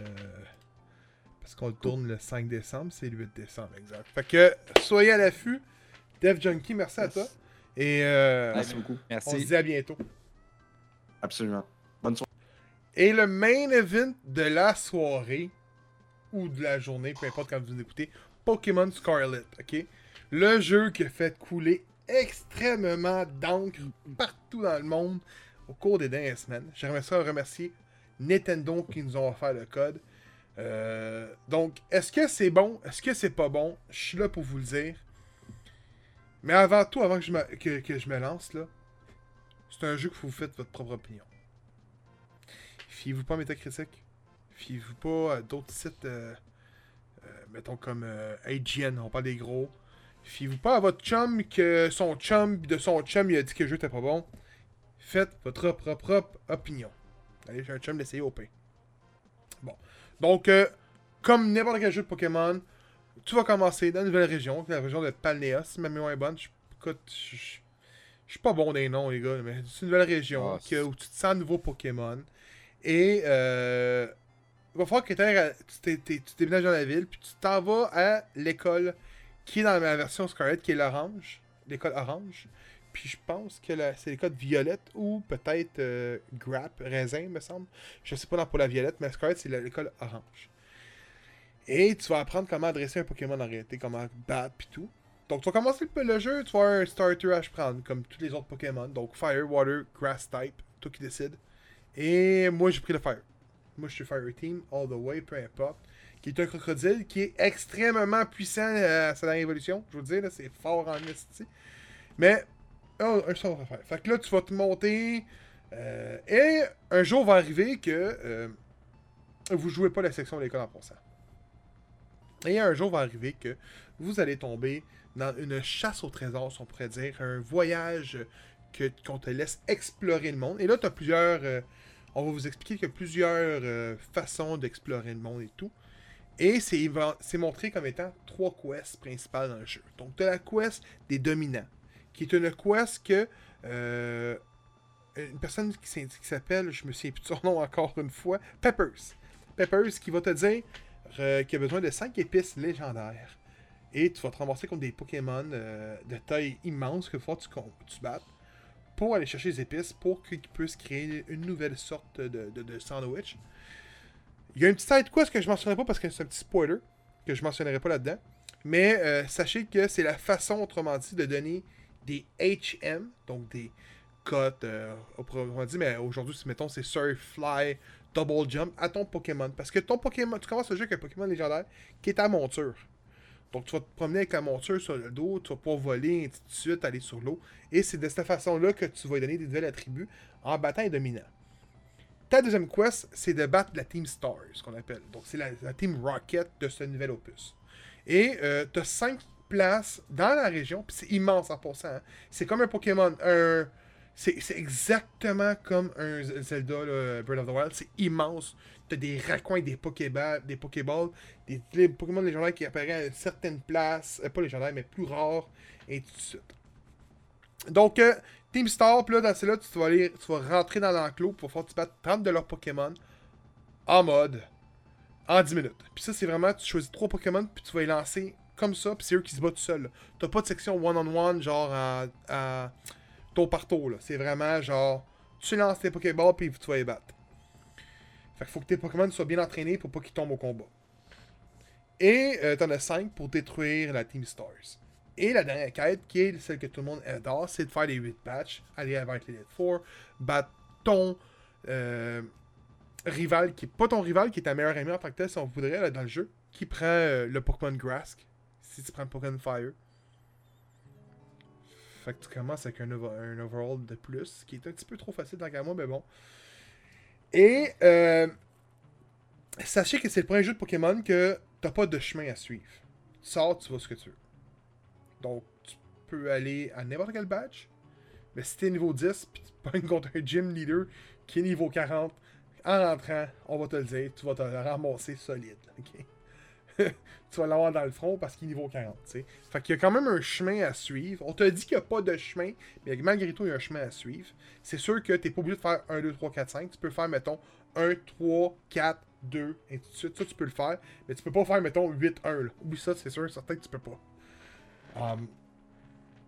Parce qu'on le tourne le 5 décembre, c'est le 8 décembre, exact. Fait que soyez à l'affût. Dev Junkie, merci à toi. Et Merci beaucoup. Merci. On se dit à bientôt. Absolument. Bonne soirée. Et le main event de la soirée, ou de la journée, peu importe quand vous écoutez, Pokémon Scarlet, ok? Le jeu qui a fait couler extrêmement d'encre partout dans le monde au cours des dernières semaines. J'aimerais ça remercier Nintendo qui nous ont offert le code. Donc, est-ce que c'est bon? Est-ce que c'est pas bon? Je suis là pour vous le dire. Mais avant tout, avant que je me lance, là, c'est un jeu que vous faites votre propre opinion. Fiez-vous pas à Metacritic. Fiez-vous pas à d'autres sites, mettons comme IGN, on parle des gros. Fiez-vous pas à votre chum que son chum, de son chum, il a dit que le jeu était pas bon. Faites votre propre opinion. Allez, j'ai un chum d'essayer au pain. Bon. Donc, comme n'importe quel jeu de Pokémon, tu vas commencer dans une nouvelle région, la région de Palnea, si ma mémoire est bonne. Écoute, je suis pas bon des noms, les gars, mais c'est une nouvelle région où tu te sens nouveau Pokémon. Et il va falloir que tu déménages dans la ville, puis tu t'en vas à l'école qui est dans la version Scarlet, qui est l'orange, l'école orange. Puis je pense que c'est l'école violette ou peut-être grappe, raisin, me semble. Je sais pas pour la violette, mais Scarlet, c'est l'école orange. Et tu vas apprendre comment adresser un Pokémon en réalité, comment battre, puis tout. Donc tu vas commencer le jeu, tu vas avoir un starter à prendre, comme tous les autres Pokémon. Donc Fire, Water, Grass type, toi qui décides. Et moi, j'ai pris le Fire. Moi, je suis Fire Team, all the way, peu importe. Qui est un crocodile qui est extrêmement puissant à sa dernière évolution. Je vous le dis, là, c'est fort en esti. Mais, un sort à faire. Fait que là, tu vas te monter. Et un jour va arriver que vous jouez pas la section de l'école en passant. Et un jour va arriver que vous allez tomber dans une chasse au trésor, si on pourrait dire. Un voyage qu'on te laisse explorer le monde. Et là, tu as plusieurs... on va vous expliquer qu'il y a plusieurs façons d'explorer le monde et tout. Et c'est montré comme étant 3 quests principales dans le jeu. Donc, tu as la quest des dominants, qui est une quest que une personne qui s'appelle, je me souviens plus de son nom encore une fois, Peppers. Peppers qui va te dire qu'il a besoin de 5 épices légendaires. Et tu vas te ramasser contre des Pokémon de taille immense que faut que tu battes pour aller chercher les épices pour qu'ils puissent créer une nouvelle sorte de sandwich. Il y a une petite side quest que je ne mentionnerai pas parce que c'est un petit spoiler que je ne mentionnerai pas là-dedans. Mais sachez que c'est la façon, autrement dit, de donner des HM, donc des cotes, autrement dit, mais aujourd'hui, mettons, c'est Surf, Fly, Double Jump à ton Pokémon. Parce que ton Pokémon, tu commences le jeu avec un Pokémon légendaire qui est ta monture. Donc tu vas te promener avec la monture sur le dos, tu vas pouvoir voler, et ainsi de suite, aller sur l'eau. Et c'est de cette façon-là que tu vas lui donner des nouvelles attributs en battant les dominants. Ta deuxième quest, c'est de battre la Team Stars, ce qu'on appelle. Donc c'est la Team Rocket de ce nouvel opus. Et tu as 5 places dans la région, puis c'est immense en passant. Hein. C'est comme un Pokémon, c'est exactement comme un Zelda, là, Breath of the Wild. C'est immense. T'as des raccoins, des Pokéballs, des Pokémon légendaires qui apparaissent à une certaine place. Pas légendaires, mais plus rares. Et tout de suite. Donc, Team Star, puis là, dans celle-là, tu vas rentrer dans l'enclos pour faire tu battes 30 de leurs Pokémon en mode en 10 minutes. Puis ça, c'est vraiment, tu choisis 3 Pokémon, puis tu vas les lancer comme ça, puis c'est eux qui se battent tout seuls. T'as pas de section one-on-one, genre à tour par tour, là. C'est vraiment genre, tu lances tes Pokéballs, puis tu vas les battre. Fait qu'il faut que tes Pokémon soient bien entraînés pour pas qu'ils tombent au combat. Et t'en as 5 pour détruire la Team Stars. Et la dernière quête, qui est celle que tout le monde adore, c'est de faire les 8 patchs, aller avec les Elite Four, battre ton rival, qui est pas ton rival, qui est ta meilleure amie en tant que tel, si on voudrait, là, dans le jeu, qui prend le Pokémon Grass, si tu prends le Pokémon Fire. Fait que tu commences avec un overall de plus, qui est un petit peu trop facile dans le moi, mais bon. Et sachez que c'est le premier jeu de Pokémon que t'as pas de chemin à suivre. Tu sors, tu vas ce que tu veux. Donc, tu peux aller à n'importe quel badge. Mais si t'es niveau 10, puis tu pognes contre un gym leader qui est niveau 40, en rentrant, on va te le dire, tu vas te le ramasser solide. Okay? Tu vas l'avoir dans le front parce qu'il est niveau 40. T'sais. Fait qu'il y a quand même un chemin à suivre. On te dit qu'il n'y a pas de chemin, mais malgré tout, il y a un chemin à suivre. C'est sûr que t'es pas obligé de faire 1, 2, 3, 4, 5. Tu peux faire, mettons, 1, 3, 4, 2, et tout de suite. Ça, tu peux le faire. Mais tu peux pas faire, mettons, 8, 1. Là. Oublie ça, c'est sûr, certain que tu peux pas.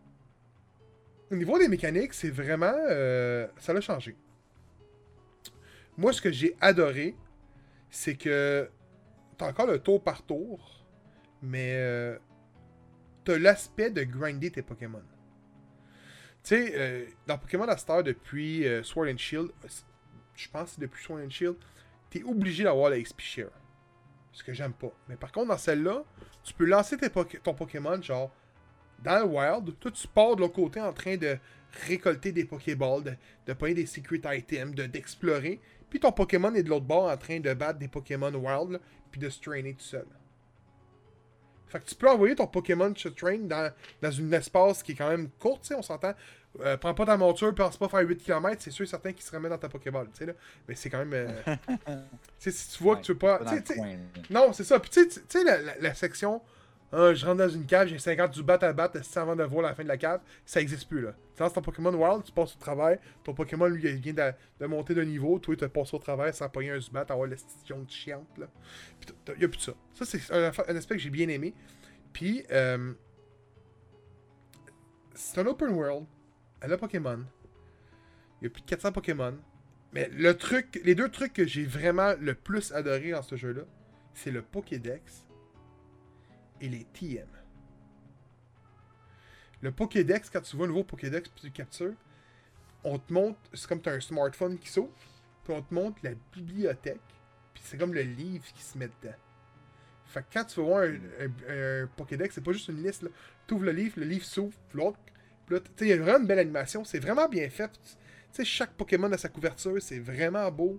Au niveau des mécaniques, c'est vraiment... ça l'a changé. Moi, ce que j'ai adoré, c'est que t'as encore le tour par tour, mais t'as l'aspect de grinder tes Pokémon. Tu sais, dans Pokémon Star, depuis Sword and Shield, je pense que c'est depuis Sword and Shield, t'es obligé d'avoir la XP Share. Ce que j'aime pas. Mais par contre, dans celle-là, tu peux lancer ton Pokémon, genre, dans le Wild. Toi, tu pars de l'autre côté en train de récolter des Pokéballs, de pogner des Secret Items, d'explorer. Puis ton Pokémon est de l'autre bord en train de battre des Pokémon Wild, là, puis de se trainer tout seul. Fait que tu peux envoyer ton Pokémon se train dans une espace qui est quand même courte, tu sais, on s'entend. Prends pas ta monture, pense pas faire 8 km, c'est sûr et certain qu'il se remet dans ta Pokéball, tu sais, là. Mais c'est quand même... tu sais, si tu vois que tu veux pas... Non, c'est ça. Puis tu sais, la section... je rentre dans une cave, j'ai 50 Zubat à battre avant de voir la fin de la cave, ça existe plus, là. Tu lances ton Pokémon Wild, tu passes au travers, ton Pokémon, lui, il vient de monter de niveau, toi, tu passes au travers sans pogner un Zubat, avoir la station de chiante, là. Puis il y a plus de ça. Ça, c'est un aspect que j'ai bien aimé. Puis, c'est un open world. Elle a Pokémon. Il y a plus de 400 Pokémon. Mais les deux trucs que j'ai vraiment le plus adoré dans ce jeu-là, c'est le Pokédex et les TM. Le Pokédex, quand tu vois un nouveau Pokédex puis tu le captures, on te montre, c'est comme tu as un smartphone qui s'ouvre, puis on te montre la bibliothèque, puis c'est comme le livre qui se met dedans. Fait que quand tu vas voir un Pokédex, c'est pas juste une liste, là. Tu ouvres le livre s'ouvre, puis l'autre, puis là, tu sais, il y a vraiment une belle animation, c'est vraiment bien fait. Tu sais, chaque Pokémon a sa couverture, c'est vraiment beau.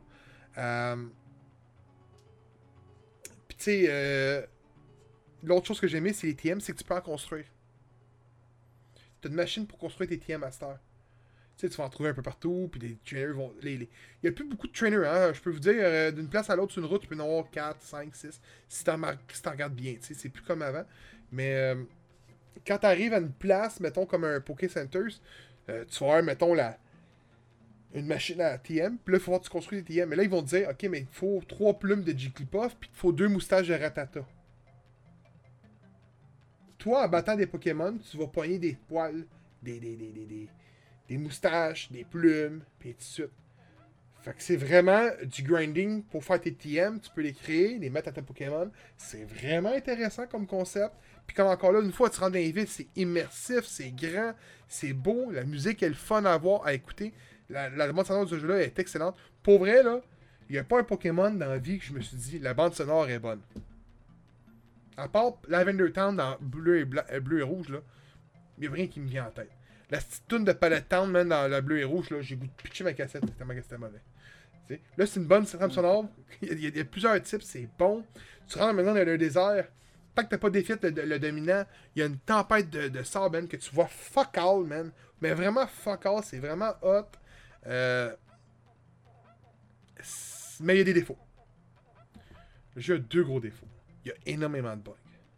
Puis tu sais, l'autre chose que j'ai aimé, c'est les TM, c'est que tu peux en construire. Tu as une machine pour construire tes TM Master. Tu sais, tu vas en trouver un peu partout, puis les trainers vont... Il n'y a plus beaucoup de trainers, hein. Je peux vous dire, d'une place à l'autre sur une route, tu peux en avoir 4, 5, 6, si tu regardes bien, tu sais, c'est plus comme avant. Mais quand tu arrives à une place, mettons comme un Poké Centers, tu vas avoir, mettons, une machine à TM, puis là, il faut voir que tu construis des TM. Mais là, ils vont te dire, ok, mais il faut 3 plumes de Jigglypuff, puis il faut 2 moustaches de Rattata. Toi, en battant des Pokémon, tu vas pogner des poils, des moustaches, des plumes, puis ainsi de suite. Fait que c'est vraiment du grinding pour faire tes TM. Tu peux les créer, les mettre à tes Pokémon. C'est vraiment intéressant comme concept. Puis comme encore là, une fois que tu rentres dans les villes, c'est immersif, c'est grand, c'est beau. La musique est le fun à voir, à écouter. La bande sonore de ce jeu-là est excellente. Pour vrai, là, il n'y a pas un Pokémon dans la vie que je me suis dit, la bande sonore est bonne. À part Lavender Town dans bleu et rouge, là, il n'y a rien qui me vient en tête. La petite toune de Palette Town, même dans le bleu et rouge, là, j'ai goût de pitcher ma cassette tellement que c'était mauvais. T'sais, là, c'est une bonne trame sonore. Il y a plusieurs types, c'est bon. Tu rentres maintenant dans le désert. Tant que t'as pas défait le dominant, il y a une tempête de sable, man, que tu vois fuck all, man. Mais vraiment fuck all, c'est vraiment hot. Mais il y a des défauts. Le jeu a 2 gros défauts. Il y a énormément de bugs.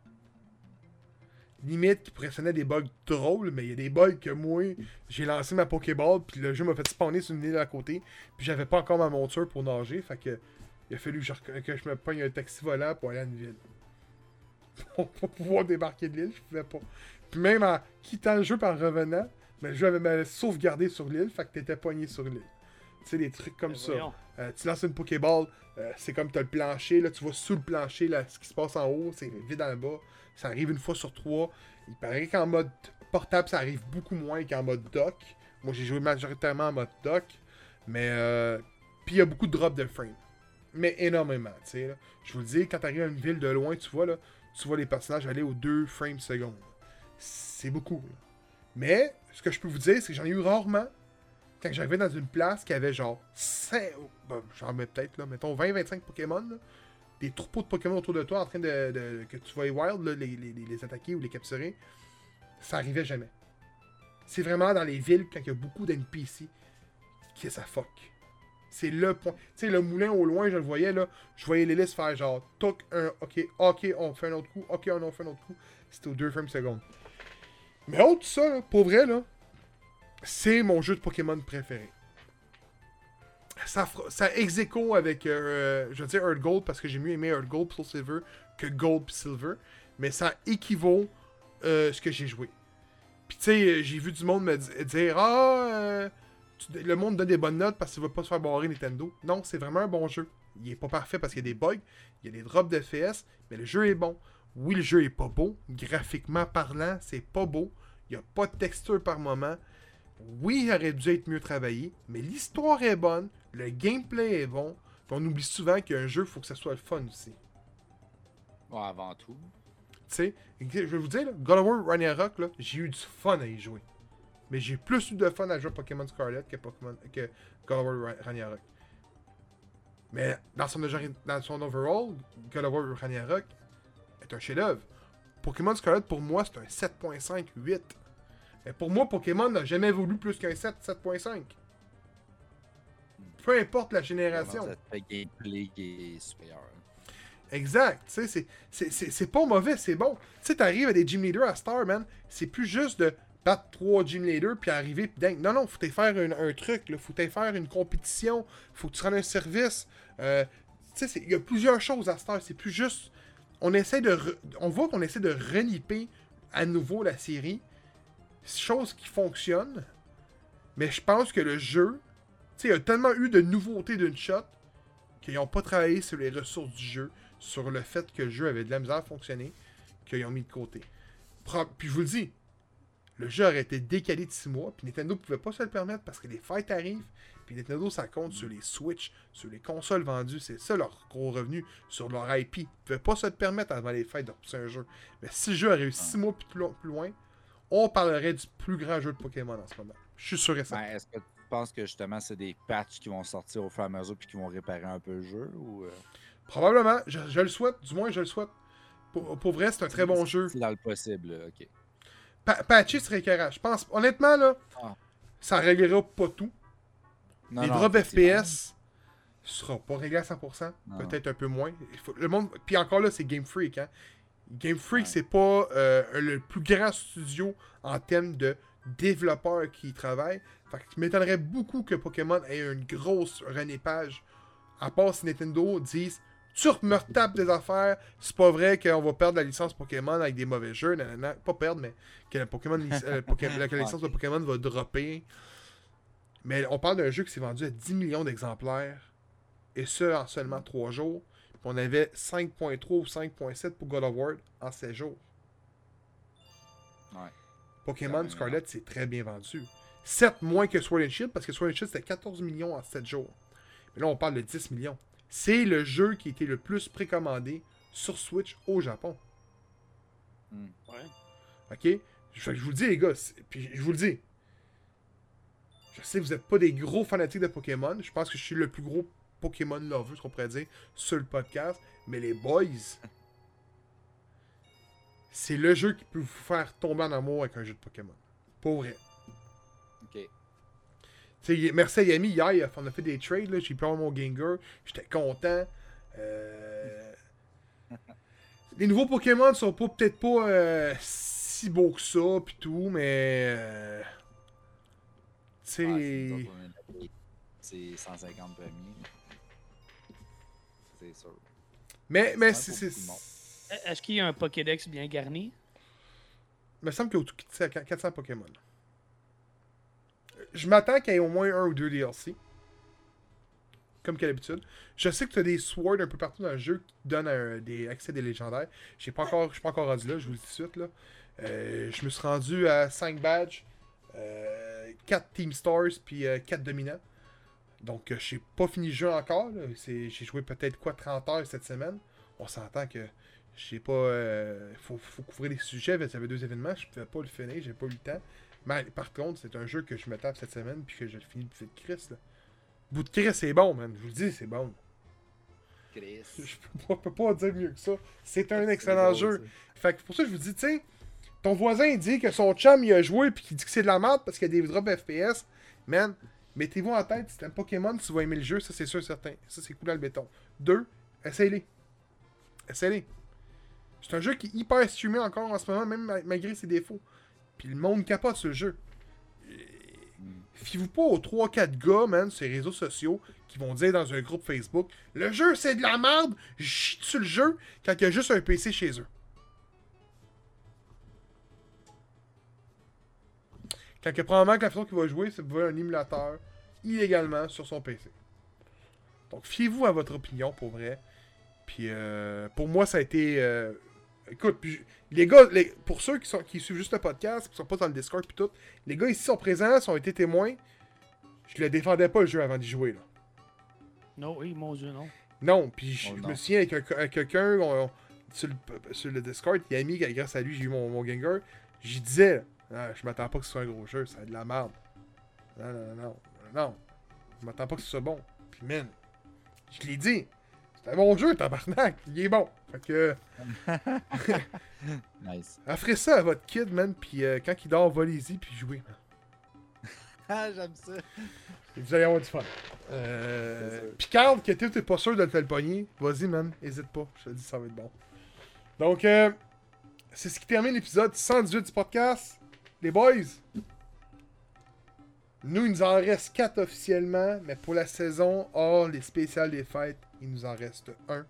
Limite qui pourrait sonner des bugs drôles, mais il y a des bugs que moi, j'ai lancé ma Pokéball, puis le jeu m'a fait spawner sur une île à côté, puis j'avais pas encore ma monture pour nager, fait que il a fallu que je me pogne un taxi volant pour aller à une ville. Pour pouvoir débarquer de l'île, je pouvais pas. Puis même en quittant le jeu par revenant, mais le jeu m'avait sauvegardé sur l'île, fait que t'étais pogné sur l'île. Tu sais, des trucs comme ça. Tu lances une Pokéball, c'est comme t'as le plancher, là, tu vois sous le plancher là, ce qui se passe en haut, c'est vide en bas. Ça arrive une fois sur 3. Il paraît qu'en mode portable, ça arrive beaucoup moins qu'en mode dock. Moi, j'ai joué majoritairement en mode dock. Mais, puis il y a beaucoup de drop de frame. Mais énormément, tu sais. Je vous le dis, quand t'arrives à une ville de loin, tu vois les personnages aller aux 2 frames secondes. C'est beaucoup, là. Mais, ce que je peux vous dire, c'est que j'en ai eu rarement quand j'arrivais dans une place qui avait genre 5... j'en mets peut-être, là, mettons 20-25 Pokémon, là. Des troupeaux de Pokémon autour de toi en train que tu vas wild, là, les attaquer ou les capturer. Ça arrivait jamais. C'est vraiment dans les villes, quand il y a beaucoup d'NPC, que ça fuck. C'est le point. Tu sais, le moulin au loin, je le voyais, là. Je voyais les listes faire genre, toc, ok, on fait un autre coup, ok, on fait un autre coup. C'était aux 2 frames secondes. Mais autre ça, là, pour vrai, là, c'est mon jeu de Pokémon préféré. Ça ex-écho avec, je veux dire Earth Gold, parce que j'ai mieux aimé Earth Gold Soul Silver que Gold Silver, mais ça équivaut ce que j'ai joué. Puis tu sais, j'ai vu du monde me dire le monde donne des bonnes notes parce qu'il va pas se faire barrer Nintendo. Non, c'est vraiment un bon jeu. Il est pas parfait parce qu'il y a des bugs, il y a des drops de FPS, mais le jeu est bon. Oui, le jeu est pas beau. Graphiquement parlant, c'est pas beau. Il y a pas de texture par moment. Oui, il aurait dû être mieux travaillé, mais l'histoire est bonne, le gameplay est bon. Puis on oublie souvent qu'un jeu, il faut que ça soit le fun aussi. Ouais, avant tout. Tu sais, je vais vous dire, là, God of War Ragnarok, là, j'ai eu du fun à y jouer. Mais j'ai plus eu de fun à jouer à Pokémon Scarlet que God of War Ragnarok. Mais dans son overall, God of War Ragnarok est un chef-d'œuvre. Pokémon Scarlet, pour moi, c'est un 7.5, 8. Mais pour moi, Pokémon n'a jamais voulu plus qu'un 7, 7.5. Peu importe la génération. Le gameplay qui est supérieur. Exact. Tu sais, c'est pas mauvais, c'est bon. Tu sais, t'arrives à des gym leaders à Star, man. C'est plus juste de battre 3 gym leaders puis arriver puis dingue. Non, faut t'y faire un truc, là. Faut t'y faire une compétition. Faut que tu rendes un service. Tu sais, il y a plusieurs choses à Star. C'est plus juste. On voit qu'on essaie de reniper à nouveau la série. Chose qui fonctionne. Mais je pense que le jeu. Tu sais, il y a tellement eu de nouveautés d'une shot qu'ils n'ont pas travaillé sur les ressources du jeu, sur le fait que le jeu avait de la misère à fonctionner, qu'ils ont mis de côté. Puis je vous le dis, le jeu aurait été décalé de 6 mois, puis Nintendo ne pouvait pas se le permettre parce que les fêtes arrivent, puis Nintendo, ça compte sur les Switch, sur les consoles vendues, c'est ça leur gros revenu, sur leur IP. Ils ne pouvaient pas se le permettre avant les fêtes de repousser un jeu. Mais si le jeu a réussi 6 mois plus loin, on parlerait du plus grand jeu de Pokémon en ce moment. Je suis sûr et certain. Est-ce que tu penses que justement c'est des patchs qui vont sortir au fur et à mesure puis qui vont réparer un peu le jeu ou Probablement, je le souhaite, du moins je le souhaite. Pour vrai, c'est un très bon jeu. C'est dans le possible, là. Ok. Patchy serait écœurant. Je pense, honnêtement, là, ça réglera pas tout. Les drops FPS sera pas réglé à 100%, peut-être un peu moins. Le monde, puis encore là, c'est Game Freak, hein. Game Freak, c'est pas le plus grand studio en termes de développeurs qui y travaillent. Fait que tu m'étonnerais beaucoup que Pokémon ait une grosse renépage. À part si Nintendo disent tu me retapes des affaires, c'est pas vrai qu'on va perdre la licence Pokémon avec des mauvais jeux. Nanana. Pas perdre, mais que la licence de Pokémon va dropper. Mais on parle d'un jeu qui s'est vendu à 10 millions d'exemplaires. Et ça en seulement 3 jours. Puis on avait 5.3 ou 5.7 pour God of War en 16 jours. Ouais. Pokémon Scarlet, c'est très bien vendu. 7 moins que Sword and Shield, parce que Sword and Shield, c'était 14 millions en 7 jours. Mais là, on parle de 10 millions. C'est le jeu qui a été le plus précommandé sur Switch au Japon. Ouais. OK? Je vous le dis, les gars. Puis je vous le dis. Je sais que vous n'êtes pas des gros fanatiques de Pokémon. Je pense que je suis le plus gros Pokémon lover, ce qu'on pourrait dire, sur le podcast. Mais les boys, c'est le jeu qui peut vous faire tomber en amour avec un jeu de Pokémon. Pour vrai. Ok. T'sais, merci à Yami, hier, on a fait des trades, là, j'ai pu avoir mon Gengar, j'étais content. Les nouveaux Pokémon sont peut-être pas si beaux que ça, pis tout, mais... c'est 150 premiers. C'est sûr. Mais c'est... Est-ce qu'il y a un Pokédex bien garni? Il me semble qu'il y a 400 Pokémon. Je m'attends qu'il y ait au moins 1 ou 2 DLC. Comme qu'à l'habitude. Je sais que tu as des swords un peu partout dans le jeu qui te donnent des accès des légendaires. Je suis pas encore rendu là, je vous le dis tout de suite. Là. Je me suis rendu à 5 badges, 4 Team Stars, puis 4 dominants. Donc, je n'ai pas fini le jeu encore. J'ai joué peut-être 30 heures cette semaine. On s'entend que j'ai pas... faut couvrir les sujets. J'avais 2 événements, je pouvais pas le finir, j'ai pas eu le temps. Mais par contre, c'est un jeu que je me tape cette semaine puis que je le finis de Chris. Là. Bout de Chris, c'est bon, man. Je vous le dis, c'est bon. Chris. Je peux pas dire mieux que ça. C'est un excellent jeu. Fait que pour ça, je vous dis, tu sais, ton voisin dit que son chum il a joué puis qu'il dit que c'est de la merde parce qu'il y a des drops FPS. Man, mettez-vous en tête, si t'aimes Pokémon, tu vas aimer le jeu, ça c'est sûr certain. Ça c'est cool dans le béton. 2, essayez-les. Essayez-les. C'est un jeu qui est hyper streamé encore en ce moment, même malgré ses défauts. Puis le monde capote sur le jeu. Fiez-vous pas aux 3-4 gars, man, sur les réseaux sociaux, qui vont dire dans un groupe Facebook, le jeu c'est de la merde, je chie sur le jeu, quand il y a juste un PC chez eux. Quand que, probablement que la façon qu'il va jouer, c'est de voir un émulateur illégalement sur son PC. Donc, fiez-vous à votre opinion, pour vrai. Puis, pour moi, ça a été... écoute, puis, les gars, pour ceux qui suivent juste le podcast, qui sont pas dans le Discord, puis tout, les gars ici sont présents, ont été témoins. Je le défendais pas, le jeu, avant d'y jouer, là. Non, oui, mon Dieu, non. Non, puis je me souviens avec quelqu'un sur le Discord, il a mis, grâce à lui, j'ai eu mon Gengar. J'y disais, je m'attends pas que ce soit un gros jeu, ça a de la merde. Non. Je m'attends pas que ce soit bon. Puis, man, je l'ai dit. C'est un bon jeu, tabarnak. Il est bon. Fait que. Nice. Offrez ça à votre kid, man. Puis quand il dort, volez-y, puis jouez, man. Ah, j'aime ça. Et vous allez avoir du fun. Puis Carl, que t'es pas sûr de te le pogner, vas-y, man. Hésite pas. Je te dis, ça va être bon. Donc, c'est ce qui termine l'épisode 118 du podcast. Les boys. Nous, il nous en reste 4 officiellement, mais pour la saison, hors les spéciales des fêtes, il nous en reste 1.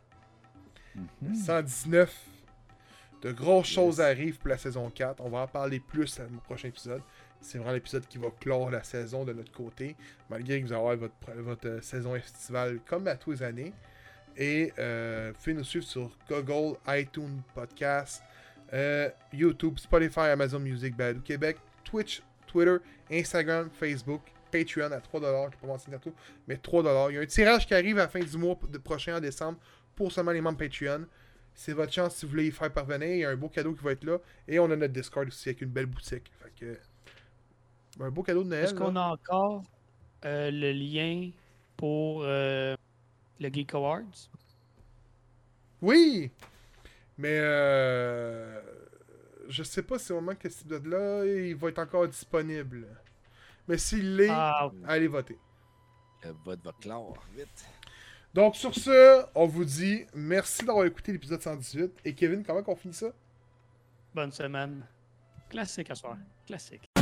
119. De grosses choses arrivent pour la saison 4. On va en parler plus dans le prochain épisode. C'est vraiment l'épisode qui va clore la saison de notre côté, malgré que vous allez avoir votre saison estivale comme à tous les années. Et vous pouvez nous suivre sur Google, iTunes, Podcast, YouTube, Spotify, Amazon Music, Balado Québec, Twitch, Twitter, Instagram, Facebook, Patreon à 3$. Je ne vais pas mentionner tantôt, mais 3$. Il y a un tirage qui arrive à la fin du mois prochain en décembre pour seulement les membres Patreon. C'est votre chance si vous voulez y faire parvenir. Il y a un beau cadeau qui va être là. Et on a notre Discord aussi avec une belle boutique. Fait que, un beau cadeau de Noël. Est-ce qu'on a encore le lien pour le Geek Awards? Oui! Mais je sais pas si au moment que cet épisode-là, il va être encore disponible. Mais s'il l'est, allez voter. Le vote va clore, vite. Donc sur ce, on vous dit merci d'avoir écouté l'épisode 118. Et Kevin, comment on finit ça? Bonne semaine. Classique à soir. Classique.